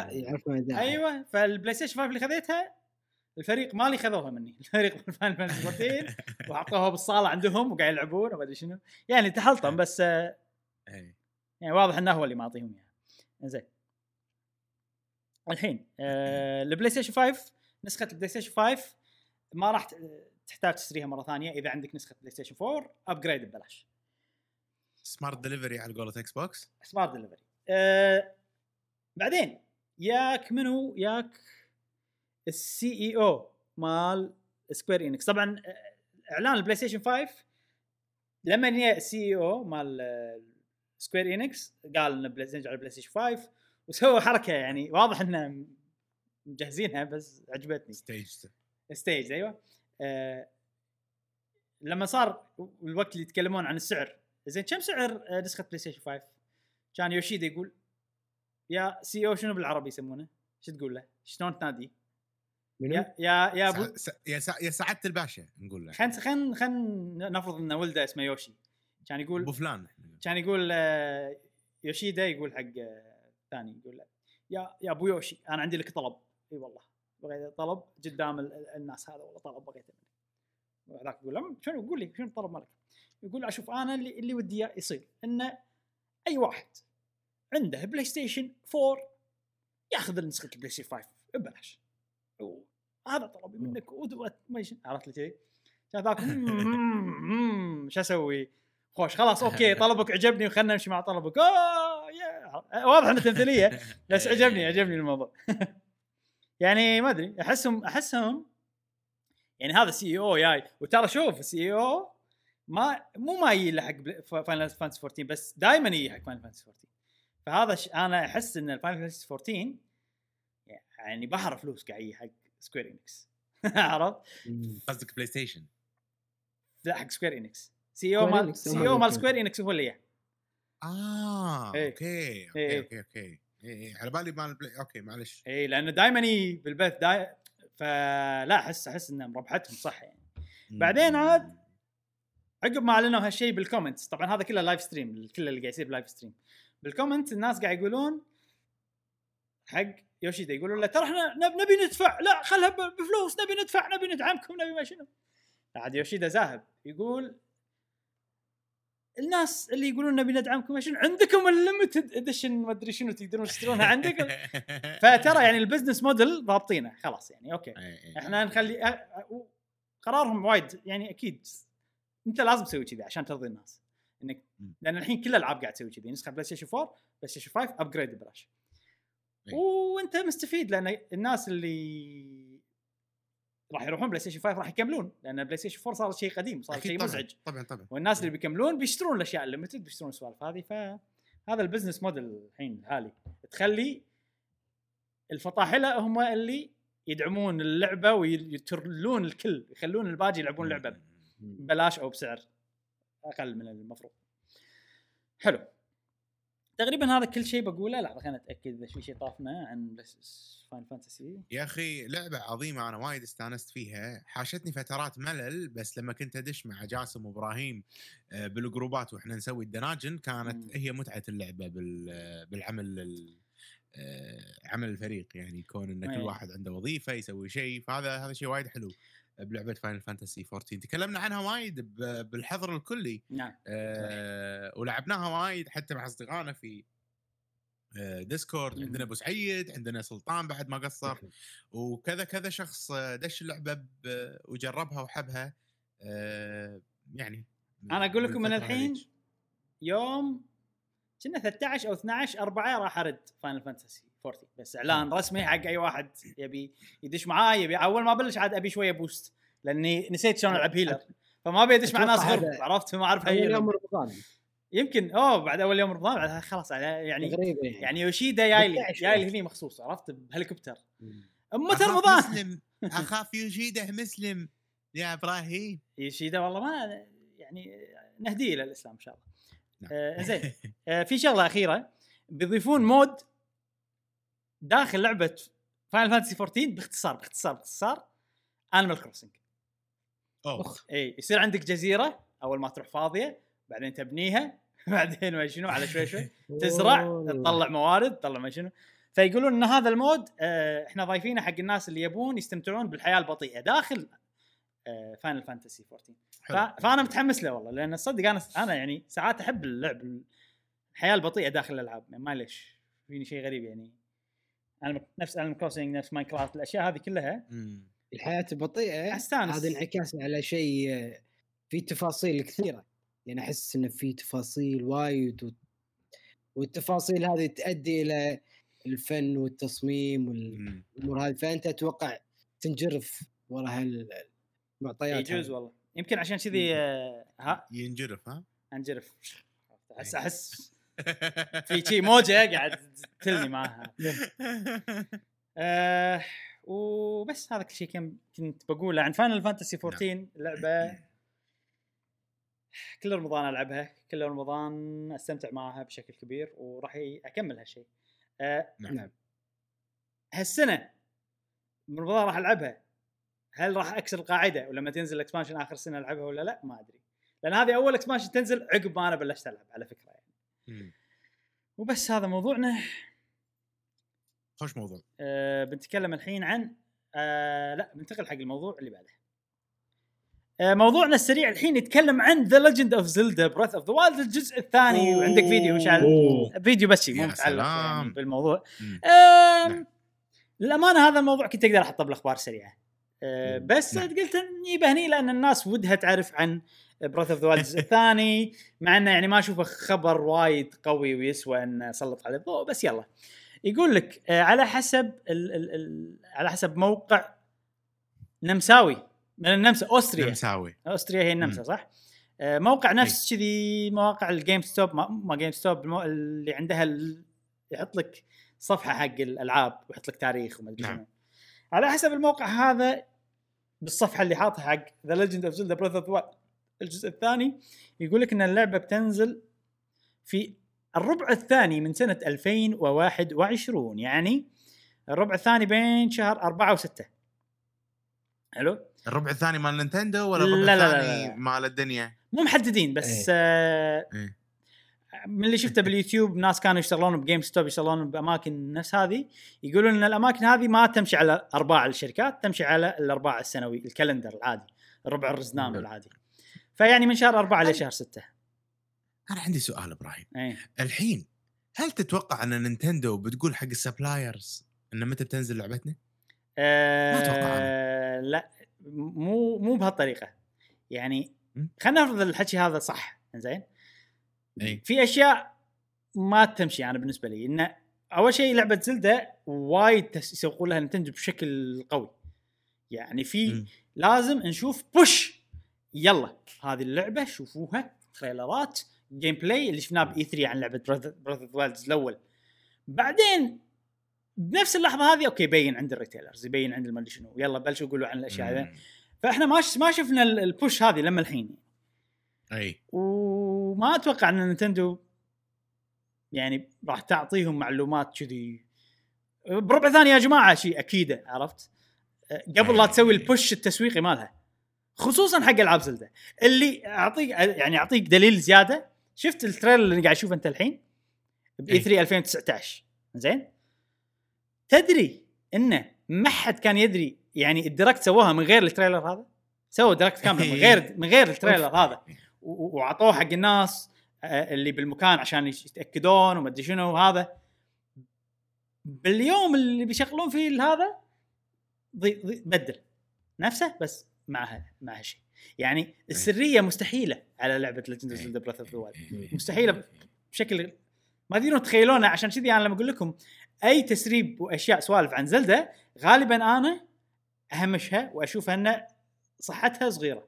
[SPEAKER 1] ايوه فالبلاي ستيشن خمسة اللي خذيتها الفريق مالي خذوها مني، الفريق فاينل فانتسي فورتين وحطوها بالصاله عندهم وقاعد يلعبون وما ادري شنو يعني تحلطم. بس يعني واضح انه هو اللي معطيهم اياها. زين الحين آه البلاي ستيشن خمسة نسخه البلاي ستيشن خمسة ما راح تحتاج تشتريها مره ثانيه اذا عندك نسخه بلاي ستيشن فور ابجريد ببلاش.
[SPEAKER 3] سمارت ديليفري على قولة اكس بوكس.
[SPEAKER 1] سمارت ديليفري. أه بعدين ياك منو ياك السي اي او مال سكوير إنكس. طبعا اعلان البلاي ستيشن خمسة لما يا السي اي او مال سكوير إنكس قال ان بلاي ستيشن على البلاي ستيشن خمسة وسووا حركه يعني واضح انه مجهزينها بس عجبتني.
[SPEAKER 3] ستيج
[SPEAKER 1] ستيج ايوه. أه لما صار الوقت اللي يتكلمون عن السعر، زين كم سعر نسخه بلاي ستيشن خمسة؟ كان يوشيدا يقول يا سي او شنو بالعربي يسمونه؟ شو تقول له؟ شلون تنادي؟ يا يا يا ابو
[SPEAKER 3] سع... يا سع... يا سعاده الباشا نقول له.
[SPEAKER 1] خن خن خن نفرض ان ولده اسمه يوشي، كان يقول
[SPEAKER 3] ابو فلان،
[SPEAKER 1] كان يقول يوشيدا يقول حق ثاني يقول له يا يا ابو يوشي انا عندي لك طلب. اي والله بغيت طلب قدام الناس، هذا والله طلب بغيته منك. هذاك يقول له شنو؟ قول لي شنو الطلب مالك؟ يقول اشوف انا اللي اللي ودي يصير ان اي واحد عنده بلاي ستيشن فور ياخذ نسخه البلاي ستيشن خمسة ببلاش. هذا طلبي منك ودوت ماشي. عرفت لي كذي كان ذاك شو اسوي؟ خوش خلاص اوكي طلبك عجبني وخلنا نمشي مع طلبك. اه يا واضح انه تمثيليه بس عجبني عجبني الموضوع. يعني ما ادري احسهم احسهم يعني هذا سي او جاي. وترى شوف السي او ما مو ما يلحق فاينل فانتسي فورتين بس دائما يلحق فاينل فانتسي فورتين. فهذا ش... انا احس ان الفاينل فانتسي فورتين يعني بحر فلوس قاعد يجي حق سكوير إنكس. عرفت؟
[SPEAKER 3] قصدك بلاي ستيشن؟
[SPEAKER 1] لا حق سكوير إنكس. سي او مال سي او مال سكوير إنكس هو اللي يعني.
[SPEAKER 3] اه
[SPEAKER 1] ايه.
[SPEAKER 3] اوكي اوكي
[SPEAKER 1] ايه.
[SPEAKER 3] اوكي اوكي ايه على بالي مال بلاي. اوكي معلش.
[SPEAKER 1] اي لانه دائما بالبث داي... فلا احس احس ان مربحتهم صح يعني. بعدين عاد عقب ما اعلنوا هالشيء بالكومنتس، طبعا هذا كله لايف ستريم، كل اللي قاعد يصير بلايف ستريم بالكومنت الناس قاعد يقولون حق يوشيدا يقولون له ترى احنا نبي ندفع، لا خلها بفلوس، نبي ندفع، نبي ندعمكم، نبي ما شنو. عاد يوشيدا ذاهب يقول الناس اللي يقولون نبي ندعمكم ما شنو عندكم الليمتد اديشن ما ادري شنو تقدرون تشترونها عندكم. فترى يعني البزنس موديل ضابطينه خلاص يعني اوكي احنا نخلي أ... قرارهم وايد يعني اكيد انت لازم تسوي كذا عشان ترضي الناس انك، لان الحين كل الالعاب قاعد تسوي كذا. نسخه بلاي ستيشن فور بلاي ستيشن خمسة ابجريد ببلاش وانت مستفيد، لان الناس اللي راح يروحون بلاي ستيشن خمسة راح يكملون، لان بلاي ستيشن فور صار شيء قديم، صار شيء مزعج
[SPEAKER 3] طبعا طبعا.
[SPEAKER 1] والناس اللي بيكملون بيشترون الاشياء الليمتد، بيشترون السوالف هذه. فهذا البزنس موديل الحين الحالي تخلي الفطاحله هم اللي يدعمون اللعبه ويترلون الكل، يخلون الباقي يلعبون اللعبه ببلاش او بسعر اقل من المفروض. حلو تقريبا هذا كل شيء بقوله. لحظه خلينا نتاكد اذا في شيء طافنا عن فاين فانتسي.
[SPEAKER 3] يا اخي لعبه عظيمه، انا وايد استانست فيها، حاشتني فترات ملل بس لما كنت ادش مع جاسم وابراهيم بالجروبات واحنا نسوي الدناجن كانت م. هي متعه اللعبه بالعمل عمل الفريق، يعني كون ان كل واحد عنده وظيفه يسوي شيء، فهذا هذا شيء وايد حلو بلعبه فاينل فانتسي فورتين. تكلمنا عنها وايد بالحظر الكلي.
[SPEAKER 1] نعم.
[SPEAKER 3] آه ولعبناها وايد حتى مع اصدقائنا في آه ديسكورد. عندنا ابو سعيد، عندنا سلطان بعد ما قصر، وكذا كذا شخص دش اللعبه وجربها وحبها. آه يعني
[SPEAKER 1] انا اقول لكم من الحين هذيك. يوم كنا ثلاثة عشر او اثنا عشر أربعة راح ارد فاينل فانتسي فورتين، بس اعلان رسمي حق اي واحد يبي يدش معاي. يبي اول ما بلش عاد ابي شويه بوست لاني نسيت شلون العب هيلر، فما بيدش مع ناس غرب، عرفت ما اعرف
[SPEAKER 2] هيلر يوم رمضان
[SPEAKER 1] يمكن اوه بعد اول يوم رمضان بعد خلاص يعني يعني, يعني يوشيدا جاي لي جاي لي هني مخصوص، عرفت بهليكوبتر متى رمضان
[SPEAKER 3] مسلم اخاف يوشيدا مسلم يا ابراهيم.
[SPEAKER 1] يوشيدا والله ما يعني نهديه الى الاسلام ان شاء الله. آه زين آه في شغله اخيره بيضيفون مود داخل لعبه فاينل فانتسي فورتين باختصار باختصار باختصار انيمال كروسنج.
[SPEAKER 3] اوه
[SPEAKER 1] اي يصير عندك جزيره اول ما تروح فاضيه بعدين تبنيها بعدين ما شنو على شوي شوي تزرع تطلع موارد تطلع ما شنو. فيقولون ان هذا المود آه احنا ضايفينه حق الناس اللي يبون يستمتعون بالحياه البطيئه داخل آه فاينل فانتسي فورتين. فانا متحمس له والله لان صدق انا انا يعني ساعات احب اللعب الحياه البطيئه داخل الالعاب ما ليش فيني شيء غريب يعني انا نفس انيمال كروسنج نفس ماينكرافت الاشياء هذه كلها
[SPEAKER 3] مم.
[SPEAKER 2] الحياه البطيئه هذا انعكاس على شيء في تفاصيل كثيره يعني احس انه في تفاصيل وايد و... والتفاصيل هذه تؤدي الى الفن والتصميم والامور هذه فانت اتوقع تنجرف وراء هالمعطيات.
[SPEAKER 1] يجوز والله يمكن عشان كذي ها
[SPEAKER 3] ينجرف ها
[SPEAKER 1] انجرف احس احس في شيء موجه قاعد تلني معها أه وبس هذا كل شيء كنت بقوله عن فاينل فانتسي فورتين. لعبه كل رمضان العبها كل رمضان استمتع معها بشكل كبير وراح اكمل هالشيء. أه
[SPEAKER 3] نعم
[SPEAKER 1] هالسنه من رمضان راح العبها. هل راح اكسر القاعده ولما تنزل الاكسبانشن اخر السنه العبها ولا لا ما ادري لان هذه اول اكسبانشن تنزل عقب ما انا بلشت العب على فكره يعني.
[SPEAKER 3] مم.
[SPEAKER 1] وبس هذا موضوعنا.
[SPEAKER 3] خوش موضوع.
[SPEAKER 1] أه بنتكلم الحين عن أه لا بننتقل حق الموضوع اللي بعده. أه موضوعنا السريع الحين يتكلم عن The Legend of Zelda Breath of the Wild الجزء الثاني. وعندك فيديو مشعل فيديو بس مو متعلق يعني بالموضوع. أه للأمانة هذا الموضوع كنت أقدر أحطه بالأخبار سريعة أه بس نعم. قلت إني بهني لأن الناس ودها تعرف عن Breath of the Wild الجزء الثاني مع إنه يعني ما أشوفه خبر وايد قوي ويسوى إن أسلط عليه الضوء بس يلا. يقول لك أه على حسب ال ال ال على حسب موقع نمساوي من النمسا أوستريا
[SPEAKER 3] نمساوي
[SPEAKER 1] أوستريا هي النمسا صح أه موقع نفس كذي مواقع الجيم ستوب ما, ما جيم ستوب اللي عندها ال... يحط لك صفحة حق الألعاب ويحط لك تاريخ وما أدري شنو. على حسب الموقع هذا بالصفحة اللي حاطها حق The Legend of Zelda Breath of the Wild الجزء الثاني يقول لك إن اللعبة بتنزل في الربع الثاني من سنة ألفين وواحد وعشرين يعني الربع الثاني بين شهر أربعة وستة. حلو.
[SPEAKER 3] الربع الثاني مال نينتندو ولا الربع
[SPEAKER 1] لا
[SPEAKER 3] الثاني
[SPEAKER 1] لا لا.
[SPEAKER 3] مال الدنيا
[SPEAKER 1] مو محددين بس ايه. آه ايه. من اللي شفته باليوتيوب ناس كانوا يشتغلون بجيم ستوب يشتغلون بأماكن نفس هذه يقولون إن الأماكن هذه ما تمشي على أرباع الشركات تمشي على الأرباع السنوي الكالندر العادي الربع الرزنام العادي فيعني من شهر أربعة إلى شهر ستة.
[SPEAKER 3] أنا عندي سؤال إبراهيم
[SPEAKER 1] ايه.
[SPEAKER 3] الحين هل تتوقع أن نينتندو بتقول حق السبلايرز إن متى بتنزل لعبتنا؟
[SPEAKER 1] أه ما أتوقع أنا. لا مو مو بهالطريقة يعني خلينا نفرض الحكي هذا صح زين.
[SPEAKER 3] أي.
[SPEAKER 1] في أشياء ما تمشي أنا بالنسبة لي إن أول شيء لعبة زلدة وايد يسوقون لها نينتندو بشكل قوي يعني في م. لازم نشوف بوش يلا هذه اللعبة شوفوها تريلرات جيم بلاي اللي شفناه بإي ثري عن لعبة Breath of the Wild الأول بعدين بنفس اللحظة هذه أوكي يبين عند الريتيلرز يبين عند المدري شنو يلا بلشوا يقولوا عن الأشياء هذه فإحنا ما ما شفنا البوش هذه لما الحين
[SPEAKER 3] أي
[SPEAKER 1] وما أتوقع أن نينتندو يعني راح تعطيهم معلومات كذي بربع ثاني يا جماعة شيء أكيد عرفت قبل لا تسوي البوش التسويقي مالها خصوصا حق ألعاب زلدة اللي أعطيك يعني أعطيك دليل زيادة. شفت التريلر اللي قاعد أشوفه أنت الحين بإي ثري ألفين وتسعة عشر زين تدري إنه ما حد كان يدري يعني الديركت سووها من غير التريلر هذا سووا ديركت كامل من غير من غير التريلر هذا وعطوه حق الناس اللي بالمكان عشان يتأكدون وما أدري شنو هذا باليوم اللي بيشغلون فيه هذا بدل نفسه بس معها معها شيء يعني السرية مستحيلة على لعبة Legend of Zelda Breath of the Wild مستحيلة بشكل ما تقدرون تتخيلونه. عشان كذي أنا لما أقول لكم أي تسريب وأشياء سوالف عن زلدة غالبا أنا أهمشها وأشوفها أنه صحتها صغيره.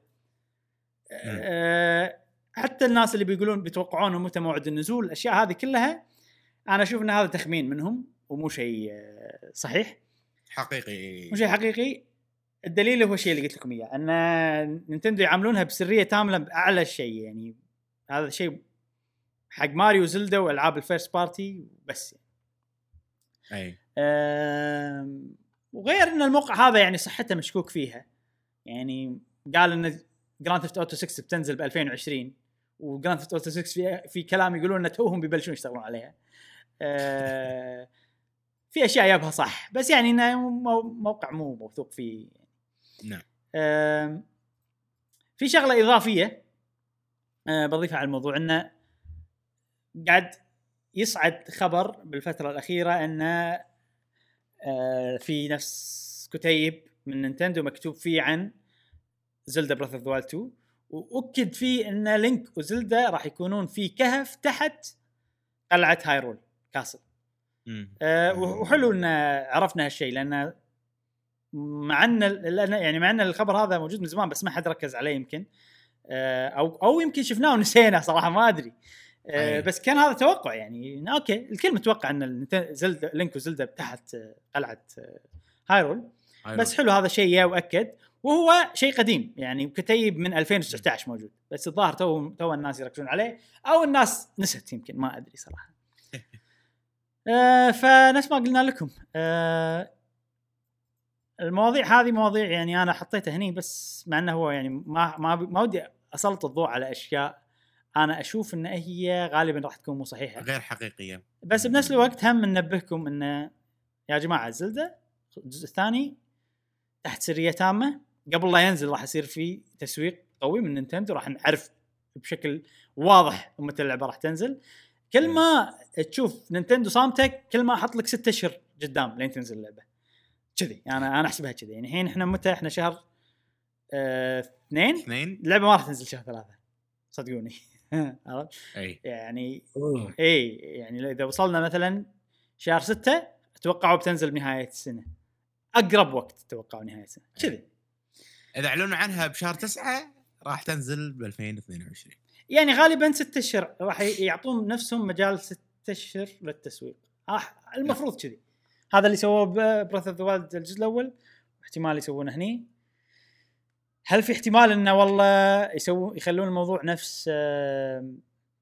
[SPEAKER 1] أه حتى الناس اللي بيقولون بيتوقعون متى موعد النزول، الاشياء هذه كلها انا اشوف ان هذا تخمين منهم ومو شيء صحيح
[SPEAKER 3] حقيقي،
[SPEAKER 1] مو شيء حقيقي. الدليل هو الشيء اللي قلت لكم اياه، ان نينتندو يعاملونها بسريه تامه باعلى شيء. يعني هذا شيء حق ماريو وزلدا والعاب الفيرست بارتي بس.
[SPEAKER 3] اي
[SPEAKER 1] أه وغير ان الموقع هذا يعني صحته مشكوك فيها. يعني قال ان جراند ثيفت اوتو ستة بتنزل ب ألفين وعشرين، وجراند ثيفت اوتو ستة في, في كلام يقولون ان توهم بيبلشون يشتغلون عليها. أه في اشياء يبها صح، بس يعني انه موقع مو موثوق فيه.
[SPEAKER 3] نعم.
[SPEAKER 1] أه في شغله اضافيه أه بضيفها على الموضوع، انه قاعد يصعد خبر بالفتره الاخيره انه أه في نفس كتيب من نينتندو مكتوب فيه عن زلدا براذر اوف ذا وايلد تو، واكد فيه ان لينك وزلدا راح يكونون في كهف تحت قلعه هايرول كاسل. أه وحلو ان عرفنا هالشيء، لان مع ان يعني مع ان الخبر هذا موجود من زمان بس ما حد ركز عليه يمكن، أه او او يمكن شفناه ونسينا صراحه ما ادري. أه بس كان هذا توقع يعني اوكي الكل متوقع ان زلدا لينك وزلدا تحت قلعه هايرول. بس حلو هذا شيء يا واكد، وهو شيء قديم يعني كتيب من ألفين وتسعة عشر موجود، بس الظاهر تو تو الناس يركزون عليه او الناس نسيت يمكن ما ادري صراحه. آه فنفس ما قلنا لكم آه المواضيع هذه مواضيع يعني انا حطيتها هني بس مع انه هو يعني ما ما ما ودي اسلط الضوء على اشياء انا اشوف ان هي غالبا راح تكون مو صحيحه
[SPEAKER 3] غير حقيقيه،
[SPEAKER 1] بس بنفس الوقت هم ننبهكم انه يا جماعه زلدة الجزء الثاني تحت سريه تامه، قبل لا ينزل راح يصير في تسويق قوي من نينتندو، راح نعرف بشكل واضح متى اللعبه راح تنزل. كل ما تشوف نينتندو صامتك كل ما احط لك ستة اشهر قدام لين تنزل اللعبه كذي. انا انا احسبها كذي يعني. الحين احنا متى؟ احنا شهر اه اثنين
[SPEAKER 3] اثنين
[SPEAKER 1] اللعبه ما راح تنزل شهر ثلاثة صدقوني.
[SPEAKER 3] اي
[SPEAKER 1] يعني أوه. اي يعني اذا وصلنا مثلا شهر ستة اتوقعوا بتنزل بنهايه السنه، اقرب وقت توقعوا نهايه السنه كذي.
[SPEAKER 3] اذا اعلنوا عنها بشهر تسعة راح تنزل ب ألفين واثنين وعشرين،
[SPEAKER 1] يعني غالبا ستة اشهر راح يعطون نفسهم مجال ستة اشهر للتسويق. آه المفروض كذي. هذا اللي سووه براذر اوف ذا وايلد الجزء الاول، احتمال يسوونه هني. هل في احتمال انه والله يسوون يخلون الموضوع نفس آه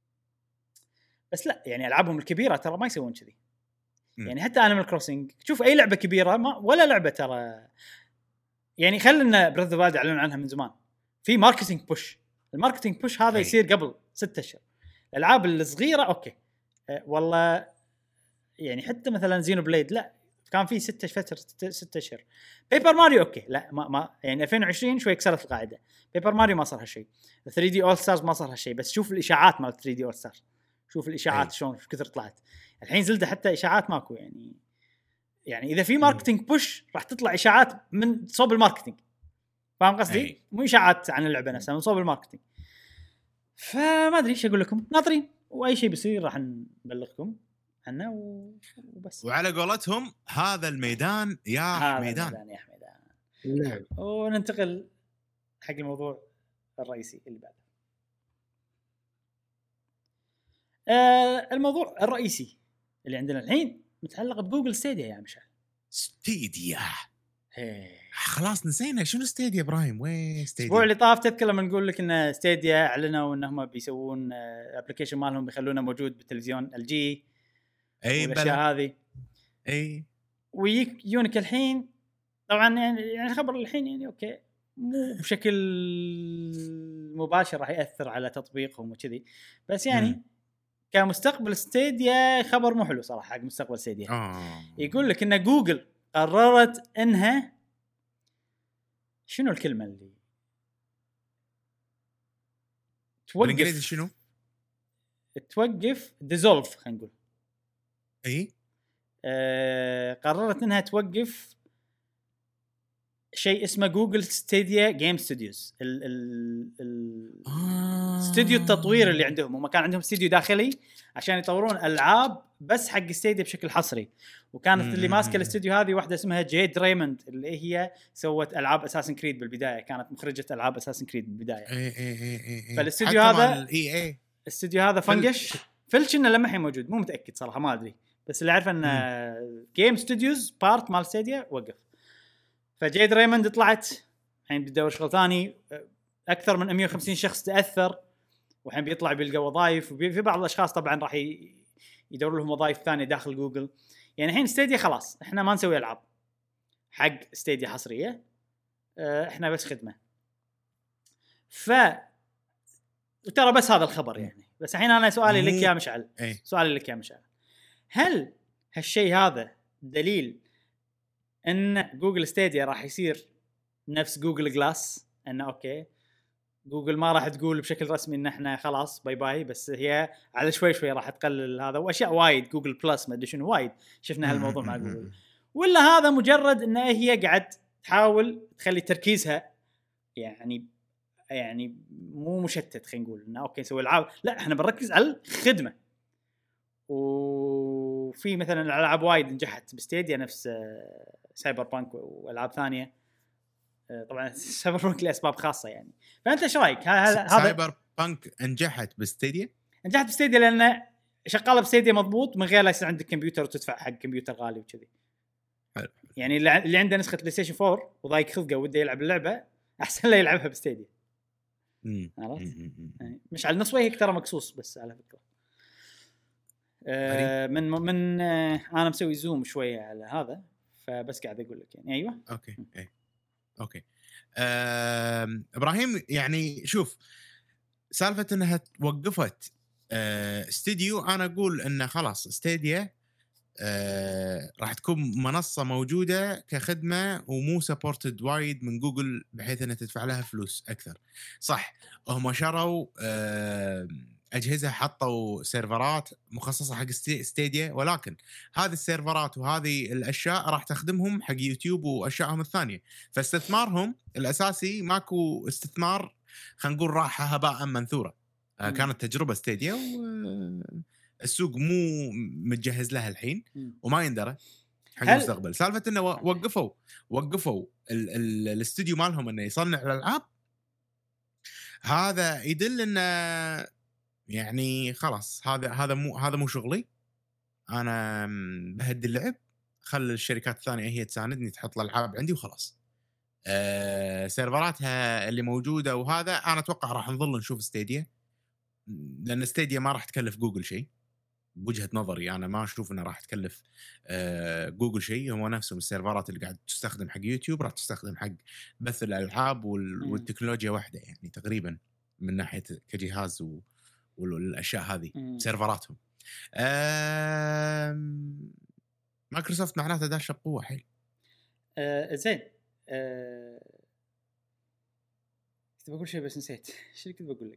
[SPEAKER 1] بس لا يعني العابهم الكبيره ترى ما يسوون كذي. يعني حتى انيمال كروسنج شوف اي لعبه كبيره ما ولا لعبه ترى يعني خلينا براذر اوف ذا وايلد اعلنوا عنها من زمان في ماركتينج بوش. الماركتينج بوش هذا يصير قبل ستة اشهر. الالعاب الصغيره اوكي أه والله يعني حتى مثلا زينو بليد لا كان في ستة فتره ستة اشهر. بيبر ماريو اوكي لا ما, ما يعني ألفين وعشرين شوي كسرت القاعده. بيبر ماريو ما صار هالشيء. ثري دي اول ستارز ما صار هالشيء. بس شوف الاشاعات مال ثري دي اول ستارز، شوف الاشاعات شلون كثر طلعت. الحين زلدة حتى اشاعات ماكو يعني. يعني اذا في ماركتينج بوش راح تطلع اشاعات من صوب الماركتينج، فاهم قصدي؟ مو اشاعات عن اللعبه نفسها من صوب الماركتينج. فما ادري ايش اقول لكم، ناطرين واي شيء بيصير راح نبلغكم عنه وبس.
[SPEAKER 3] وعلى قولتهم هذا الميدان يا حميدان.
[SPEAKER 1] هذا الميدان يا حميدان. نعم. وننتقل حق الموضوع الرئيسي اللي بعده. آه الموضوع الرئيسي اللي عندنا الحين متعلق بجوجل ستيديا يا مشعل.
[SPEAKER 3] ستيديا
[SPEAKER 1] هي.
[SPEAKER 3] خلاص نسينا شنو ستيديا ابراهيم. وين ستيديا؟
[SPEAKER 1] الاسبوع اللي طاف تذكر لما نقول لك ان ستيديا اعلنوا انهم بيسوون ابلكيشن مالهم بيخلونه موجود بالتلفزيون الجي
[SPEAKER 3] اي
[SPEAKER 1] الاشياء هذه
[SPEAKER 3] اي
[SPEAKER 1] ويجيك يونك الحين طبعا يعني خبر الحين يعني اوكي مو بشكل مباشر راح ياثر على تطبيقهم وكذي بس يعني م. كمستقبل ستيديا خبر مو حلو صراحه حق مستقبل ستيديا.
[SPEAKER 3] آه.
[SPEAKER 1] يقول لك ان جوجل قررت انها شنو الكلمه اللي
[SPEAKER 3] توقف بالانجليزي شنو
[SPEAKER 1] توقف ديزولف خلينا نقول
[SPEAKER 3] اي
[SPEAKER 1] آه قررت انها توقف شيء اسمه جوجل ستيديا جيم ستوديوز، ال ال الاستوديو التطوير اللي عندهم. هم كان عندهم استوديو داخلي عشان يطورون العاب بس حق ستيديا بشكل حصري، وكانت اللي ماسكه الاستوديو هذه واحده اسمها جيد ريموند، اللي هي سوت العاب اساسن كريد بالبدايه، كانت مخرجه العاب اساسن كريد بالبدايه.
[SPEAKER 3] اي اي اي اي
[SPEAKER 1] فالاستوديو هذا
[SPEAKER 3] الاي اي
[SPEAKER 1] الاستوديو هذا فنقش فلش انه لما الحين موجود، مو متاكد صراحه ما ادري، بس اللي عارف ان جيم ستوديوز بارت مال ستيديا وقف. فجيد ريموند طلعت الحين بيدور شغل ثاني، اكثر من مئة وخمسين شخص تاثر، والحين بيطلع بيلقى وظائف، وفي بعض الاشخاص طبعا راح يدور لهم وظائف ثانيه داخل جوجل. يعني الحين ستيديا خلاص احنا ما نسوي العاب حق ستيديا حصريه، احنا بس خدمه. ف وترى بس هذا الخبر يعني. بس الحين انا سؤالي لك يا مشعل، سؤالي لك يا مشعل، هل هالشيء هذا دليل ان جوجل ستيديا راح يصير نفس جوجل جلاس؟ انه اوكي جوجل ما راح تقول بشكل رسمي ان احنا خلاص باي باي، بس هي على شوي شوي راح تقلل هذا، واشياء وايد جوجل بلس ما ادري شنو وايد شفنا هالموضوع مع جوجل، ولا هذا مجرد ان هي قاعد تحاول تخلي تركيزها يعني يعني مو مشتت، خلينا نقول انه اوكي نسوي العاب، لا احنا بنركز على الخدمه. وفي مثلا العاب وايد نجحت بستيديا نفس سايبر بانك والعاب ثانيه، طبعا سايبر بانك لاسباب خاصه يعني. فانت ايش رايك؟ هذا
[SPEAKER 3] سايبر بانك نجحت بستيديا؟
[SPEAKER 1] نجحت بستيديا لانه شغاله بستيديا مضبوط من غير لا يصير عندك كمبيوتر وتدفع حق كمبيوتر غالي وكذي. يعني اللي عنده نسخه بلاي ستيشن فور وضايق خلقه وده يلعب اللعبه احسن له يلعبها بستيديا. عرفت؟ يعني مش على نص وجهك ترى مقصوص، بس على فكره آه من من آه انا مسوي زوم شويه على هذا، فبس قاعد اقول لك يعني. ايوه
[SPEAKER 3] اوكي اي اوكي آه، ابراهيم يعني شوف سالفه انها وقفت آه، استديو، انا اقول انه خلاص ستيديا آه، راح تكون منصه موجوده كخدمه ومو سبورتد وايد من جوجل بحيث انها تدفع لها فلوس اكثر. صح هم شروا آه، اجهزه، حطوا سيرفرات مخصصه حق ستيديا، ولكن هذه السيرفرات وهذه الاشياء راح تخدمهم حق يوتيوب واشيائهم الثانيه، فاستثمارهم الاساسي ماكو استثمار خلينا نقول راح هباء منثورا. آه كانت تجربه ستيديا والسوق مو متجهز لها الحين وما يندرى حق المستقبل. سالفه انه وقفوا وقفوا الاستوديو مالهم انه يصنع الالعاب، هذا يدل انه يعني خلاص هذا هذا مو هذا مو شغلي، انا بهدي اللعب، خلي الشركات الثانيه هي تساندني تحط الالعاب عندي وخلاص. أه سيرفراتها اللي موجوده وهذا انا اتوقع راح نظل نشوف ستيديا، لان ستيديا ما راح تكلف جوجل شيء بوجهه نظري. انا ما اشوف انه راح تكلف أه جوجل شيء، هو نفسهم السيرفرات اللي قاعد تستخدم حق يوتيوب راح تستخدم حق بث الالعاب والتكنولوجيا واحده يعني تقريبا من ناحيه كجهاز و والاشياء هذه مم. سيرفراتهم. مايكروسوفت معناته داشه بقوه حيل.
[SPEAKER 1] آه زين آه... كنت بقول شيء بس نسيت ايش اللي كنت بقول لك.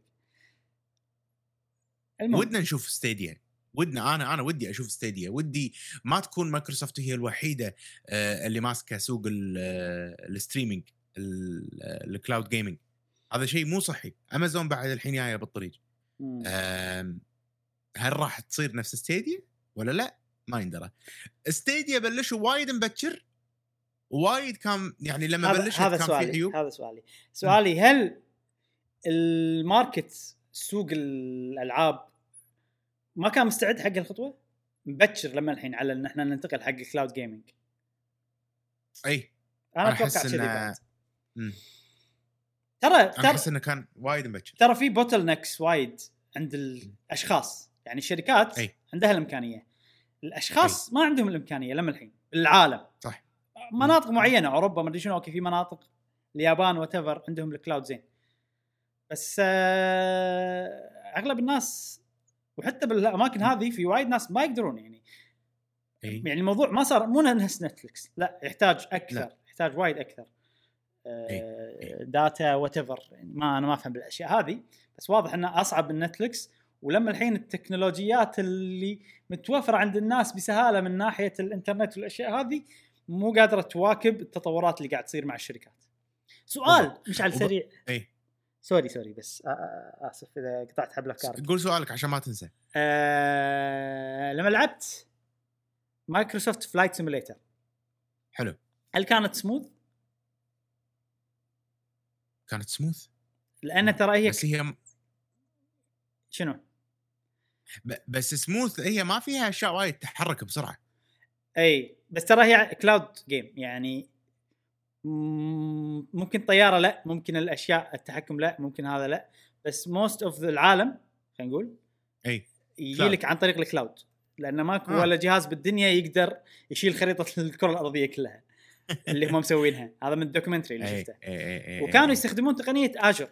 [SPEAKER 3] المهم. ودنا نشوف ستيديا، ودنا انا انا ودي اشوف ستيديا، ودي ما تكون مايكروسوفت هي الوحيده آه اللي ماسكه سوق الستريمينج الكلاود جيمنج. هذا شيء مو صحي. امازون بعد الحين جايه بالطريق. هل راح تصير نفس ستيديا ولا لا؟ ما يندرى. ستيديا بلشوا وايد مبكر وايد، كان يعني لما بلشت كان في عيوب.
[SPEAKER 1] هذا سؤالي سؤالي هل الماركت سوق الالعاب ما كان مستعد حق الخطوه مبكر لما الحين على ان احنا ننتقل حق الكلاود جيمنج؟
[SPEAKER 3] اي
[SPEAKER 1] انا اتوقع كذي بعد. ترى ترى
[SPEAKER 3] احس انه كان وايد مبكر.
[SPEAKER 1] ترى في بوتل نكس وايد عند الاشخاص، يعني الشركات أي. عندها الامكانيه، الاشخاص أي. ما عندهم الامكانيه لما الحين العالم
[SPEAKER 3] صح.
[SPEAKER 1] مناطق معينه اوروبا ما ادري شنو، اوكي في مناطق اليابان واتيفر عندهم الكلاود زين، بس آه اغلب الناس وحتى بالاماكن هذه في وايد ناس ما يقدرون يعني أي. يعني الموضوع ما صار مو نفس نتفلكس، لا يحتاج اكثر لا. يحتاج وايد اكثر آه داتا واتيفر يعني. ما انا ما افهم بالاشياء هذه، بس واضح انه اصعب من نتفلكس. ولما الحين التكنولوجيات اللي متوفره عند الناس بسهاله من ناحيه الانترنت والاشياء هذه مو قادره تواكب التطورات اللي قاعد تصير مع الشركات. سؤال مش على السريع.
[SPEAKER 3] اي
[SPEAKER 1] سوري سوري بس اسف اذا قطعت حبل افكارك.
[SPEAKER 3] قول سؤالك عشان ما تنسى.
[SPEAKER 1] أه... لما لعبت مايكروسوفت فلايت سيموليتر
[SPEAKER 3] حلو،
[SPEAKER 1] هل كانت سموث؟
[SPEAKER 3] كانت سموث
[SPEAKER 1] لان ترى هي
[SPEAKER 3] بس هي
[SPEAKER 1] شنو
[SPEAKER 3] ب... بس سموث هي ما فيها اشياء وايد تتحرك بسرعه.
[SPEAKER 1] اي بس ترى هي كلاود جيم يعني ممكن طياره لا، ممكن الاشياء التحكم لا، ممكن هذا لا، بس موست اوف العالم خلينا نقول
[SPEAKER 3] اي
[SPEAKER 1] يجي لك عن طريق الكلاود، لان ماكو
[SPEAKER 3] آه.
[SPEAKER 1] ولا جهاز بالدنيا يقدر يشيل خريطه الكره الارضيه كلها اللي هم مسوينها. هذا من الدوكيومنتري اللي شفته.
[SPEAKER 3] أي أي أي
[SPEAKER 1] وكانوا يستخدمون تقنيه اجر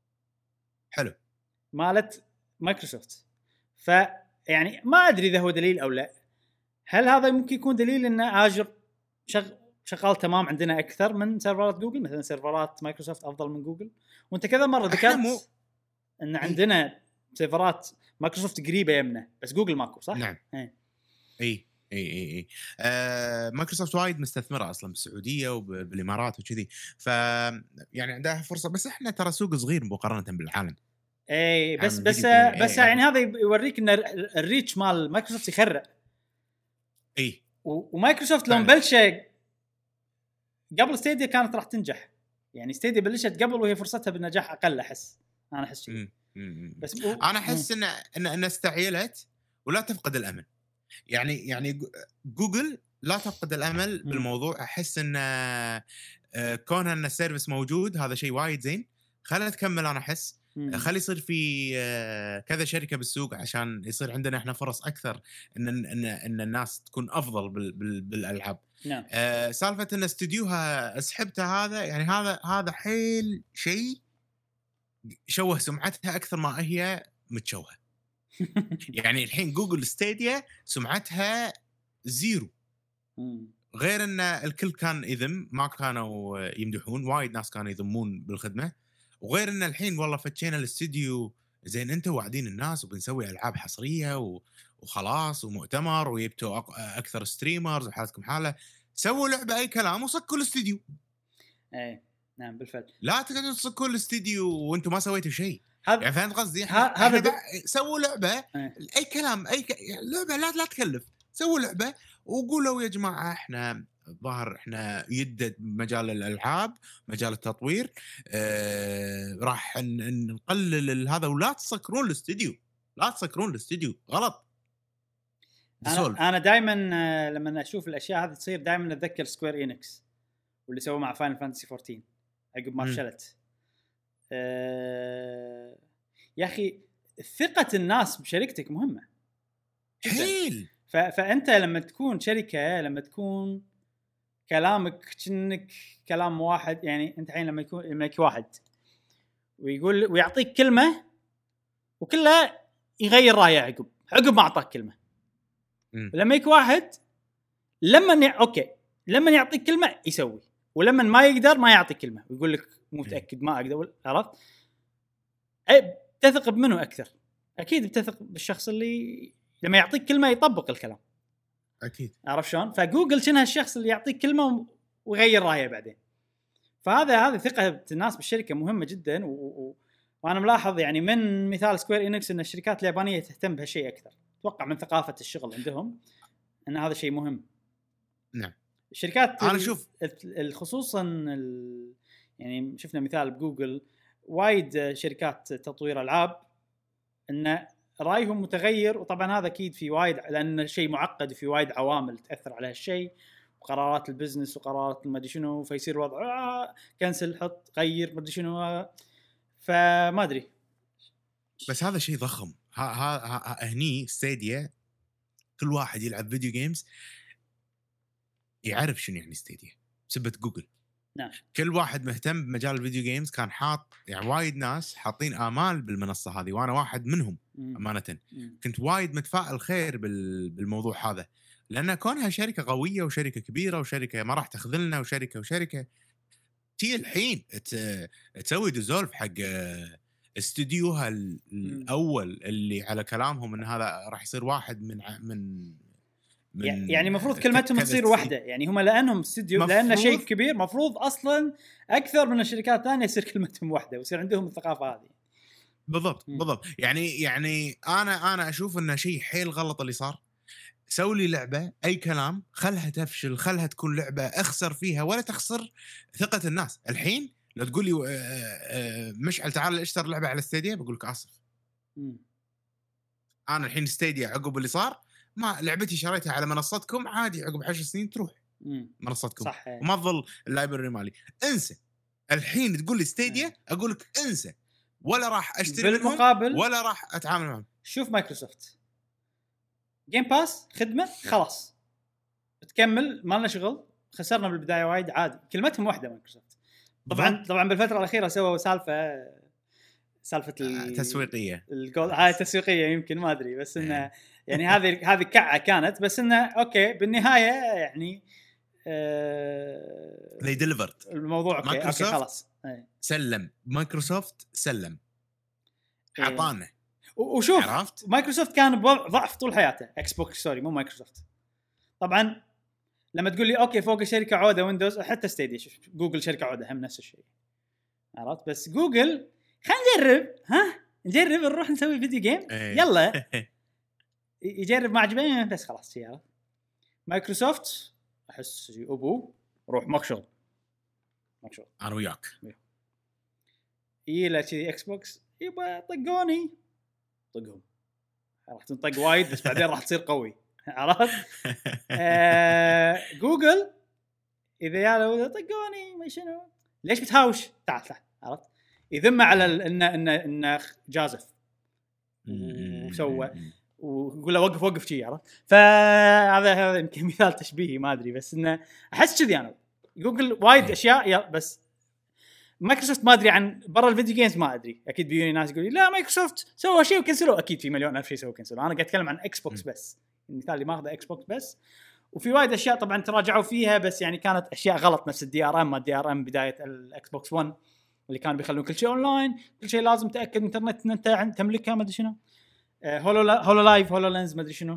[SPEAKER 3] حلو
[SPEAKER 1] مالت مايكروسوفت. ف يعني ما ادري اذا هو دليل او لا. هل هذا ممكن يكون دليل ان اجر شغ... شغال تمام عندنا اكثر من سيرفرات جوجل؟ مثلا سيرفرات مايكروسوفت افضل من جوجل، وانت كذا مره ذكرت مو... ان عندنا سيرفرات مايكروسوفت قريبه يمنا بس جوجل ماكو، صح؟
[SPEAKER 3] نعم. اي اي اي اي آه، مايكروسوفت وايد مستثمره اصلا بالسعوديه وبالامارات وكذي، ف يعني عندها فرصه. بس احنا ترى سوق صغير مقارنه بالعالم.
[SPEAKER 1] اي بس بس بس
[SPEAKER 3] أي
[SPEAKER 1] يعني هذا يوريك ان الريتش مال مايكروسوفت يخرع.
[SPEAKER 3] اي
[SPEAKER 1] ومايكروسوفت لو مبلشه قبل ستيديا كانت راح تنجح. يعني ستيديا بلشت قبل وهي فرصتها بالنجاح اقل، احس انا احس كذا.
[SPEAKER 3] بس ب... انا احس ان ان ان استعجلت ولا تفقد الامل. يعني يعني جوجل لا تفقد الامل بالموضوع. احس ان كونها ان السيرفيس موجود هذا شيء وايد زين. خلينا تكمل. انا احس خلي يصير في كذا شركه بالسوق عشان يصير عندنا احنا فرص اكثر ان ان ان الناس تكون افضل بال بال بالالعاب.
[SPEAKER 1] نعم.
[SPEAKER 3] آه سالفه ان استديوها اسحبتها هذا يعني هذا هذا حيل شيء شوه سمعتها اكثر ما هي متشوهه. يعني الحين جوجل ستيديا سمعتها زيرو، غير ان الكل كان يذم، ما كانوا يمدحون، وايد ناس كانوا يذمون بالخدمه. وغير ان الحين والله فتشينا الاستديو زين، انتوا واعدين الناس وبنسوي العاب حصريه وخلاص ومؤتمر ويبتوا اكثر ستريمرز وحالتكم حاله، سووا لعبه اي كلام وصكوا الاستديو.
[SPEAKER 1] اي نعم بالفعل.
[SPEAKER 3] لا تقدرون تصكوا الاستديو وانتم ما سويتوا شيء.
[SPEAKER 1] هذا
[SPEAKER 3] يعني فهمت قصدي؟
[SPEAKER 1] هذا
[SPEAKER 3] د... سووا لعبه ايه. اي كلام اي ك... لعبه لا لا تكلف. سووا لعبه وقولوا يا جماعه احنا ظاهر احنا يدد مجال الالعاب مجال التطوير، آه... راح ن... نقلل هذا ولا تسكرون الاستديو. لا تسكرون الاستديو غلط.
[SPEAKER 1] انا انا دائما لما اشوف الاشياء هذه تصير دائما اتذكر سكوير إنكس واللي سووا مع فاينل فانتسي فورتين عقب ما فشلت. أه... يا اخي ثقة الناس بشركتك مهمة
[SPEAKER 3] حيل.
[SPEAKER 1] ف... فأنت لما تكون شركة، لما تكون كلامك كأنك كلام واحد، يعني أنت الحين لما يكون لما يكون واحد ويقول ويعطيك كلمة وكلها يغير رأيه عقب عقب ما أعطاك كلمة. م. لما يكون واحد لما ي... أوكي لما يعطيك كلمة يسوي، ولما ما يقدر ما يعطيك كلمة ويقول لك مو متأكد ما أقدر. عرفت؟ أي بتثق بمنو أكثر؟ أكيد بتثق بالشخص اللي لما يعطيك كلمة يطبق الكلام.
[SPEAKER 3] أكيد.
[SPEAKER 1] عرف شلون؟ فجوجل شنها الشخص اللي يعطيك كلمة ويغير رأيه بعدين. فهذا هذه ثقة الناس بالشركة مهمة جدا. و... و... وأنا ملاحظ يعني من مثال سكوير إنكس إن الشركات اليابانية تهتم بهالشيء أكثر. أتوقع من ثقافة الشغل عندهم إن هذا شيء مهم.
[SPEAKER 3] نعم.
[SPEAKER 1] الشركات
[SPEAKER 3] أنا شوف
[SPEAKER 1] خصوصا ال... يعني شفنا مثال بجوجل وايد شركات تطوير ألعاب إن رأيهم متغير، وطبعا هذا أكيد في وايد لأن شيء معقد وفي وايد عوامل تأثر على هالشيء وقرارات البزنس وقرارات ما أدري شنو، فيصير وضع آه كنسل حط غير ما أدري شنو. فما أدري
[SPEAKER 3] بس هذا شيء ضخم. ها ها هني ستيديا كل واحد يلعب فيديو جيمز يعرف شنو يعني ستيديا بسبة جوجل.
[SPEAKER 1] نعم.
[SPEAKER 3] كل واحد مهتم بمجال الفيديو جيمز كان حاط يعني وايد ناس حاطين آمال بالمنصة هذه وأنا واحد منهم. مم. أمانة مم. كنت وايد متفائل خير بالموضوع هذا لأن كونها شركة قوية وشركة كبيرة وشركة ما راح تخذلنا وشركة وشركة تي الحين تسوي ديزولف حق استوديوها الأول اللي على كلامهم إن هذا راح يصير واحد من من من
[SPEAKER 1] يعني المفروض كلمتهم تصير واحده، يعني هم لانهم استوديو لانه شيء كبير مفروض اصلا اكثر من الشركات الثانيه يصير كلمتهم واحده ويصير عندهم الثقافه هذه.
[SPEAKER 3] بالضبط
[SPEAKER 1] م.
[SPEAKER 3] بالضبط يعني يعني انا انا اشوف انه شيء حيل غلط اللي صار. سوي لي لعبه اي كلام، خلها تفشل، خلها تكون لعبه اخسر فيها ولا تخسر ثقه الناس. الحين لو تقول لي مشعل تعال اشتري لعبه على ستيديا بقول لك اسف.
[SPEAKER 1] م.
[SPEAKER 3] انا الحين ستيديا عقب اللي صار ما لعبتي شريتها على منصتكم عادي، عقب عشر سنين تروح م. منصتكم
[SPEAKER 1] صح.
[SPEAKER 3] وما تظل اللايبرري مالي. انسى. الحين تقول لي ستيديا اقول لك انسى، ولا راح اشتري
[SPEAKER 1] بالمقابل
[SPEAKER 3] ولا راح اتعامل معهم.
[SPEAKER 1] شوف مايكروسوفت جيم باس خدمه خلاص تكمل ما لنا شغل، خسرنا بالبدايه وايد عادي، كلمتهم واحده مايكروسوفت. طبعا بالضبط. طبعا بالفتره الاخيره سووا سالفه سالفه
[SPEAKER 3] التسويقيه
[SPEAKER 1] الجول هاي تسويقيه يمكن ما ادري، بس انه يعني هذه هذه كعه كانت، بس انه اوكي بالنهايه يعني
[SPEAKER 3] آه they delivered
[SPEAKER 1] الموضوع. اوكي, أوكي خلاص
[SPEAKER 3] ايه. سلم مايكروسوفت سلم عطانا
[SPEAKER 1] إيه. وشوف عرفت؟ مايكروسوفت كان بوضع ضعف طول حياته. اكس بوكس سوري مو مايكروسوفت طبعا. لما تقول لي اوكي فوق شركه عوده ويندوز، حتى ستيديا شوف جوجل شركه عوده هم نفس الشيء عرفت. بس جوجل خلينا نجرب، ها نجرب نروح نسوي فيديو جيم ايه. يلا يجرب ما عجبه بس خلاص يا مايكروسوفت احس ابو روح مكشغل مكشغل
[SPEAKER 3] انا وياك
[SPEAKER 1] يلا كذي. اكس بوكس يبا طقوني طقهم راح تنطق وايد بس بعدين راح تصير قوي عرفت. آه جوجل اذا يا طقوني ما شنو ليش بتهاوش تعال تعال عرفت. يذم على ان ان ان جازف وسوى ويقول له وقف وقف شيء عرفت. فهذا هذا يمكن مثال تشبيهي ما ادري، بس انه احس كذي انا جوجل وايد اشياء بس مايكروسوفت ما ادري عن برا الفيديو جيمز ما ادري. اكيد بيجوني ناس يقولوا لا مايكروسوفت سووا شيء وكنسلوا، اكيد في مليون الف شيء سووا كنسلوا. انا قاعد اتكلم عن اكس بوكس بس، المثال اللي ماخذه اكس بوكس بس. وفي وايد اشياء طبعا تراجعوا فيها بس يعني كانت اشياء غلط نفس الدي ار ام. ما الدي ار ام بدايه الاكس بوكس واحد اللي كان بيخلون كل شيء اونلاين، كل شيء لازم تاكد من انترنت ان انت تملكها ما ادري شنو. آه هولو لا هولو لايف هولو لينز ما ادري شنو.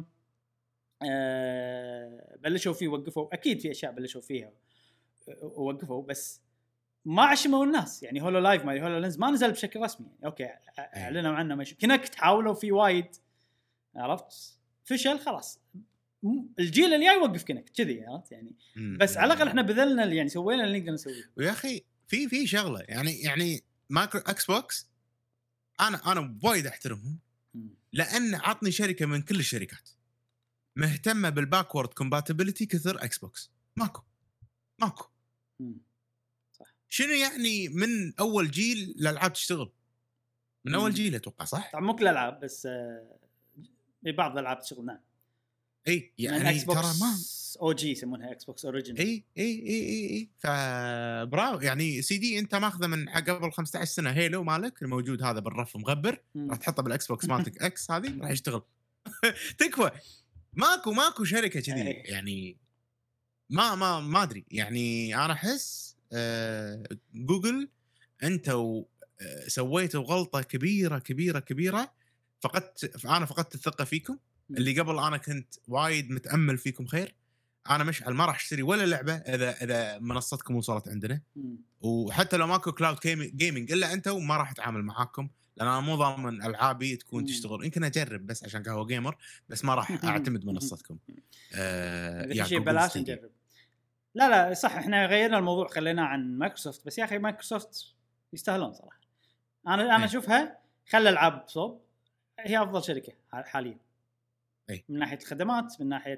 [SPEAKER 1] آه بلشوا فيه وقفوا، اكيد في اشياء بلشوا فيها ووقفوا بس ما عشموا الناس. يعني هولو لايف ما هولو لينز ما نزل بشكل رسمي يعني. اوكي اعلنوا عنه ماشي. كينكت حاولوا فيه وايد عرفت فشل خلاص. الجيل اللي جاي يوقف كينكت كذي عرفت يعني. بس على الاقل احنا بذلنا اللي يعني سوينا اللي نقدر نسويه.
[SPEAKER 3] ويا اخي في في شغله يعني يعني مايكرو اكس بوكس انا انا وايد احترمهم لان عطني شركه من كل الشركات مهتمه بالباكورد كومباتيبلتي كثر اكس بوكس. ماكو ماكو صح. شنو يعني من اول جيل الالعاب تشتغل من اول جيل اتوقع صح.
[SPEAKER 1] طبعا مو كل الالعاب بس آه بعض الالعاب تشتغل نعم.
[SPEAKER 3] اي يعني
[SPEAKER 1] ترى ما او جي يسمونها اكس بوكس اوريجينال.
[SPEAKER 3] اي اي اي اي اي فبراو يعني سي دي انت ماخذه من قبل خمسة عشر سنه هيلو مالك الموجود هذا بالرف مغبر راح تحطه بالاكس بوكس مالتك اكس هذه راح يشتغل تكفى. ماكو ماكو شركه كذي يعني ما ما ما ادري يعني. انا احس آه جوجل انتوا آه سويتوا غلطه كبيره كبيره كبيره. فقدت انا فقدت الثقه فيكم اللي قبل انا كنت وايد متامل فيكم خير. انا مشعل ما راح اشتري ولا لعبه اذا اذا منصتكم وصلت عندنا م. وحتى لو ماكو كلاود جيمنج الا انتم ما راح اتعامل معاكم لان انا مو ضامن العابي تكون م. تشتغل. يمكن اجرب بس عشان قهوه جيمر بس ما راح اعتمد منصتكم.
[SPEAKER 1] آه يا شيء بلاش نجرب. لا لا صح احنا غيرنا الموضوع خلينا عن مايكروسوفت. بس يا اخي مايكروسوفت يستاهلون صراحه. انا انا اشوفها خلى العاب صوب هي افضل شركه حاليا
[SPEAKER 3] أي.
[SPEAKER 1] من ناحيه الخدمات من ناحيه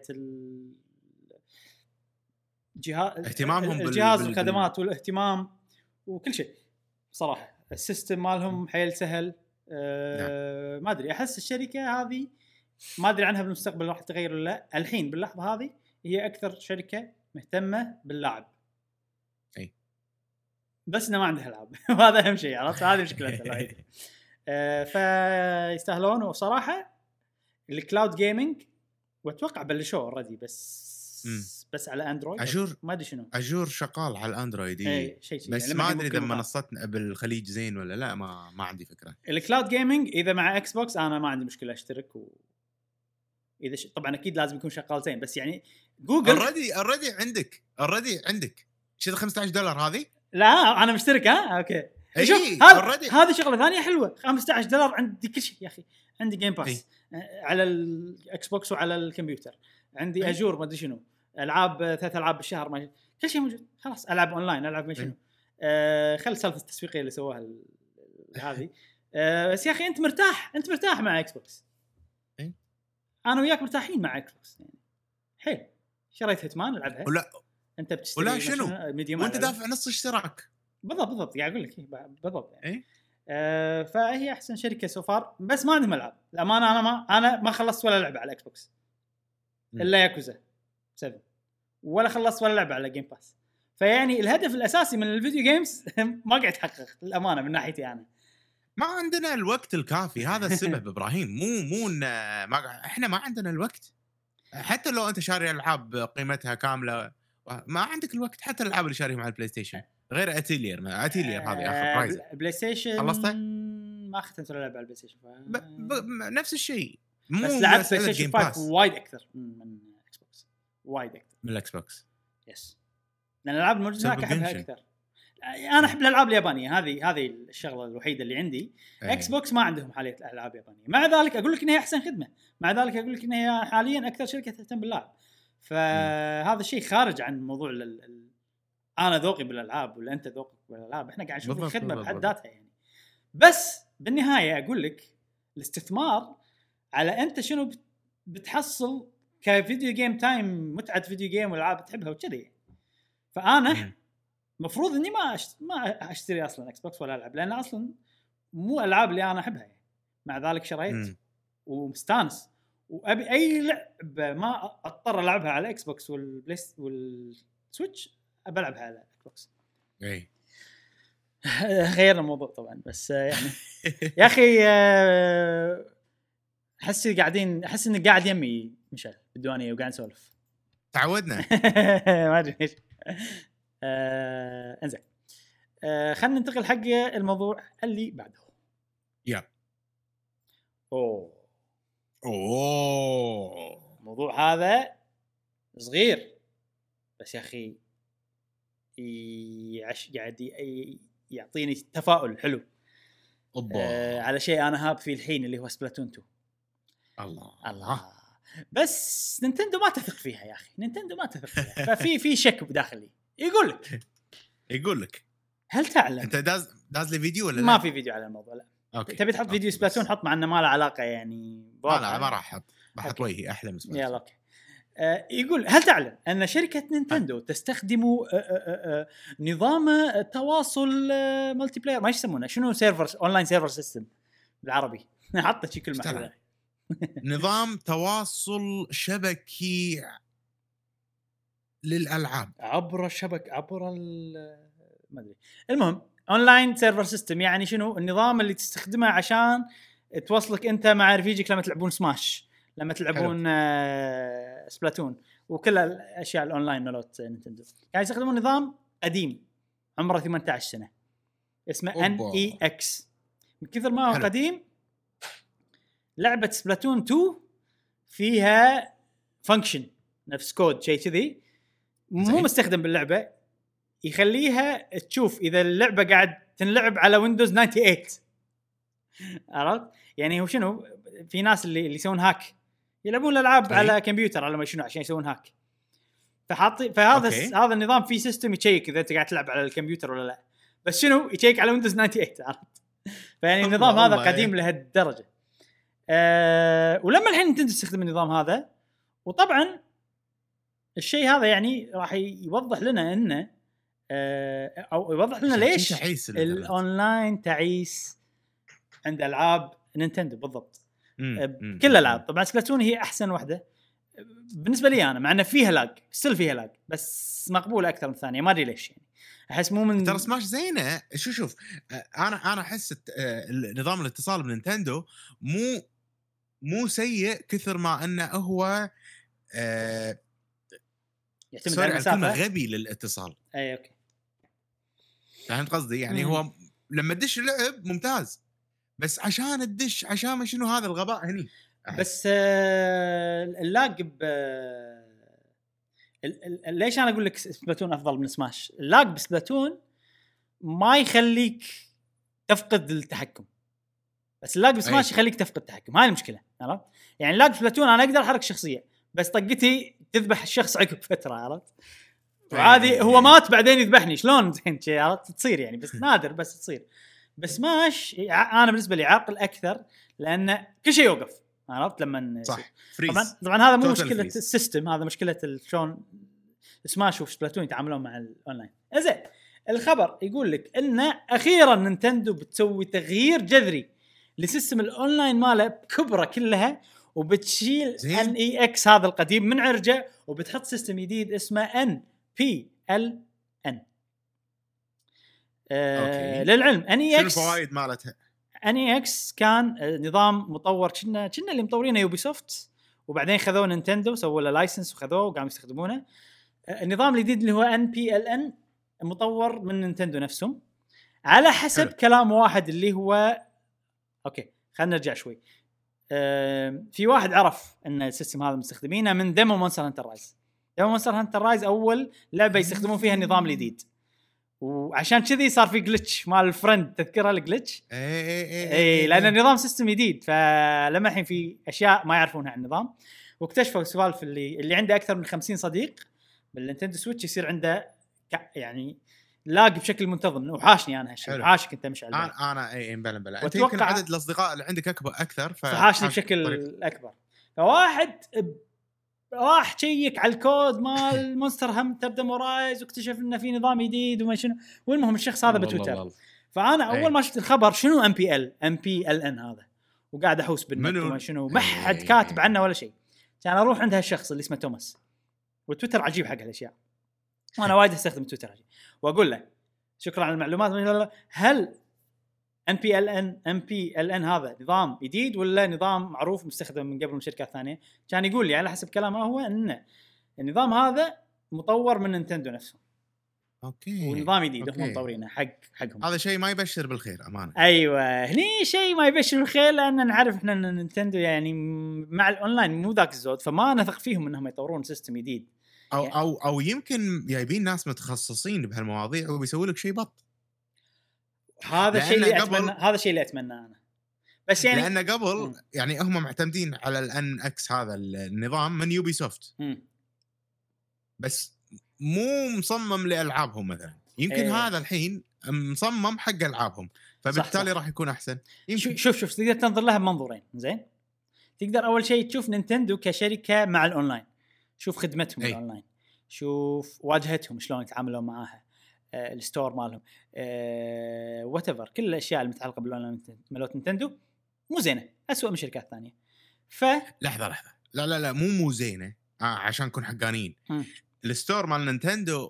[SPEAKER 1] الجهاز
[SPEAKER 3] اهتمامهم
[SPEAKER 1] الجهاز بال... الخدمات بال... والاهتمام وكل شيء صراحه. السيستم مالهم حيل سهل. أه... نعم. ما ادري احس الشركه هذه ما ادري عنها بالمستقبل راح تغير ولا لا. الحين باللحظه هذه هي اكثر شركه مهتمه باللاعب.
[SPEAKER 3] اي
[SPEAKER 1] بس انه ما عندها العاب وهذا اهم شيء عرفت. هذه مشكلتها الوحيده. أه... فيستاهلون. وصراحه الكلاود جيمنج واتوقع بلشوا اوريدي بس م. بس على اندرويد
[SPEAKER 3] اجور
[SPEAKER 1] ما ادري شنو.
[SPEAKER 3] اجور شغال على الاندرويد
[SPEAKER 1] اي شيء شيء
[SPEAKER 3] بس يعني ما ادري اذا منصتنا بالخليج زين ولا لا. ما ما عندي فكره.
[SPEAKER 1] الكلاود جيمنج اذا مع اكس بوكس انا ما عندي مشكله اشترك و... اذا ش... طبعا اكيد لازم يكون شغال زين، بس يعني جوجل
[SPEAKER 3] اوريدي اوريدي عندك اوريدي عندك شيء خمسة عشر دولار هذه.
[SPEAKER 1] لا انا مشترك. ها اوكي
[SPEAKER 3] أي
[SPEAKER 1] شوف هذا
[SPEAKER 3] already.
[SPEAKER 1] هذه شغله ثانيه حلوه. خمسة عشر دولار عندي كل شيء يا اخي. عندي جيم باس
[SPEAKER 3] أي.
[SPEAKER 1] على الاكس بوكس وعلى الكمبيوتر، عندي
[SPEAKER 3] أي.
[SPEAKER 1] اجور ما ادري شنو، العاب ثلاث العاب بالشهر، ما كل شيء موجود خلاص. العب اونلاين، العب ما شنو. آه خل سالفه التسويقيه اللي سواها ال... هذه آه بس يا اخي انت مرتاح، انت مرتاح مع اكس بوكس.
[SPEAKER 3] أي.
[SPEAKER 1] انا وياك مرتاحين مع اكس بوكس يعني. حلو شريت هيتمان العبها
[SPEAKER 3] ولا
[SPEAKER 1] انت بتشتري
[SPEAKER 3] ولا شنو وانت دافع نص اشتراك.
[SPEAKER 1] بالضبط بالضبط قاعد اقول لك بالضبط يعني.
[SPEAKER 3] اي
[SPEAKER 1] آه فهي احسن شركه سوفار. بس ما عندهم العاب الامانه. انا ما انا ما خلصت ولا لعبه على الاكس بوكس الا ياكوزا سبعة، ولا خلصت ولا لعبه على جيم باس. فيعني الهدف الاساسي من الفيديو جيمز ما قاعد يتحقق للامانه من ناحيتي انا.
[SPEAKER 3] ما عندنا الوقت الكافي، هذا السبب ابراهيم. مو مو ما احنا ما عندنا الوقت. حتى لو انت شاري العاب قيمتها كامله ما عندك الوقت. حتى الالعاب اللي شاريها مع البلاي ستيشن غير اتيلير. ما اتيلير هذه اخر برايز.
[SPEAKER 1] بلاي ستيشن
[SPEAKER 3] خلصته
[SPEAKER 1] ما ختمت ولا لعبه على البلاي ستيشن ف...
[SPEAKER 3] ب... ب... نفس الشيءء. مو
[SPEAKER 1] بس لعبت بلاي ستيشن خمسة وايد اكثر من اكس بوكس، وايد اكثر
[SPEAKER 3] من الاكس بوكس.
[SPEAKER 1] يس لان الالعاب الموجوده هناك احبها اكثر. انا احب الالعاب اليابانيه. هذه هذه الشغله الوحيده اللي عندي.
[SPEAKER 3] أيه.
[SPEAKER 1] اكس بوكس ما عندهم حاليا العاب يابانيه. مع ذلك اقول لك ان هي احسن خدمه، مع ذلك اقول لك ان هي حاليا اكثر شركه تهتم باللاعب. فهذا الشيء خارج عن موضوع ال... ال... انا ذوقي بالالعاب ولا انت ذوقك بالالعاب. احنا قاعد نشوف الخدمه بحد ذاتها يعني. بس بالنهايه اقول لك الاستثمار على انت شنو بتحصل كفيديو جيم تايم، متعه فيديو جيم والالعاب تحبها وكذي. فانا مفروض اني ما أشت... ما اشتري اصلا اكس بوكس ولا العب، لان اصلا مو العاب اللي انا احبها يعني. مع ذلك شريت ومستانس وابي اي لعبه ما اضطر العبها على اكس بوكس والبلاي والسويتش ابى العبها على اكس بوكس.
[SPEAKER 3] اي
[SPEAKER 1] غير الموضوع طبعا. بس يعني يا اخي احس قاعدين احس انك قاعد يمي مشعل بالديوانيه وقاعد نسولف.
[SPEAKER 3] تعودنا.
[SPEAKER 1] ما ادري ايش. آه، انزين آه، خلينا ننتقل حق الموضوع اللي بعده.
[SPEAKER 3] يا
[SPEAKER 1] اوه
[SPEAKER 3] اوه
[SPEAKER 1] الموضوع هذا صغير بس يا اخي يعش قاعد يعطيني تفاؤل حلو. آه، على شيء انا هاب فيه الحين اللي هو سبلاتون تو.
[SPEAKER 3] الله
[SPEAKER 1] الله. بس نينتندو ما تثق فيها يا اخي. نينتندو ما تثق فيها. ففي في شك بداخلي يقول لك
[SPEAKER 3] يقول لك
[SPEAKER 1] هل تعلم
[SPEAKER 3] انت داز داز لي فيديو ولا لا؟
[SPEAKER 1] ما في فيديو على الموضوع. لا
[SPEAKER 3] أوكي.
[SPEAKER 1] تبي تحط فيديو سبلاتون حط، مع انه ما له علاقه يعني.
[SPEAKER 3] لا لا ما راح احط، بحط وجهي احلى من سبلاتون.
[SPEAKER 1] يلا اوكي. آه يقول هل تعلم ان شركه نينتندو تستخدم آه آه آه نظام تواصل آه ملتي بلاير، ما يسمونه شنو، سيرفر اونلاين سيرفر سيستم بالعربي. حطت شي كلمه حلوه.
[SPEAKER 3] نظام تواصل شبكي للالعاب
[SPEAKER 1] عبر الشبكه عبر ما ادري. المهم اونلاين سيرفر سيستم يعني شنو النظام اللي تستخدمه عشان توصلك انت مع رفيجك لما تلعبون سماش، لما تلعبون آه سبلاتون وكل الاشياء الاونلاين مالت نينتندو. يعني يستخدمون نظام قديم عمره ثمانية عشر سنه اسمه ان اي اكس. من كثر ما هو حلو. قديم لعبه سبلاتون تو فيها فانكشن نفس كود شيء كذي مو مستخدم باللعبه، يخليها تشوف اذا اللعبه قاعد تنلعب على ويندوز ثمانية وتسعين. عرفت يعني هو شنو؟ في ناس اللي اللي يسوون هاك يلعبون الالعاب على كمبيوتر على ما شنو عشان يسوون هاك. فحاطي فهذا س... هذا النظام فيه سيستم يشيك اذا انت قاعد تلعب على الكمبيوتر ولا لا، بس شنو يشيك على ويندوز ثمانية وتسعين. عرفت؟ فيعني النظام هذا قديم لهالدرجه. أه... ولما الحين نينتندو تستخدم النظام هذا، وطبعا الشيء هذا يعني راح يوضح لنا انه أه... او يوضح لنا ليش الاونلاين تعيس عند العاب نينتندو بالضبط. مم. كل الالعاب طبعا سبلاتون هي احسن واحده بالنسبه لي انا، مع انه فيها لاج ستيل فيها لاج بس مقبوله اكثر من الثانيه. ما ادري ليش يعني احس مو من
[SPEAKER 3] ترى سماش زينه. شو شوف انا انا احس نظام الاتصال بنينتندو مو مو سيء كثر ما انه هو آه
[SPEAKER 1] يعتمد على المسافه،
[SPEAKER 3] غبي للاتصال.
[SPEAKER 1] اي اوكي
[SPEAKER 3] فهمت قصدي يعني. مم. هو لما تدش لعب ممتاز بس عشان الدش عشان ما شنو هذا الغباء هني.
[SPEAKER 1] بس آه اللاج ب ليش انا اقول لك سبلاتون افضل من سماش؟ اللاج بسبلاتون ما يخليك تفقد التحكم، بس اللاج بسماش يخليك تفقد التحكم. هاي المشكله، عرفت؟ يعني اللاج بسبلاتون انا اقدر احرك الشخصيه بس طقتي تذبح الشخص عقب فتره، عرفت؟ وعادي هو مات بعدين يذبحني شلون زين شيء، عرفت؟ تصير يعني بس نادر بس تصير. بس ماش انا بالنسبه لي عاقل اكثر لان كل شيء يوقف، عرفت؟ لما
[SPEAKER 3] صح
[SPEAKER 1] طبعا طبعا هذا مو مشكله السيستم، هذا مشكله شلون سماش وسبلاتون يتعاملون مع الاونلاين. زين الخبر يقول لك ان اخيرا نينتندو بتسوي تغيير جذري لسيستم الاونلاين ماله بكبره كلها، وبتشيل ان اي اكس هذا القديم من عرجه وبتحط سيستم جديد اسمه ان بي ال ان. آه للعلم ان اي اكس
[SPEAKER 3] شنو الفوائد مالتها؟
[SPEAKER 1] ان اي اكس كان نظام مطور كنا كنا اللي مطورينه يوبي سوفت، وبعدين خذوه نينتندو سووا له لايسنس وخذوه وقاموا يستخدمونه. النظام الجديد اللي هو ان بي ال ان مطور من نينتندو نفسهم على حسب حلو. كلام واحد اللي هو اوكي خلينا نرجع شوي. أه في واحد عرف ان السيستم هذا مستخدمينه من ديمو مونستر هانتر رايز. ديمو مونستر هانتر رايز اول لعبه يستخدمون فيها النظام الجديد، وعشان كذي صار في جلتش مال الفرند، تذكرها الجلتش؟
[SPEAKER 3] اي اي
[SPEAKER 1] اي لان النظام سيستم جديد، فلما الحين في اشياء ما يعرفونها عن النظام، واكتشفوا السوالف اللي اللي عنده اكثر من خمسين صديق بالنينتندو سويتش يصير عنده يعني لاقي بشكل منتظم. وحاشني انا هالشيء، حاشك انت مش على
[SPEAKER 3] انا انا اي مبلا بلا انت يمكن عدد الاصدقاء اللي عندك اكبر اكثر،
[SPEAKER 1] فحاشني بشكل طريق. اكبر. فواحد راح تشيك على الكود مال مونستر هانتر ديمو رايز واكتشف انه في نظام جديد وما شنو، والمهم الشخص هذا بتويتر. فانا اول أي. ما شفت الخبر شنو ام بي ال ام بي ال ان هذا، وقاعد احوس بالنت وما شنو، ما حد كاتب عنه ولا شيء. كان اروح عند هالشخص اللي اسمه توماس، وتويتر عجيب حق هالاشياء، وانا وايد استخدم تويتر عجيب، واقول له شكرا على المعلومات. هل ان بي ال ان ام بي ال ان هذا نظام جديد ولا نظام معروف مستخدم من قبل من شركات ثانيه؟ كان يقول لي على حسب كلامه هو ان النظام هذا مطور من نينتندو نفسهم.
[SPEAKER 3] اوكي
[SPEAKER 1] ونظام جديد هم مطورينه حق حقهم.
[SPEAKER 3] هذا شيء ما يبشر بالخير امانه.
[SPEAKER 1] ايوه هني شيء ما يبشر بالخير، لان نعرف احنا ان نينتندو يعني مع الاونلاين مو ذاك الزود، فما نثق فيهم انهم يطورون سيستم جديد.
[SPEAKER 3] او يعني او او يمكن جايبين ناس متخصصين بهالمواضيع وبيسوي لك شيء بط.
[SPEAKER 1] هذا الشيء اللي اتمنى، هذا الشيء اللي اتمناه انا. بس يعني
[SPEAKER 3] لان قبل م. يعني هم معتمدين على الان اكس هذا النظام من يوبي سوفت م. بس مو مصمم لالعابهم مثلا. يمكن ايه. هذا الحين مصمم حق العابهم، فبالتالي راح يكون احسن.
[SPEAKER 1] يمكن. شوف شوف تقدر تنظر لها بمنظورين. زين تقدر اول شيء تشوف نينتندو كشركه مع الاونلاين، شوف خدمتهم ايه. الاونلاين، شوف واجهتهم شلون يتعاملون معاها، آه الستور مالهم، آه واتيفر، كل الاشياء المتعلقه بالاونلاين مالت نينتندو مو زينه، اسوأ من شركات ثانيه. ف
[SPEAKER 3] لحظه لحظه لا لا لا مو مو زينه آه عشان نكون حقانيين. الستور مال نينتندو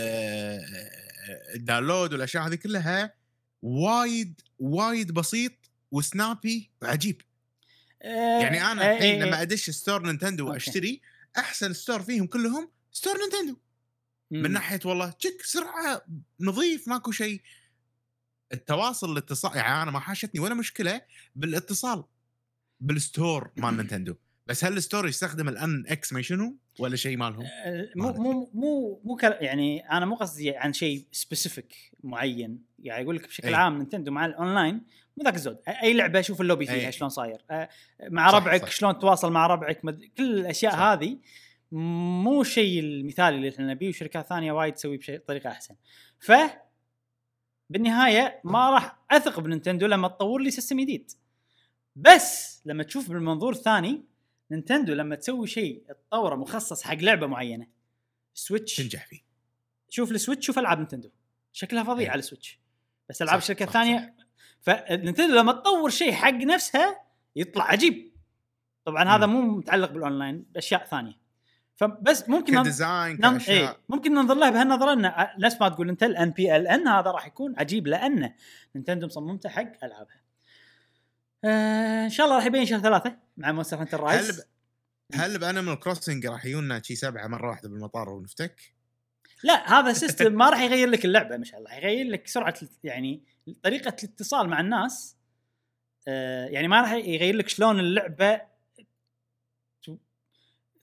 [SPEAKER 3] والداونلود والاشياء هذه كلها وايد وايد بسيط وسنابي وعجيب. أه يعني انا الحين أه لما ادش ستور نينتندو واشتري، احسن ستور فيهم كلهم ستور نينتندو من ناحيه والله تشك سرعه نظيف ماكو شيء. التواصل الاتصال يعني انا ما حاشتني ولا مشكله بالاتصال بالستور مال نينتندو، بس هل الستور يستخدم الان اكس ما شنو ولا شيء مالهم؟
[SPEAKER 1] مو مو مو مو يعني انا مو قصدي عن شيء سبيسيفيك معين، يعني اقول لك بشكل أي. عام نينتندو مع الاونلاين مو ذاك الزود. اي لعبه شوف اللوبي فيها شلون صاير مع صح ربعك صح. شلون تواصل مع ربعك مد... كل الاشياء صح. هذه مو شيء المثالي اللي احنا نبيه، وشركات ثانيه وايد تسوي بطريقه احسن. ف بالنهايه ما راح اثق بنينتندو لما تطور لي سيستم جديد. بس لما تشوف بالمنظور الثاني، نينتندو لما تسوي شيء تطوره مخصص حق لعبه معينه، سويتش
[SPEAKER 3] تنجح فيه.
[SPEAKER 1] شوف السويتش، شوف العاب نينتندو شكلها فظيع أيه. على السويتش، بس العاب الشركات الثانيه. فنينتندو لما تطور شيء حق نفسها يطلع عجيب. طبعا م. هذا مو متعلق بالاونلاين، باشياء ثانيه. فبس ممكن
[SPEAKER 3] كديزاين
[SPEAKER 1] نن... كاشياء ايه. ممكن ننظر لها بهالنظره ان نفس ما تقول انت الان بي ال ان هذا راح يكون عجيب لان نينتندو مصممته حق العابها. آه ان شاء الله راح يبين شهر ثلاثة مع مونستر هانتر رايز.
[SPEAKER 3] هل ب... هل بانيمال كروسنج راح يجونا شي سبعة مره واحده بالمطار ونفتك؟
[SPEAKER 1] لا هذا سيستم ما راح يغير لك اللعبه، ما شاء الله يغير لك سرعه يعني طريقه الاتصال مع الناس. آه يعني ما راح يغير لك شلون اللعبه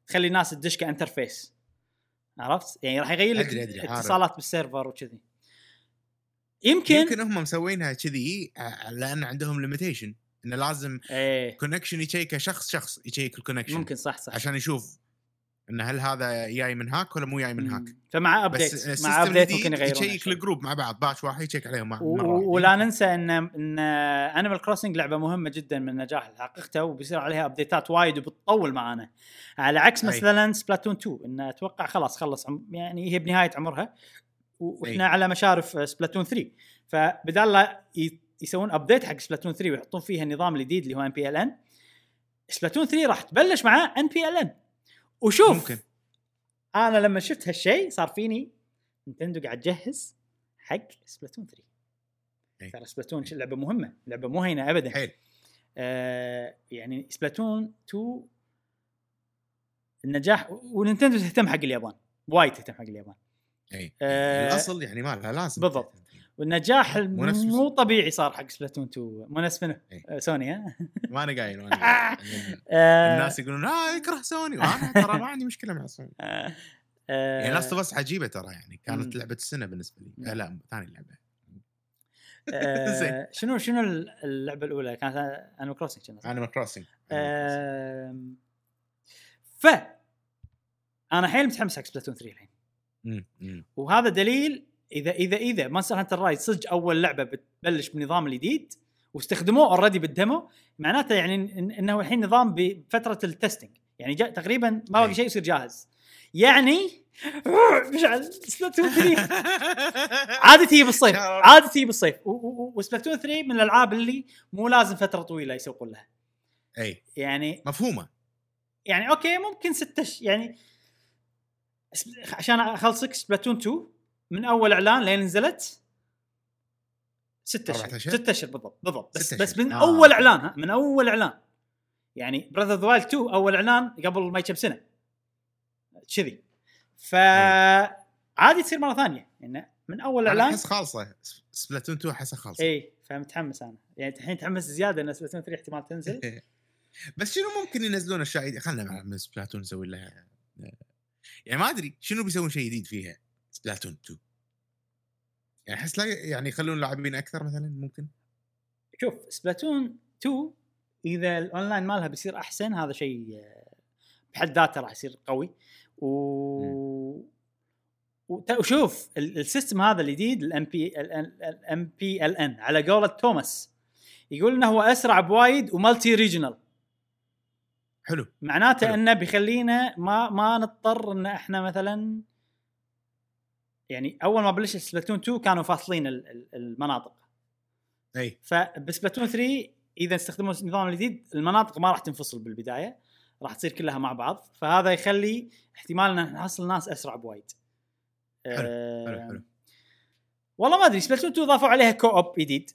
[SPEAKER 1] تخلي الناس تدش كانترفيس، عرفت؟ يعني راح يغير لك اتصالات بالسيرفر وكذي. يمكن
[SPEAKER 3] يمكن هم مسوينها كذي لان عندهم ليميتيشن انه لازم كونكشن يشيك شخص شخص يشيك الكونكشن.
[SPEAKER 1] ممكن صح صح
[SPEAKER 3] عشان يشوف ان هل هذا جاي من هاك ولا مو جاي من هاك.
[SPEAKER 1] فمع ابديت مع ابديت ممكن يغيرون
[SPEAKER 3] يشيك الجروب مع بعض باش واحد يشيك عليهم مع
[SPEAKER 1] و...
[SPEAKER 3] مره واحده.
[SPEAKER 1] ولا ننسى ان ان انيمال كروسنج لعبه مهمه جدا من نجاح حقيقته وبيصير عليها ابديتات وايد وبتطول معانا، على عكس أي. مثلا سبلاتون تو ان اتوقع خلاص خلص عم... يعني هي بنهايه عمرها واحنا أي. على مشارف سبلاتون ثري، فبدال لا ي... يسوون ابديت حق سبلاتون ثري ويحطون فيها النظام الجديد اللي هو ان بي ال ان، سبلاتون ثري راح تبلش معاه ان بي ال ان. وشوف ممكن. انا لما شفت هالشيء صار فيني نينتندو قاعد تجهز حق سبلاتون ثري. ترى سبلاتون لعبه مهمه، لعبه مو هينه ابدا.
[SPEAKER 3] حيل.
[SPEAKER 1] آه يعني سبلاتون تو النجاح، ونينتندو تهتم حق اليابان وايد، تهتم حق اليابان.
[SPEAKER 3] اي آه الاصل يعني ما لها لازم
[SPEAKER 1] بالضبط. والنجاح مو طبيعي صار حق سبلاتون تو. منافس منه آه سوني. ها
[SPEAKER 3] ما انا قايل وانا قايل. الناس يقولون اه يكره سوني وانا ترى ما عندي مشكله مع سوني. يعني لاست بس عجيبه ترى، يعني كانت م. لعبه السنه بالنسبه لي. آه لا ثاني لعبه.
[SPEAKER 1] آه شنو شنو اللعبه الاولى كانت انيمال كروسنج.
[SPEAKER 3] انيمال كروسنج.
[SPEAKER 1] ف انا حيل متحمس حق سبلاتون ثري الحين. وهذا دليل اذا اذا اذا مونستر هانتر رايز صدق اول لعبه بتبلش بالنظام الجديد واستخدموه اوريدي بالديمو، معناته يعني انه الحين نظام بفتره التستنج، يعني جاء تقريبا ما باقي شيء يصير جاهز. يعني مش سبلاتون ثري عادتي بالصيف، عادتي بالصيف. وسبلاتون ثري من الالعاب اللي مو لازم فتره طويله يسوقون لها.
[SPEAKER 3] اي
[SPEAKER 1] يعني
[SPEAKER 3] مفهومه.
[SPEAKER 1] يعني اوكي ممكن ستة يعني عشان اخلصك سبلاتون تو من اول اعلان لين نزلت ستة اشهر ستة اشهر بالضبط بالضبط بس بس من آه. اول اعلان ها من اول اعلان. يعني براذر اوف ذا وايلد تو اول اعلان قبل ما يكمل سنه كذي، فعادي تصير مره ثانيه يعني من اول اعلان.
[SPEAKER 3] احس خالصه سبلاتون تو احسها خالصه.
[SPEAKER 1] اي فمتحمس انا يعني الحين تحمس زياده ان سبلاتون ثري احتمال تنزل.
[SPEAKER 3] بس شنو ممكن ينزلون اشياء؟ خلنا مع سبلاتون نسوي لها يعني ما ادري شنو بيسوون شيء جديد فيها سبلاتون تو. يعني احس لا يعني يخلون لاعبين اكثر مثلا. ممكن
[SPEAKER 1] شوف سبلاتون تو اذا الاونلاين مالها بيصير احسن هذا شيء بحد ذاته راح يصير قوي. و وشوف السيستم هذا الجديد الام بي الام بي ال ان على قولة توماس يقول انه هو اسرع بوايد ومالتي ريجنال.
[SPEAKER 3] حلو.
[SPEAKER 1] معناته انه بيخلينا ما ما نضطر ان احنا مثلا يعني اول ما بلش سبلاتون تو كانوا فاصلين المناطق.
[SPEAKER 3] اي
[SPEAKER 1] فبسبلاتون ثري اذا استخدموا النظام الجديد المناطق ما راح تنفصل بالبدايه، راح تصير كلها مع بعض، فهذا يخلي احتمال ان نحصل ناس اسرع بوايد.
[SPEAKER 3] حلو. أه حلو حلو.
[SPEAKER 1] والله ما ادري سبلاتون تو اضافوا عليها كو اوب جديد،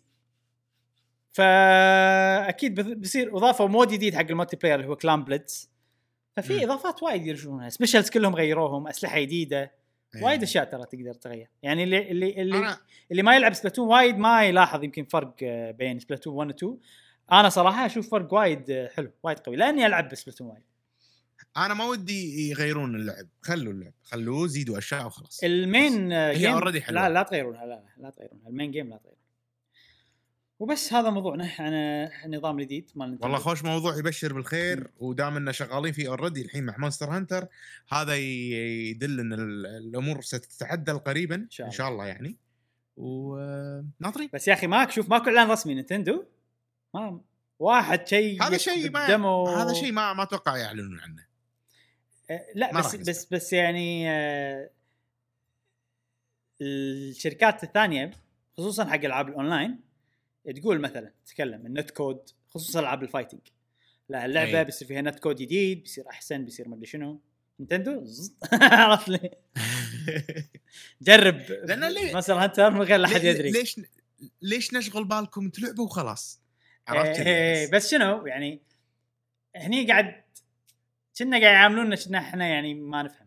[SPEAKER 1] فاكيد بيصير اضافوا مود جديد حق الملتي بلاير اللي هو كلام بليتز. ففي م. اضافات وايد يرجعونها، سبيشالز كلهم غيروهم، اسلحه جديده، وايد اشياء ترى تقدر تغير. يعني اللي اللي اللي, أنا... اللي ما يلعب سبلاتون وايد ما يلاحظ يمكن فرق بين سبلاتون واحد و اثنين. انا صراحه اشوف فرق وايد حلو وايد قوي لاني العب بسبلاتون وايد.
[SPEAKER 3] انا ما ودي يغيرون اللعب، خلوا اللعب خلوه زيدوا اشياء وخلاص.
[SPEAKER 1] المين جيم
[SPEAKER 3] لا
[SPEAKER 1] لا تغيرونها، لا لا تغيرونها المين جيم لا تغيرون. وبس هذا موضوعنا عن النظام الجديد مال
[SPEAKER 3] والله خوش موضوع يبشر بالخير. ودام اننا شغالين فيه اوريدي الحين مع مونستر هانتر، هذا يدل ان الامور ستتعدل قريبا ان شاء الله, إن شاء الله يعني. وناطرين
[SPEAKER 1] بس يا اخي ماك شوف ماكو اعلان رسمي نينتندو، ما واحد شيء
[SPEAKER 3] هذا شيء ما هذا شيء ما ما اتوقع يعلنون عنه.
[SPEAKER 1] أه لا بس بس بس يعني أه الشركات الثانيه خصوصا حق العاب الاونلاين تقول مثلا تتكلم النت كود خصوصا العاب الفايتنج، لا اللعبه أيه. بيصير فيها نت كود جديد، بيصير احسن، بيصير ما ادري شنو. نينتندو عرفت لي جرب مثلا هانتر من غير لا احد يدري.
[SPEAKER 3] ليش ليش نشغل بالكم تلعبوا وخلاص؟
[SPEAKER 1] عرفت ايه بس شنو يعني هني قاعد كنا قاعد يعاملوننا كنا احنا يعني ما نفهم.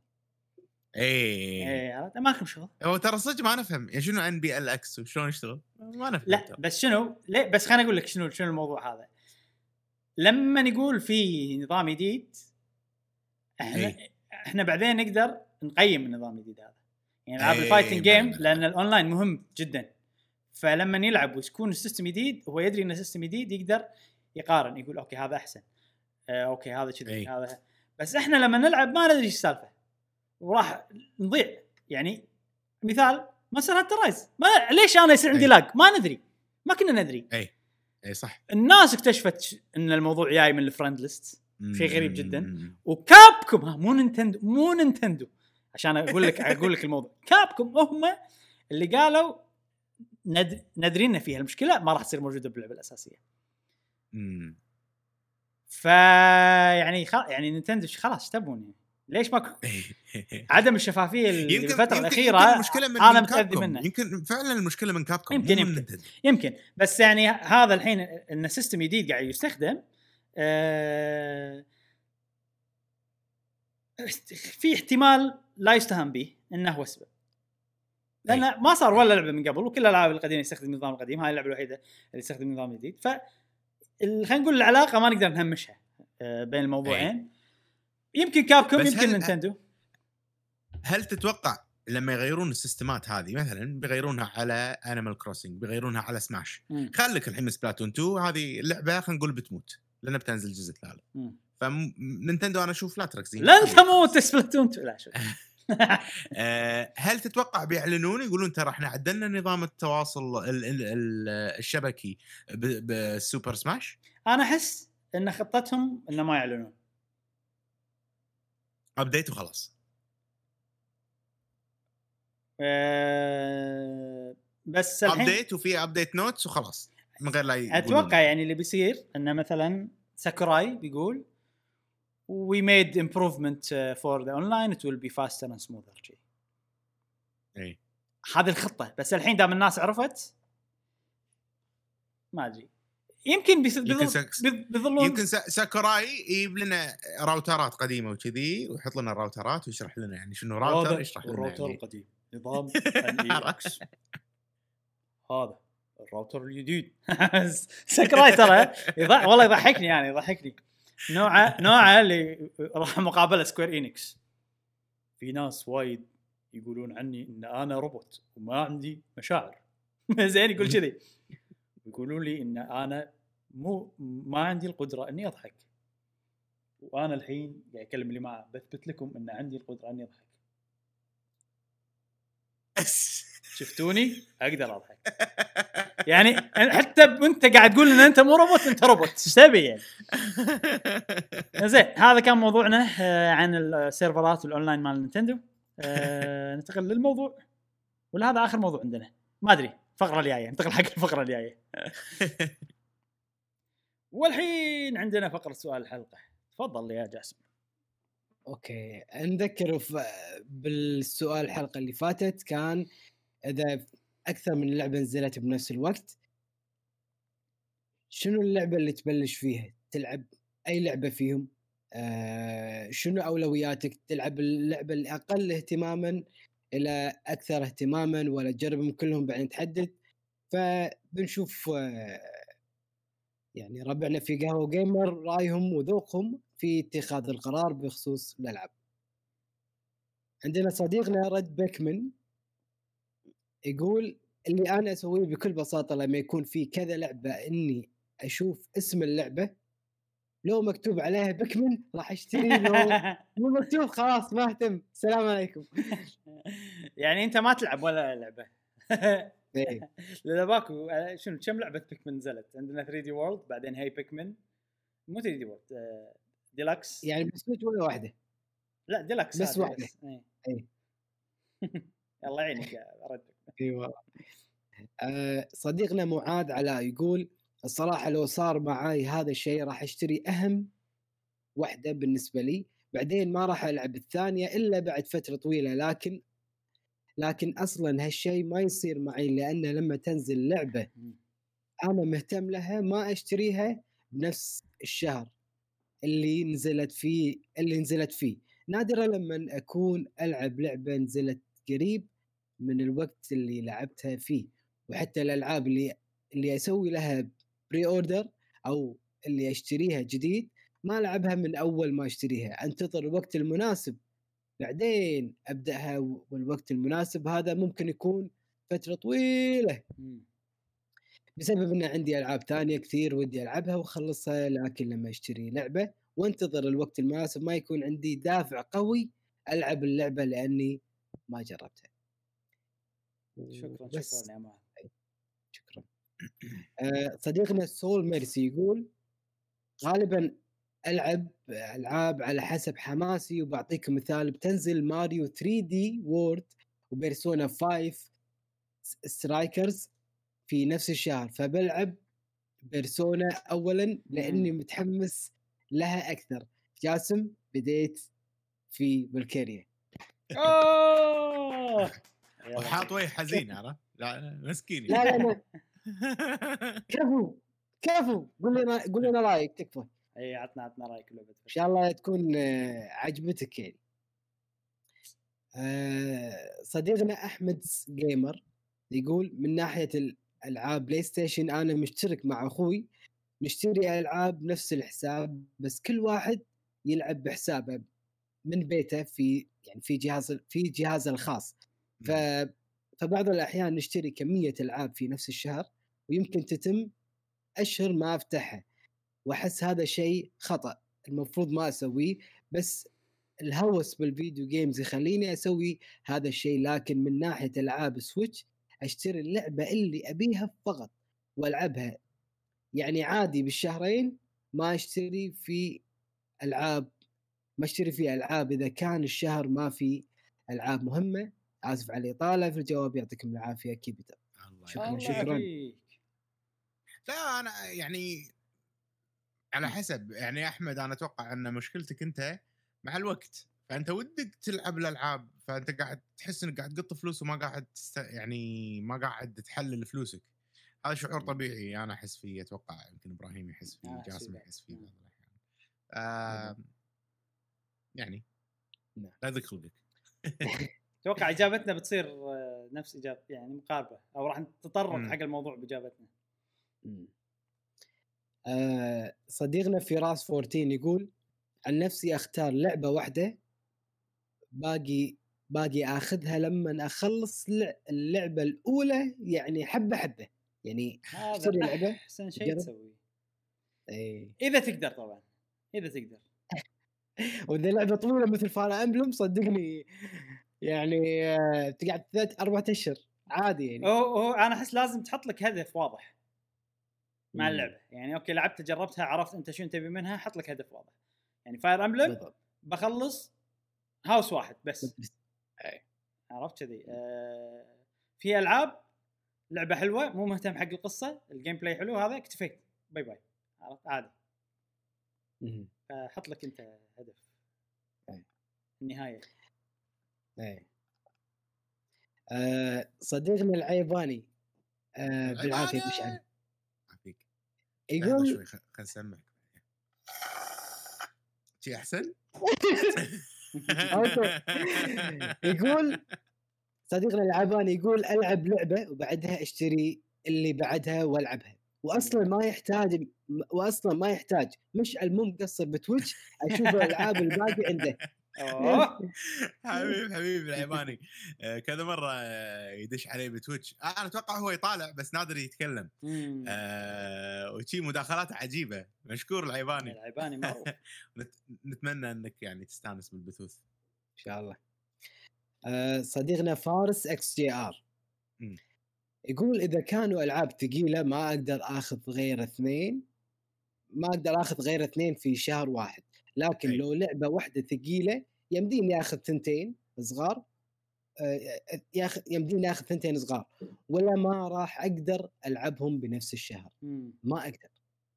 [SPEAKER 3] ايه
[SPEAKER 1] ايه عرفت ما لكم شغل.
[SPEAKER 3] هو ترى صدق ما نفهم يعني شنو ان بي ال اكس وشلون يشتغل ما نفهم.
[SPEAKER 1] لا ترى. بس شنو ليه بس خليني اقول لك شنو شنو الموضوع هذا. لما نقول في نظام جديد احنا
[SPEAKER 3] أي.
[SPEAKER 1] احنا بعدين نقدر نقيم النظام الجديد هذا يعني العاب
[SPEAKER 3] أي،
[SPEAKER 1] الفايتنج جيم
[SPEAKER 3] بلى.
[SPEAKER 1] لان الاونلاين مهم جدا فلما يلعب ويكون السيستم جديد هو يدري ان السيستم جديد يقدر يقارن يقول اوكي هذا احسن آه، اوكي هذا كذي هذا بس احنا لما نلعب ما ندري ايش السالفه وراح نضيع يعني مثال مثلا هانتر رايز ما ليش انا يصير عندي لاج ما ندري ما كنا ندري
[SPEAKER 3] اي اي صح
[SPEAKER 1] الناس اكتشفت ان الموضوع جاي من الفريند ليست شيء غريب جدا
[SPEAKER 3] مم.
[SPEAKER 1] وكابكم ها مو نينتندو مو نينتندو عشان اقول لك اقول لك الموضوع كابكم هم اللي قالوا ند... ندرينا فيها المشكله ما راح تصير موجوده باللعبه الاساسيه
[SPEAKER 3] امم
[SPEAKER 1] ف يعني خ... يعني نينتندو خلاص تبون ليش ما عدم الشفافيه اللي
[SPEAKER 3] يمكن
[SPEAKER 1] الفتره
[SPEAKER 3] يمكن
[SPEAKER 1] الاخيره
[SPEAKER 3] يمكن المشكله من
[SPEAKER 1] انا
[SPEAKER 3] من
[SPEAKER 1] متاذي
[SPEAKER 3] كابكوم.
[SPEAKER 1] منه
[SPEAKER 3] يمكن فعلا المشكله من كابكوم
[SPEAKER 1] يمكن
[SPEAKER 3] مو من
[SPEAKER 1] يمكن
[SPEAKER 3] نينتندو.
[SPEAKER 1] يمكن بس يعني هذا الحين ان السيستم جديد قاعد يستخدم آه... في احتمال لا يستهان به انه هو السبب لان
[SPEAKER 3] أي.
[SPEAKER 1] ما صار ولا لعبه من قبل وكل الالعاب القديمه يستخدم النظام القديم هاي اللعبه الوحيده اللي تستخدم النظام الجديد ف خلينا نقول العلاقه ما نقدر نهمشها بين الموضوعين أي. يمكن كابكوم يمكن نينتندو.
[SPEAKER 3] هل تتوقع لما يغيرون السيستمات هذه مثلا بيغيرونها على انيمال كروسنج بيغيرونها على سماش خليك الحين سبلاتون تو هذه اللعبه خلينا نقول بتموت لانها بتنزل الجزء الثالث فنينتندو انا اشوف لا تركزين
[SPEAKER 1] لن تموت سبلاتون تو لا شوف
[SPEAKER 3] هل تتوقع بيعلنون يقولون ترى احنا عدلنا نظام التواصل الشبكي بالسوبر سماش؟
[SPEAKER 1] انا احس ان خطتهم انه ما يعلنون
[SPEAKER 3] ابديت وخلاص
[SPEAKER 1] أه بس الحين
[SPEAKER 3] ابديت وفي ابديت نوتس وخلاص من غير لا يقولون.
[SPEAKER 1] اتوقع يعني اللي بيصير انه مثلا ساكوراي بيقول we made improvement for the online it will be faster and smoother شيء
[SPEAKER 3] اي
[SPEAKER 1] هذه الخطه بس الحين دام الناس عرفت ما ادري يمكن بيظلون
[SPEAKER 3] يمكن ساكوراي يجيب لنا راوترات قديمه وكذي ويحط لنا الراوترات ويشرح لنا يعني شنو راوتر يشرح لنا
[SPEAKER 1] الراوتر
[SPEAKER 3] يعني.
[SPEAKER 1] القديم نظام الاكس هذا الراوتر الجديد ساكوراي ترى يضحك والله يضحكني يعني يضحكني نوعه نوعه اللي راح مقابله سكوير إينكس في ناس وايد يقولون عني ان انا روبوت وما عندي مشاعر زين يقول كذي يقولون لي ان انا مو ما عندي القدره اني اضحك وانا الحين قاعد اكلم اللي معه بثبت لكم ان عندي القدره اني اضحك شفتوني اقدر اضحك يعني حتى انت قاعد تقول ان انت مو روبوت انت روبوت ايش تبي يعني زين هذا كان موضوعنا عن السيرفرات والاونلاين مال نينتندو ننتقل للموضوع ولا هذا اخر موضوع عندنا ما ادري الفقره الجايه ننتقل حق الفقره الجايه والحين عندنا فقره سؤال الحلقه تفضل يا جاسم.
[SPEAKER 2] اوكي نذكر بالسؤال الحلقه اللي فاتت كان اذا اكثر من لعبه نزلت بنفس الوقت شنو اللعبه اللي تبلش فيها تلعب اي لعبه فيهم آه شنو اولوياتك تلعب اللعبه اللي اقل اهتماما الى اكثر اهتماما ولا تجربهم كلهم بعدين تحدد فبنشوف آه يعني ربعنا في قهوه جيمر رايهم وذوقهم في اتخاذ القرار بخصوص الالعاب. عندنا صديقنا رد بيكمن يقول اللي انا اسويه بكل بساطه لما يكون في كذا لعبه اني اشوف اسم اللعبه لو مكتوب عليها بيكمن راح اشتري لو مو مكتوب خلاص ما اهتم السلام عليكم.
[SPEAKER 1] يعني انت ما تلعب ولا لعبه لا باكو شنو كم لعبه بيكمن نزلت عندنا ثري دي وورلد بعدين هاي بيكمن مو ثري دي وورلد ديلكس
[SPEAKER 2] يعني بس ولا واحده
[SPEAKER 1] لا ديلكس
[SPEAKER 2] بس واحده
[SPEAKER 1] اي اي الله يعينك يا رد.
[SPEAKER 2] ايوه أه صديقنا معاذ علاء يقول الصراحه لو صار معاي هذا الشيء راح اشتري اهم واحده بالنسبه لي بعدين ما راح العب الثانيه الا بعد فتره طويله لكن لكن اصلا هالشيء ما يصير معي لان لما تنزل لعبه انا مهتم لها ما اشتريها بنفس الشهر اللي نزلت فيه اللي نزلت فيه نادرا لما اكون العب لعبه نزلت قريب من الوقت اللي لعبتها فيه وحتى الالعاب اللي اللي اسوي لها بري اوردر او اللي اشتريها جديد ما ألعبها من أول ما أشتريها، أنتظر الوقت المناسب بعدين أبدأها، والوقت المناسب هذا ممكن يكون فترة طويلة بسبب أن عندي ألعاب تانية كثير ودي ألعبها وخلصها. لكن لما أشتري لعبة وانتظر الوقت المناسب ما يكون عندي دافع قوي ألعب اللعبة لأني ما جربتها.
[SPEAKER 1] شكرا
[SPEAKER 2] بس.
[SPEAKER 1] شكرا يا مان.
[SPEAKER 2] شكرا. آه صديقنا سول ميرسي يقول غالبا ألعب ألعاب على حسب حماسي، وبعطيكم مثال بتنزل ماريو ثري دي وورد وبيرسونا فايف سترايكرز في نفس الشهر، فبلعب بيرسونا أولا لأني متحمس لها أكثر. جاسم بديت في بلكيريا.
[SPEAKER 1] أوه
[SPEAKER 3] وحاط وجه حزين عرفت؟ لا مسكين.
[SPEAKER 2] لا لا لا كفو كفو، قول لنا قول لنا رايك تكفى.
[SPEAKER 1] اي عطنا عطنا رايك اللعبه ان
[SPEAKER 2] شاء الله تكون عجبتك يعني. صديقنا احمد جيمر يقول من ناحيه الالعاب بلاي ستيشن انا مشترك مع اخوي نشتري العاب نفس الحساب، بس كل واحد يلعب بحسابه من بيته في يعني في جهاز في جهازه الخاص. ف فبعض الاحيان نشتري كميه العاب في نفس الشهر ويمكن تتم اشهر ما افتحها، واحس هذا شيء خطأ المفروض ما اسويه، بس الهوس بالفيديو جيمز يخليني اسوي هذا الشيء. لكن من ناحيه العاب سويتش اشتري اللعبه اللي ابيها فقط والعبها، يعني عادي بالشهرين ما اشتري في العاب ما اشتري في العاب اذا كان الشهر ما في العاب مهمه. اسف على الاطاله في الجواب، يعطيكم العافيه كيبتر.
[SPEAKER 1] شكرا شكرا.
[SPEAKER 3] لا انا يعني على حسب يعني احمد، انا اتوقع ان مشكلتك انت مع الوقت، فانت ودك تلعب الالعاب فانت قاعد تحس انك قاعد تقط فلوس وما قاعد تست... يعني ما قاعد تحلل فلوسك. هذا شعور طبيعي انا احس فيه، اتوقع يمكن ابراهيم يحس فيه، جاسم يحس فيه بعض الاحيان. آه يعني لا ذك خلقك.
[SPEAKER 1] اتوقع اجابتنا بتصير نفس اجابه يعني مقاربه، او راح نتطرق حق الموضوع باجابتنا.
[SPEAKER 2] آه صديقنا فراس فورتين يقول عن نفسي اختار لعبه واحده باقي باقي اخذها لما اخلص اللعبه الاولى، يعني حبه حبه يعني
[SPEAKER 1] اشتري لعبه احسن شيء تسويه.
[SPEAKER 2] ايه
[SPEAKER 1] اذا تقدر طبعا اذا تقدر.
[SPEAKER 2] واذا لعبه طويله مثل فاير امبلم صدقني يعني آه تقعد ثلاث اربع اشهر عادي يعني.
[SPEAKER 1] اوه انا احس لازم تحط لك هدف واضح مع اللعبه، يعني اوكي لعبت جربتها عرفت انت شو تبي منها، حط لك هدف واضح. يعني فاير امبلم بخلص هاوس واحد بس
[SPEAKER 2] اي
[SPEAKER 1] عرفت كذي. آه في العاب لعبه حلوه مو مهتم حق القصه، الجيم بلاي حلو هذا اكتفيت باي باي عرفت عادي. حط لك انت هدف
[SPEAKER 2] اي
[SPEAKER 1] النهايه.
[SPEAKER 2] اي آه صديقنا العيباني آه بالعافيه مشعل
[SPEAKER 3] عافيك
[SPEAKER 2] يقول
[SPEAKER 3] شوي خل نسمعك شيء احسن.
[SPEAKER 2] يقول صديقنا العيباني يقول العب لعبه وبعدها اشتري اللي بعدها والعبها، واصلا ما يحتاج واصلا ما يحتاج مش المو مقصر بتويتش اشوف الالعاب الباقي عنده.
[SPEAKER 3] حبيب حبيب العيباني كذا مره يدش عليه بتويتش، انا اتوقع هو يطالع بس نادر يتكلم آه وشي مداخلات عجيبه. مشكور العيباني
[SPEAKER 1] العيباني معروف.
[SPEAKER 3] نتمنى انك يعني تستانس بالبثوث
[SPEAKER 2] ان شاء الله. آه صديقنا فارس اكس جي ار يقول اذا كانوا العاب ثقيله ما اقدر اخذ غير اثنين ما اقدر اخذ غير اثنين في شهر واحد، لكن أي. لو لعبه واحده ثقيله يمديني اخذ ثنتين صغار ياخذ يمديني اخذ ثنتين صغار ولا ما راح اقدر العبهم بنفس الشهر.
[SPEAKER 1] مم.
[SPEAKER 2] ما اقدر.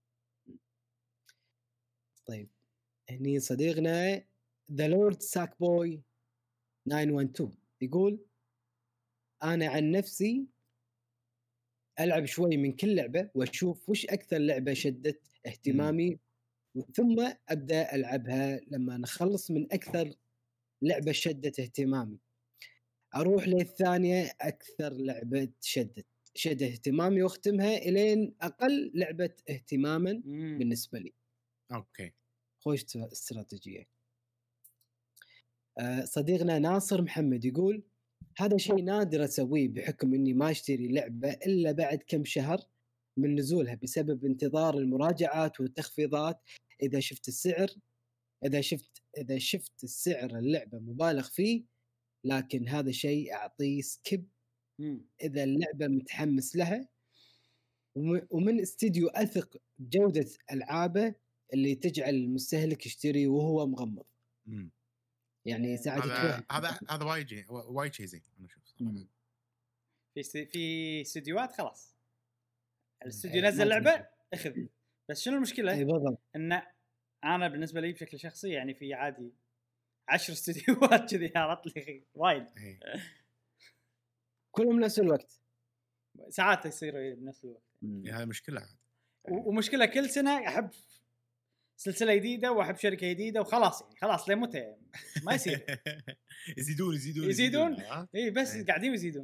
[SPEAKER 2] طيب هني صديقنا ذا لورد ساك بوي تسعة واحد اثنين يقول انا عن نفسي العب شوي من كل لعبه واشوف وش اكثر لعبه شدت اهتمامي ثم ابدا العبها. لما نخلص من اكثر لعبه شدت اهتمامي اروح للثانيه اكثر لعبه شدت شد اهتمامي واختمها الين اقل لعبه اهتماما
[SPEAKER 1] مم.
[SPEAKER 2] بالنسبه لي.
[SPEAKER 3] اوكي
[SPEAKER 2] خوش استراتيجية. أه صديقنا ناصر محمد يقول هذا شيء نادر أسويه بحكم إني ما أشتري لعبة إلا بعد كم شهر من نزولها بسبب انتظار المراجعات والتخفيضات. إذا شفت السعر إذا شفت إذا شفت السعر اللعبة مبالغ فيه، لكن هذا شيء أعطيه سكيب إذا اللعبة متحمس لها ومن استديو أثق بجودة ألعابه اللي تجعل المستهلك يشتري وهو مغمض.
[SPEAKER 3] مم.
[SPEAKER 2] يعني ساعات
[SPEAKER 3] هذا هذا هذا وايد وايد شيء زين. انا اشوف
[SPEAKER 1] في في استديوهات خلاص الاستوديو نزل لعبه اخذ، بس شنو المشكله؟
[SPEAKER 2] اي بالضبط.
[SPEAKER 1] ان انا بالنسبه لي بشكل شخصي يعني في عادي عشر استديوهات كذي عرضت لي وايد
[SPEAKER 2] كلهم نفس الوقت،
[SPEAKER 1] ساعات يصيروا بنفس الوقت.
[SPEAKER 3] هذه مشكله عاد.
[SPEAKER 1] ومشكله كل سنه احب سلسله جديده واحب شركه جديده وخلاص يعني خلاص لمتى ما يصير
[SPEAKER 3] يزيدون يزيدون
[SPEAKER 1] يزيدون اي بس ايه. قاعدين يزيدون.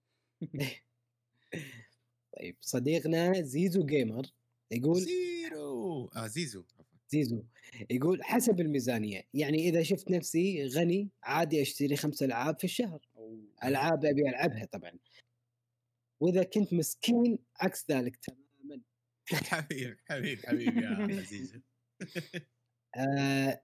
[SPEAKER 2] طيب صديقنا زيزو جيمر يقول
[SPEAKER 3] زيرو آه زيزو
[SPEAKER 2] زيزو يقول حسب الميزانيه، يعني اذا شفت نفسي غني عادي اشتري خمس العاب في الشهر، العاب ابي العبها طبعا، واذا كنت مسكين عكس ذلك تماما.
[SPEAKER 3] حبيب حبيب حبيب يا عزيز.
[SPEAKER 2] آه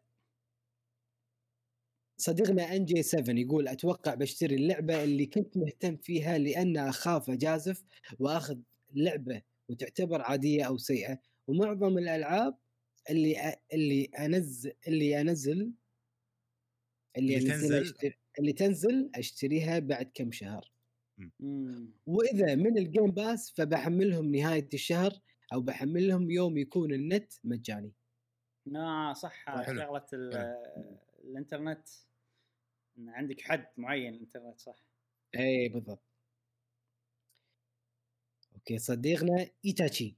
[SPEAKER 2] صديقنا ان جي سبعة يقول اتوقع بشتري اللعبه اللي كنت مهتم فيها لان اخاف اجازف واخذ لعبه وتعتبر عاديه او سيئه، ومعظم الالعاب اللي أ... اللي انزل اللي انزل اللي, اللي تنزل أشتري... اللي تنزل اشتريها بعد كم شهر.
[SPEAKER 1] مم.
[SPEAKER 2] واذا من الجيم باس فبحملهم نهايه الشهر او بحملهم يوم يكون النت مجاني.
[SPEAKER 1] نا صح شغله الانترنت إن عندك حد معين الانترنت صح.
[SPEAKER 2] اي بالضبط. اوكي صديقنا ايتاتشي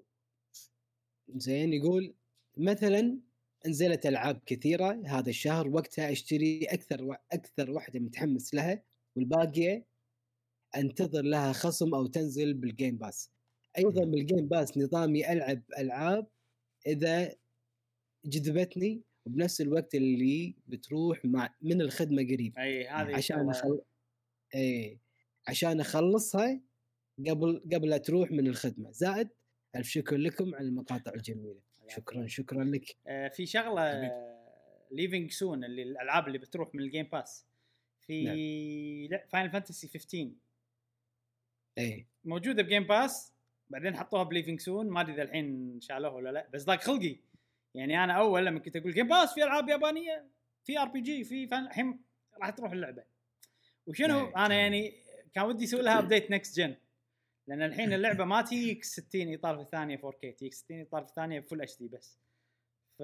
[SPEAKER 2] زين يقول مثلا نزلت العاب كثيره هذا الشهر وقتها اشتري اكثر و... اكثر واحده متحمس لها والباقيه انتظر لها خصم او تنزل بالجيم باس. ايضا بالجيم باس نظامي العب العاب اذا جذبتني وبنفس الوقت اللي بتروح مع من الخدمه قريب.
[SPEAKER 1] اي هذه
[SPEAKER 2] عشان أخل... اي عشان اخلصها قبل قبل لا تروح من الخدمه. زائد الف شكر لكم على المقاطع الجميله. شكرا شكرا لك.
[SPEAKER 1] آه في شغله ليفينج سون اللي الالعاب اللي بتروح من الجيم باس في نعم. لا فاينل فانتسي خمسة عشر
[SPEAKER 2] اي
[SPEAKER 1] موجوده بجيم باس بعدين حطوها بليفينج سون، ما ادري اذا الحين شالوها ولا لا، بس ضاق خلقي يعني. انا اول لما كنت اقول جيم باس في العاب يابانيه في ار بي جي في الحين راح تروح اللعبه وشنو أي. انا يعني كان ودي يسوي لها ابديت نكست جن، لان الحين اللعبه ما تيك ستين اطار في الثانيه فور كي، تيك ستين اطار في الثانيه فول اتش دي بس. ف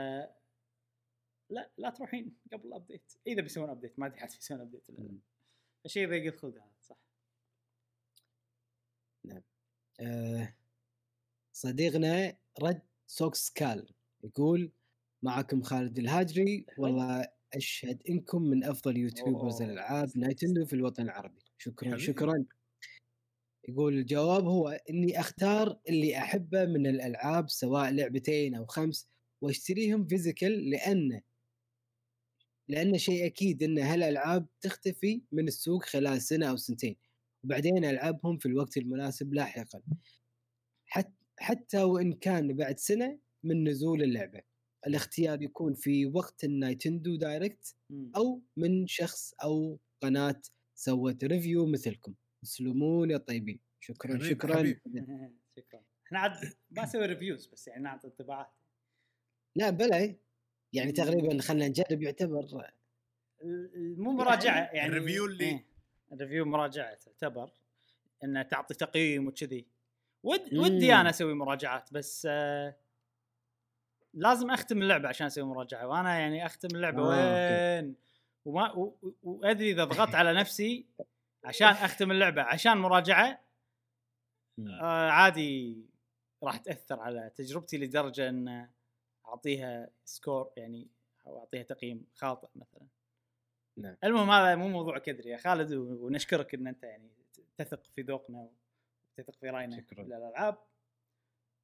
[SPEAKER 1] لا لا تروحين قبل الابديت اذا بيسوون ابديت، ما ادري حد يسوون ابديت الشيء ذا ياخذ خذها صح.
[SPEAKER 2] نعم. أه صديقنا رد سوكسكال يقول معكم خالد الهاجري، والله اشهد انكم من افضل يوتيوبرز الالعاب نايتندو في الوطن العربي. شكرا حبيب. شكرا. يقول الجواب هو اني اختار اللي احبه من الالعاب سواء لعبتين او خمس واشتريهم فيزيكال، لان لان شيء اكيد ان هالالعاب تختفي من السوق خلال سنه او سنتين وبعدين العبهم في الوقت المناسب لاحقا، حتى حتى وان كان بعد سنه من نزول اللعبه. الاختيار يكون في وقت النايتندو دايركت او من شخص او قناه سوت ريفيو مثلكم. تسلمون يا طيبين. شكرا حبيب شكرا
[SPEAKER 3] حبيب.
[SPEAKER 1] شكرا. احنا عاد ما نسوي ريفيوز بس يعني نعطي انطباعات.
[SPEAKER 2] لا بلا يعني تقريبا خلنا نجرب يعتبر
[SPEAKER 1] مو مراجعه يعني
[SPEAKER 3] الريفيو اللي
[SPEAKER 1] ايه. الريفيو مراجعه تعتبر انه تعطي تقييم وكذي. ود ودي انا اسوي مراجعات بس آه لازم اختم اللعبه عشان اسوي مراجعه، وانا يعني اختم اللعبه آه، وين وما و... وادري اذا ضغطت على نفسي عشان اختم اللعبه عشان مراجعه آه عادي راح تاثر على تجربتي لدرجه ان اعطيها سكور يعني او اعطيها تقييم خاطئ مثلا.
[SPEAKER 2] نعم.
[SPEAKER 1] المهم هذا مو موضوع كدري يا خالد، ونشكرك ان انت يعني تثق في ذوقنا وتثق في راينا في الالعاب.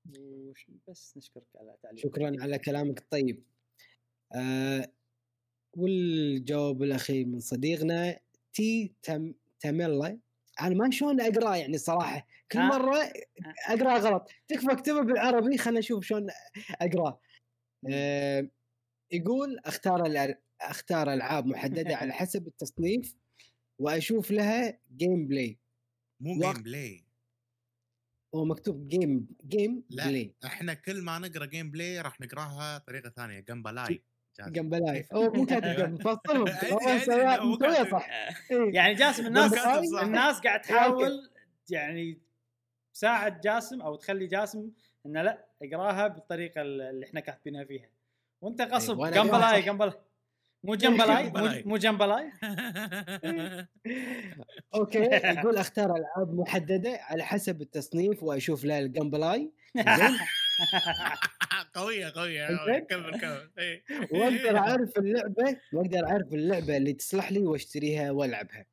[SPEAKER 1] بس نشكرك على تعليق.
[SPEAKER 2] شكرا على كلامك الطيب. آه والجواب الاخير من صديقنا تي تم تملا. انا ما شلون اقراه يعني صراحه كل
[SPEAKER 1] آه.
[SPEAKER 2] مره اقراه غلط. تكفى اكتبه بالعربي خلنا نشوف شلون اقراه. آه يقول اختار الأر... اختار العاب محدده على حسب التصنيف واشوف لها جيم بلاي.
[SPEAKER 3] مو
[SPEAKER 2] وق-
[SPEAKER 3] جيم بلاي،
[SPEAKER 2] هو مكتوب جيم جيم
[SPEAKER 3] لا
[SPEAKER 2] بلاي
[SPEAKER 3] احنا كل ما نقرا جيم بلاي راح نقراها طريقه ثانيه، جمبلاي
[SPEAKER 2] جنبلاي. هو مو كاتب جنب فصلهم.
[SPEAKER 3] أدري-
[SPEAKER 2] هو
[SPEAKER 3] أدري
[SPEAKER 2] سواه
[SPEAKER 3] إنه مو
[SPEAKER 2] مسويه
[SPEAKER 3] كاتب.
[SPEAKER 2] صح. إيه.
[SPEAKER 1] يعني جاسم الناس
[SPEAKER 3] مو كاتب صح.
[SPEAKER 1] الناس قاعد تحاول يعني تساعد جاسم او تخلي جاسم انه لا اقراها بالطريقه اللي احنا كاتبينها فيها، وانت غصب
[SPEAKER 2] وأنا
[SPEAKER 1] جنبلاي
[SPEAKER 2] أقراها صح.
[SPEAKER 1] جنبلاي مو جنبلاي مو-
[SPEAKER 3] جنبلاي.
[SPEAKER 1] مو جنبلاي.
[SPEAKER 2] اوكي يقول اختار العاب محدده على حسب التصنيف واشوف لها الجمبلاي. زين.
[SPEAKER 3] قويه قويه
[SPEAKER 2] زين.
[SPEAKER 3] كمل كمل. إيه.
[SPEAKER 2] واقدر اعرف اللعبه واقدر اعرف اللعبه اللي تصلح لي واشتريها والعبها.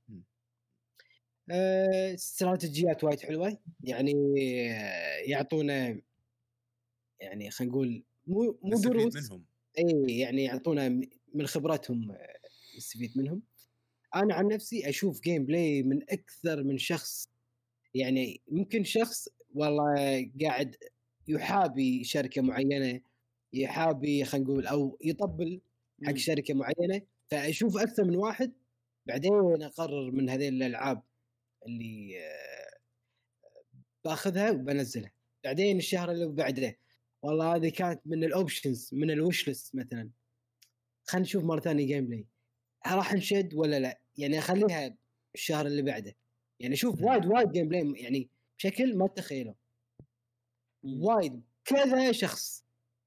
[SPEAKER 2] أه استراتيجيات وايد حلوه يعني. آه، يعطونا يعني خلينا نقول مو مو
[SPEAKER 3] نستفيد
[SPEAKER 2] دروس.
[SPEAKER 3] منهم.
[SPEAKER 2] اي يعني يعطونا من خبراتهم آه، نستفيد منهم. انا عن نفسي اشوف جيم بلاي من اكثر من شخص. يعني ممكن شخص والله قاعد يحابي شركه معينه، يحابي خلينا نقول او يطبل حق شركه معينه، فاشوف اكثر من واحد بعدين اقرر من هذين الالعاب اللي آه، باخذها وبنزلها. بعدين الشهر اللي بعده والله هذه كانت من الاوبشنز من الوش ليست مثلا، خلينا نشوف مره ثانيه جيم بلاي راح نشد ولا لا. يعني اخليها الشهر اللي بعده. يعني شوف وايد وايد جيم بلاي يعني بشكل ما تتخيله. وايد كذا شخص.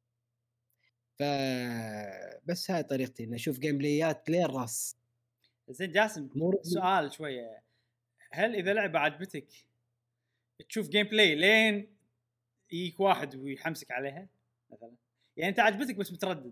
[SPEAKER 2] فبس هاي طريقتي اني اشوف جيم بلايات لين راس.
[SPEAKER 1] زين جاسم سؤال شويه، هل اذا لعبه عجبتك تشوف جيم بلاي لين يجيك واحد ويحمسك عليها مثلا؟ يعني انت عجبتك بس متردد.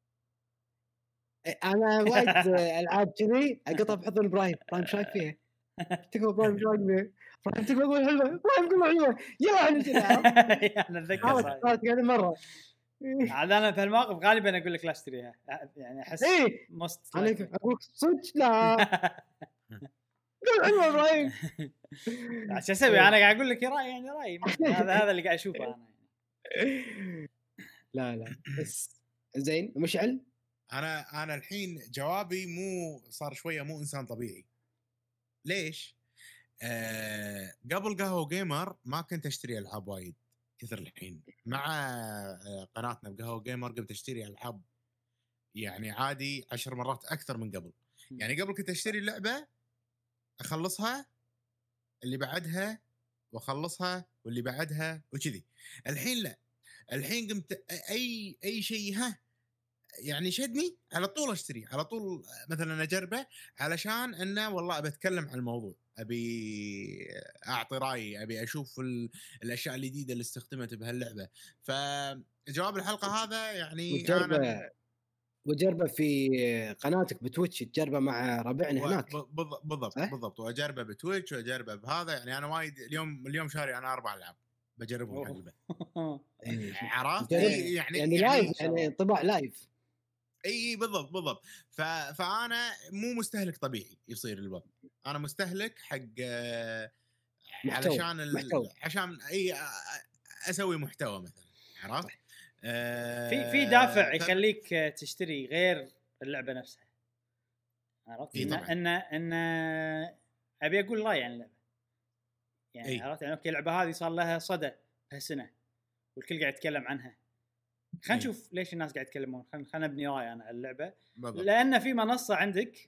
[SPEAKER 2] انا وايد العاب كذي اقطع بحضن ابراهيم. ابراهيم شايف فيها تكفى ابراهيم شايف فيها ابراهيم تكفى ابراهيم حلوه ابراهيم كله حلوه يلا احنا كذا.
[SPEAKER 1] انا اتذكر
[SPEAKER 2] صارت هذه مره.
[SPEAKER 1] عاد انا في المواقف غالبا اقول لك لا اشتريها، يعني احس
[SPEAKER 2] ايه
[SPEAKER 1] مست
[SPEAKER 2] انا اقول صدق لا حلوه ابراهيم.
[SPEAKER 1] عشان اسوي انا قاعد اقول لك رايي، يعني رايي هذا هذا اللي قاعد اشوفه انا.
[SPEAKER 2] لا لا بس زين. مشعل
[SPEAKER 3] انا انا الحين جوابي مو صار شويه مو انسان طبيعي. ليش؟ آه قبل قهوه جيمر ما كنت اشتري العاب وايد كثر. الحين مع آه قناتنا بقهوه جيمر قمت اشتري العاب يعني عادي عشر مرات اكثر من قبل. يعني قبل كنت اشتري اللعبه اخلصها اللي بعدها واخلصها واللي بعدها وكذي. الحين لا، الحين قمت اي اي شيء ها يعني شدني على طول اشتري على طول مثلا اجربه علشان انه والله ابي اتكلم عن الموضوع، ابي اعطي رايي، ابي اشوف الاشياء الجديده اللي استخدمت بهاللعبه. فجواب الحلقه هذا يعني
[SPEAKER 2] وجربه
[SPEAKER 3] انا
[SPEAKER 2] وجربه في قناتك بتويتش تجربه مع ربعنا هناك.
[SPEAKER 3] بالضبط بالضبط بالضبط واجربه بتويتش واجربه بهذا. يعني انا وايد اليوم اليوم شاري انا اربع العاب بجربهم حق البث. عرفت يعني
[SPEAKER 2] يعني, يعني لايف يعني طبع لايف.
[SPEAKER 3] اي بالضبط بالضبط. ف... فانا مو مستهلك طبيعي يصير الوضع، انا مستهلك حق
[SPEAKER 2] محتوى.
[SPEAKER 3] علشان ال...
[SPEAKER 2] محتوى.
[SPEAKER 3] عشان اي اسوي محتوى مثلا. عرفت
[SPEAKER 1] آه في في دافع ف... يخليك تشتري غير اللعبه نفسها. عرفت ان ان ان ابي اقول رايي عن اللعبه يعني إيه؟ عرفت يعني اوكي اللعبه هذه صار لها صدى هالسنه والكل قاعد يتكلم عنها، خلينا نشوف ليش الناس قاعد يتكلمون، خلينا نبني راي انا على اللعبه بالضبط. لان في منصه عندك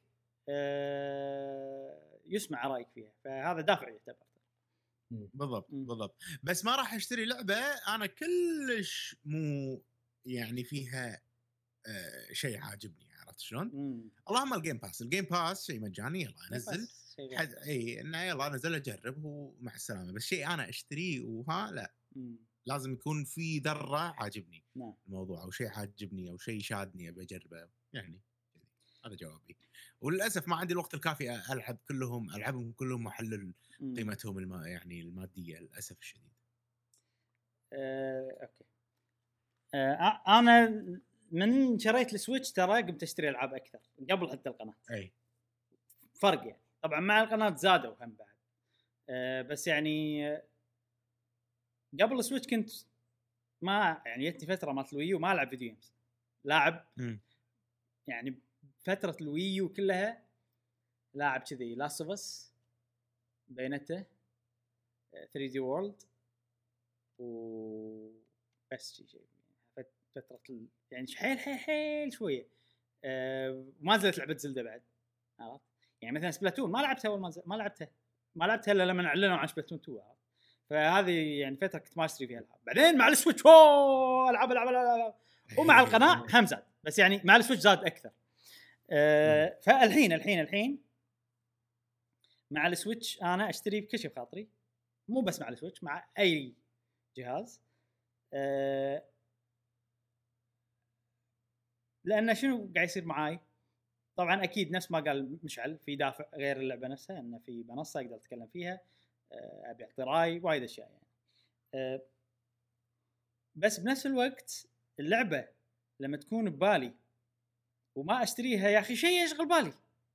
[SPEAKER 1] آه يسمع رايك فيها، فهذا دافع يعتبر.
[SPEAKER 3] بالضبط م. بالضبط. بس ما راح اشتري لعبه انا كلش مو يعني فيها آه شيء عاجبني. عرفت شلون؟ اللهم الجيم باس الجيم باس شيء مجاني يلا انزل حد اي انه يلا انزل اجرب ومع السلامه. بس شيء انا اشتريه وها لا م. لازم يكون في ذره عاجبني نعم. الموضوع او شيء عاجبني او شيء شادني ابي اجربه. يعني هذا جوابي. وللاسف ما عندي الوقت الكافي العب كلهم العبهم كلهم واحلل قيمتهم الما يعني الماديه للاسف الشديد.
[SPEAKER 1] آه، اوكي آه، انا من شريت السويتش ترى قمت اشتري العاب اكثر قبل حتى القناه.
[SPEAKER 3] اي
[SPEAKER 1] فرق يعني طبعا مع القناه زادوا هم بعد أه بس يعني قبل السويتش كنت ما يعني جتني فتره مالت الويو ما العب فيديو جيمز لاعب م. يعني فتره الويو كلها لاعب كذي لاست اوف اس بينته ثري دي وورلد و بس شيء فتره يعني حيل حيل حيل شويه أه ما نزلت لعبه زلدة بعد عرفت يعني مثلا سبلاتون ما لعبتها اول ما ما لعبتها ما لعبتها الا لما اعلنوا عن سبلاتون تو عرفت فهذه يعني فتره كنت ما اشتري فيها العاب بعدين مع السويتش اوه العاب العاب العاب ومع القناه هم زاد بس يعني مع السويتش زاد اكثر أه فالحين الحين الحين مع السويتش انا اشتري بكل شيء بخاطري مو بس مع السويتش مع اي جهاز أه لان شنو قاعد يصير معاي طبعا اكيد نفس ما قال مشعل في دافع غير اللعبه نفسها انه في منصه اقدر اتكلم فيها ابي اعطي راي وايد اشياء يعني أه بس بنفس الوقت اللعبه لما تكون ببالي وما اشتريها يا اخي شيء يشغل بالي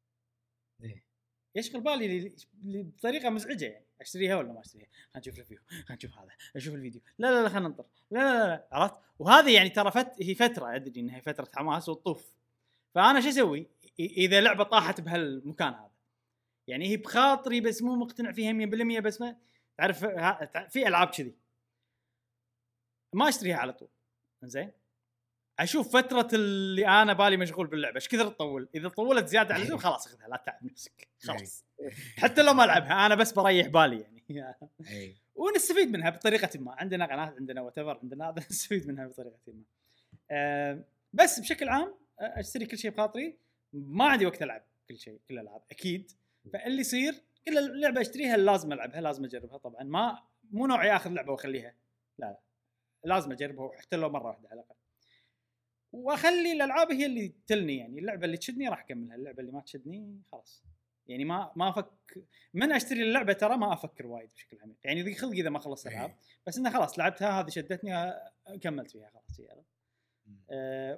[SPEAKER 1] يشغل بالي بطريقه مزعجه يعني اشتريها ولا ما اشتريها خلينا نشوف الفيديو خلينا نشوف هذا اشوف الفيديو لا لا لا خلينا ننطر لا لا لا عرفت وهذه يعني ترى فت هي فتره ادري انها فتره حماس وطوف فانا شو اسوي اذا لعبه طاحت بهالمكان هذا يعني هي بخاطري بس مو مقتنع فيها مية بالمية بس ما تعرف في العاب كذي ما اشتريها على طول زين اشوف فتره اللي انا بالي مشغول باللعبه ايش كثر تطول اذا طولت زياده على اللزوم خلاص اخذها لا تعب نفسك خلاص حتى لو ما العبها انا بس بريح بالي يعني
[SPEAKER 3] اي
[SPEAKER 1] ونستفيد منها بطريقه ما عندنا قناه عندنا واتيفر عندنا هذا نستفيد منها بطريقه ما أه بس بشكل عام اشتري كل شيء بخاطري ما عندي وقت العب كل شيء كل الالعاب اكيد فاللي يصير كل لعبه اشتريها لازم العبها لازم اجربها طبعا ما مو نوعي اخذ لعبه واخليها لا لا لازم اجربها حتى لو مره واحده على الاقل واخلي الالعاب هي اللي تلني يعني اللعبه اللي تشدني راح اكملها اللعبه اللي ما تشدني خلاص يعني ما ما افكر من اشتري اللعبه ترى ما افكر وايد بشكل عام يعني ذي خلقي اذا ما خلصت العاب بس انه خلاص لعبتها هذه شدتني كملت فيها خلاص يلا أه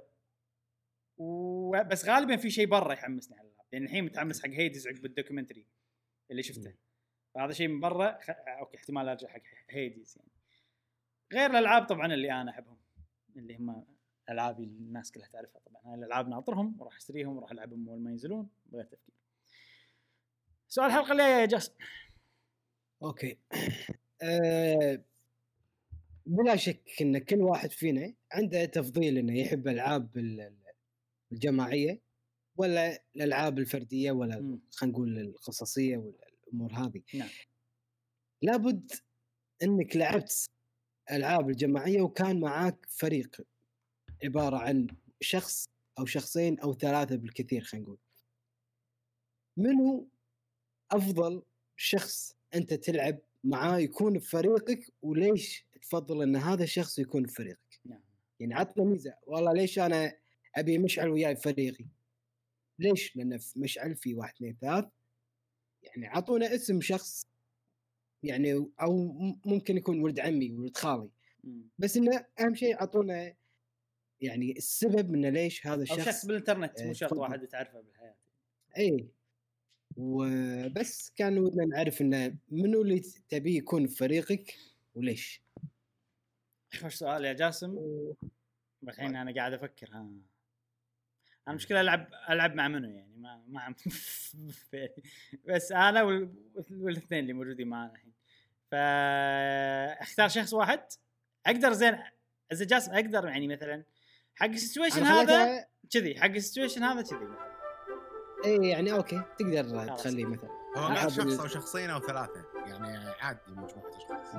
[SPEAKER 1] وبس غالبا في شيء برا يحمسني على الالعاب يعني الحين متحمس حق هيدز عقب الدوكيومنتري اللي شفته فهذا شيء من برا خ... اوكي احتمال ارجع حق هيدز يعني غير الالعاب طبعا اللي انا احبهم اللي هم العابي الناس كلها تعرفها طبعا هاي الالعاب ناطرهم وراح اشتريهم وراح العبهم اول ما ينزلون بغير تفكير. سؤال الحلقه اللي يا جاسم.
[SPEAKER 2] اوكي أه بلا شك ان كل واحد فينا عنده تفضيل انه يحب العاب الجماعيه ولا الالعاب الفرديه ولا خلينا نقول القصصيه ولا الامور هذه.
[SPEAKER 1] نعم.
[SPEAKER 2] لابد انك لعبت العاب الجماعيه وكان معاك فريق عباره عن شخص او شخصين او ثلاثه بالكثير. خلينا نقول منو افضل شخص انت تلعب معاه يكون بفريقك وليش تفضل ان هذا الشخص يكون بفريقك؟
[SPEAKER 1] نعم.
[SPEAKER 2] يعني عطنا ميزه. والله ليش انا ابي مشعل وياي فريقي؟ ليش؟ لان في مشعل في واحد اثنين ثلاث يعني عطونا اسم شخص يعني او ممكن يكون ولد عمي ولد خالي بس انه اهم شيء عطونا يعني السبب انه ليش هذا الشخص
[SPEAKER 1] او شخص بالانترنت مو شرط واحد تعرفه بالحياه.
[SPEAKER 2] اي وبس كان ودنا نعرف انه منو اللي تبي يكون في فريقك وليش.
[SPEAKER 1] خوش سؤال يا جاسم. الحين انا قاعد افكر ها انا مشكله العب العب مع منو يعني ما ما بس انا والاثنين اللي موجودين معنا الحين فاختار شخص واحد اقدر زين اذا جاسم اقدر يعني مثلا حق السيتويشن هذا كذي حق السيتويشن هذا كذي
[SPEAKER 2] اي يعني اوكي تقدر تخليه مثلا
[SPEAKER 3] هو غير شخص او شخصين او ثلاثه يعني عادي مجموعه اشخاص.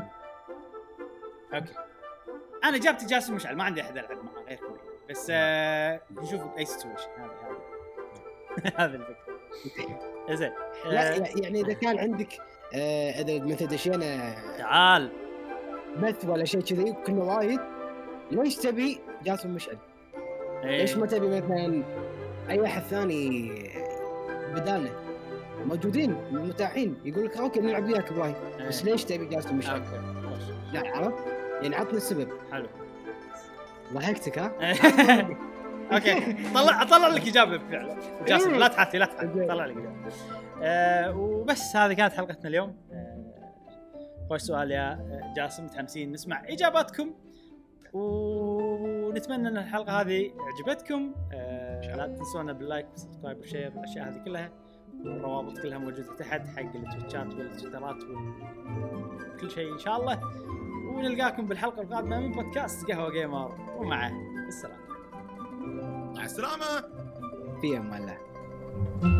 [SPEAKER 1] اوكي انا جابت جاسم مشعل ما عندي احد العب معه غيركم بس آه نشوف باي سيتويشن هذا هذا هذا الفكره زين.
[SPEAKER 2] لا يعني اذا كان عندك آه اذا مثلا دشينا
[SPEAKER 1] تعال
[SPEAKER 2] بث ولا شيء كذي كنا وايد ليش تبي جاسم مشعل؟ ايه؟ ليش ما تبي مثلا اي احد ثاني بدالنا موجودين متاحين يقول لك اوكي نلعب وياك ابراهيم ايه؟ بس ليش تبي جاسم مشعل؟ لا عرفت يعني عطني السبب.
[SPEAKER 1] حلو
[SPEAKER 2] ضحكتك ها.
[SPEAKER 1] اوكي طلع اطلع لك اجابه فعلا جاسم لا تحاتي لا تحاتي طلع لك اجابه. أه وبس هذه كانت حلقتنا اليوم. أه خوش سؤال يا جاسم متحمسين نسمع اجاباتكم ونتمنى ان الحلقه هذه عجبتكم. أه لا تنسونا باللايك والسبسكرايب والشير والاشياء هذه كلها والروابط كلها موجوده تحت حق التويتشات والتويترات وكل شيء ان شاء الله. ونلقاكم بالحلقه القادمه من بودكاست قهوه جيمر ومعه السلام.
[SPEAKER 3] مع السلامه
[SPEAKER 2] في امان الله.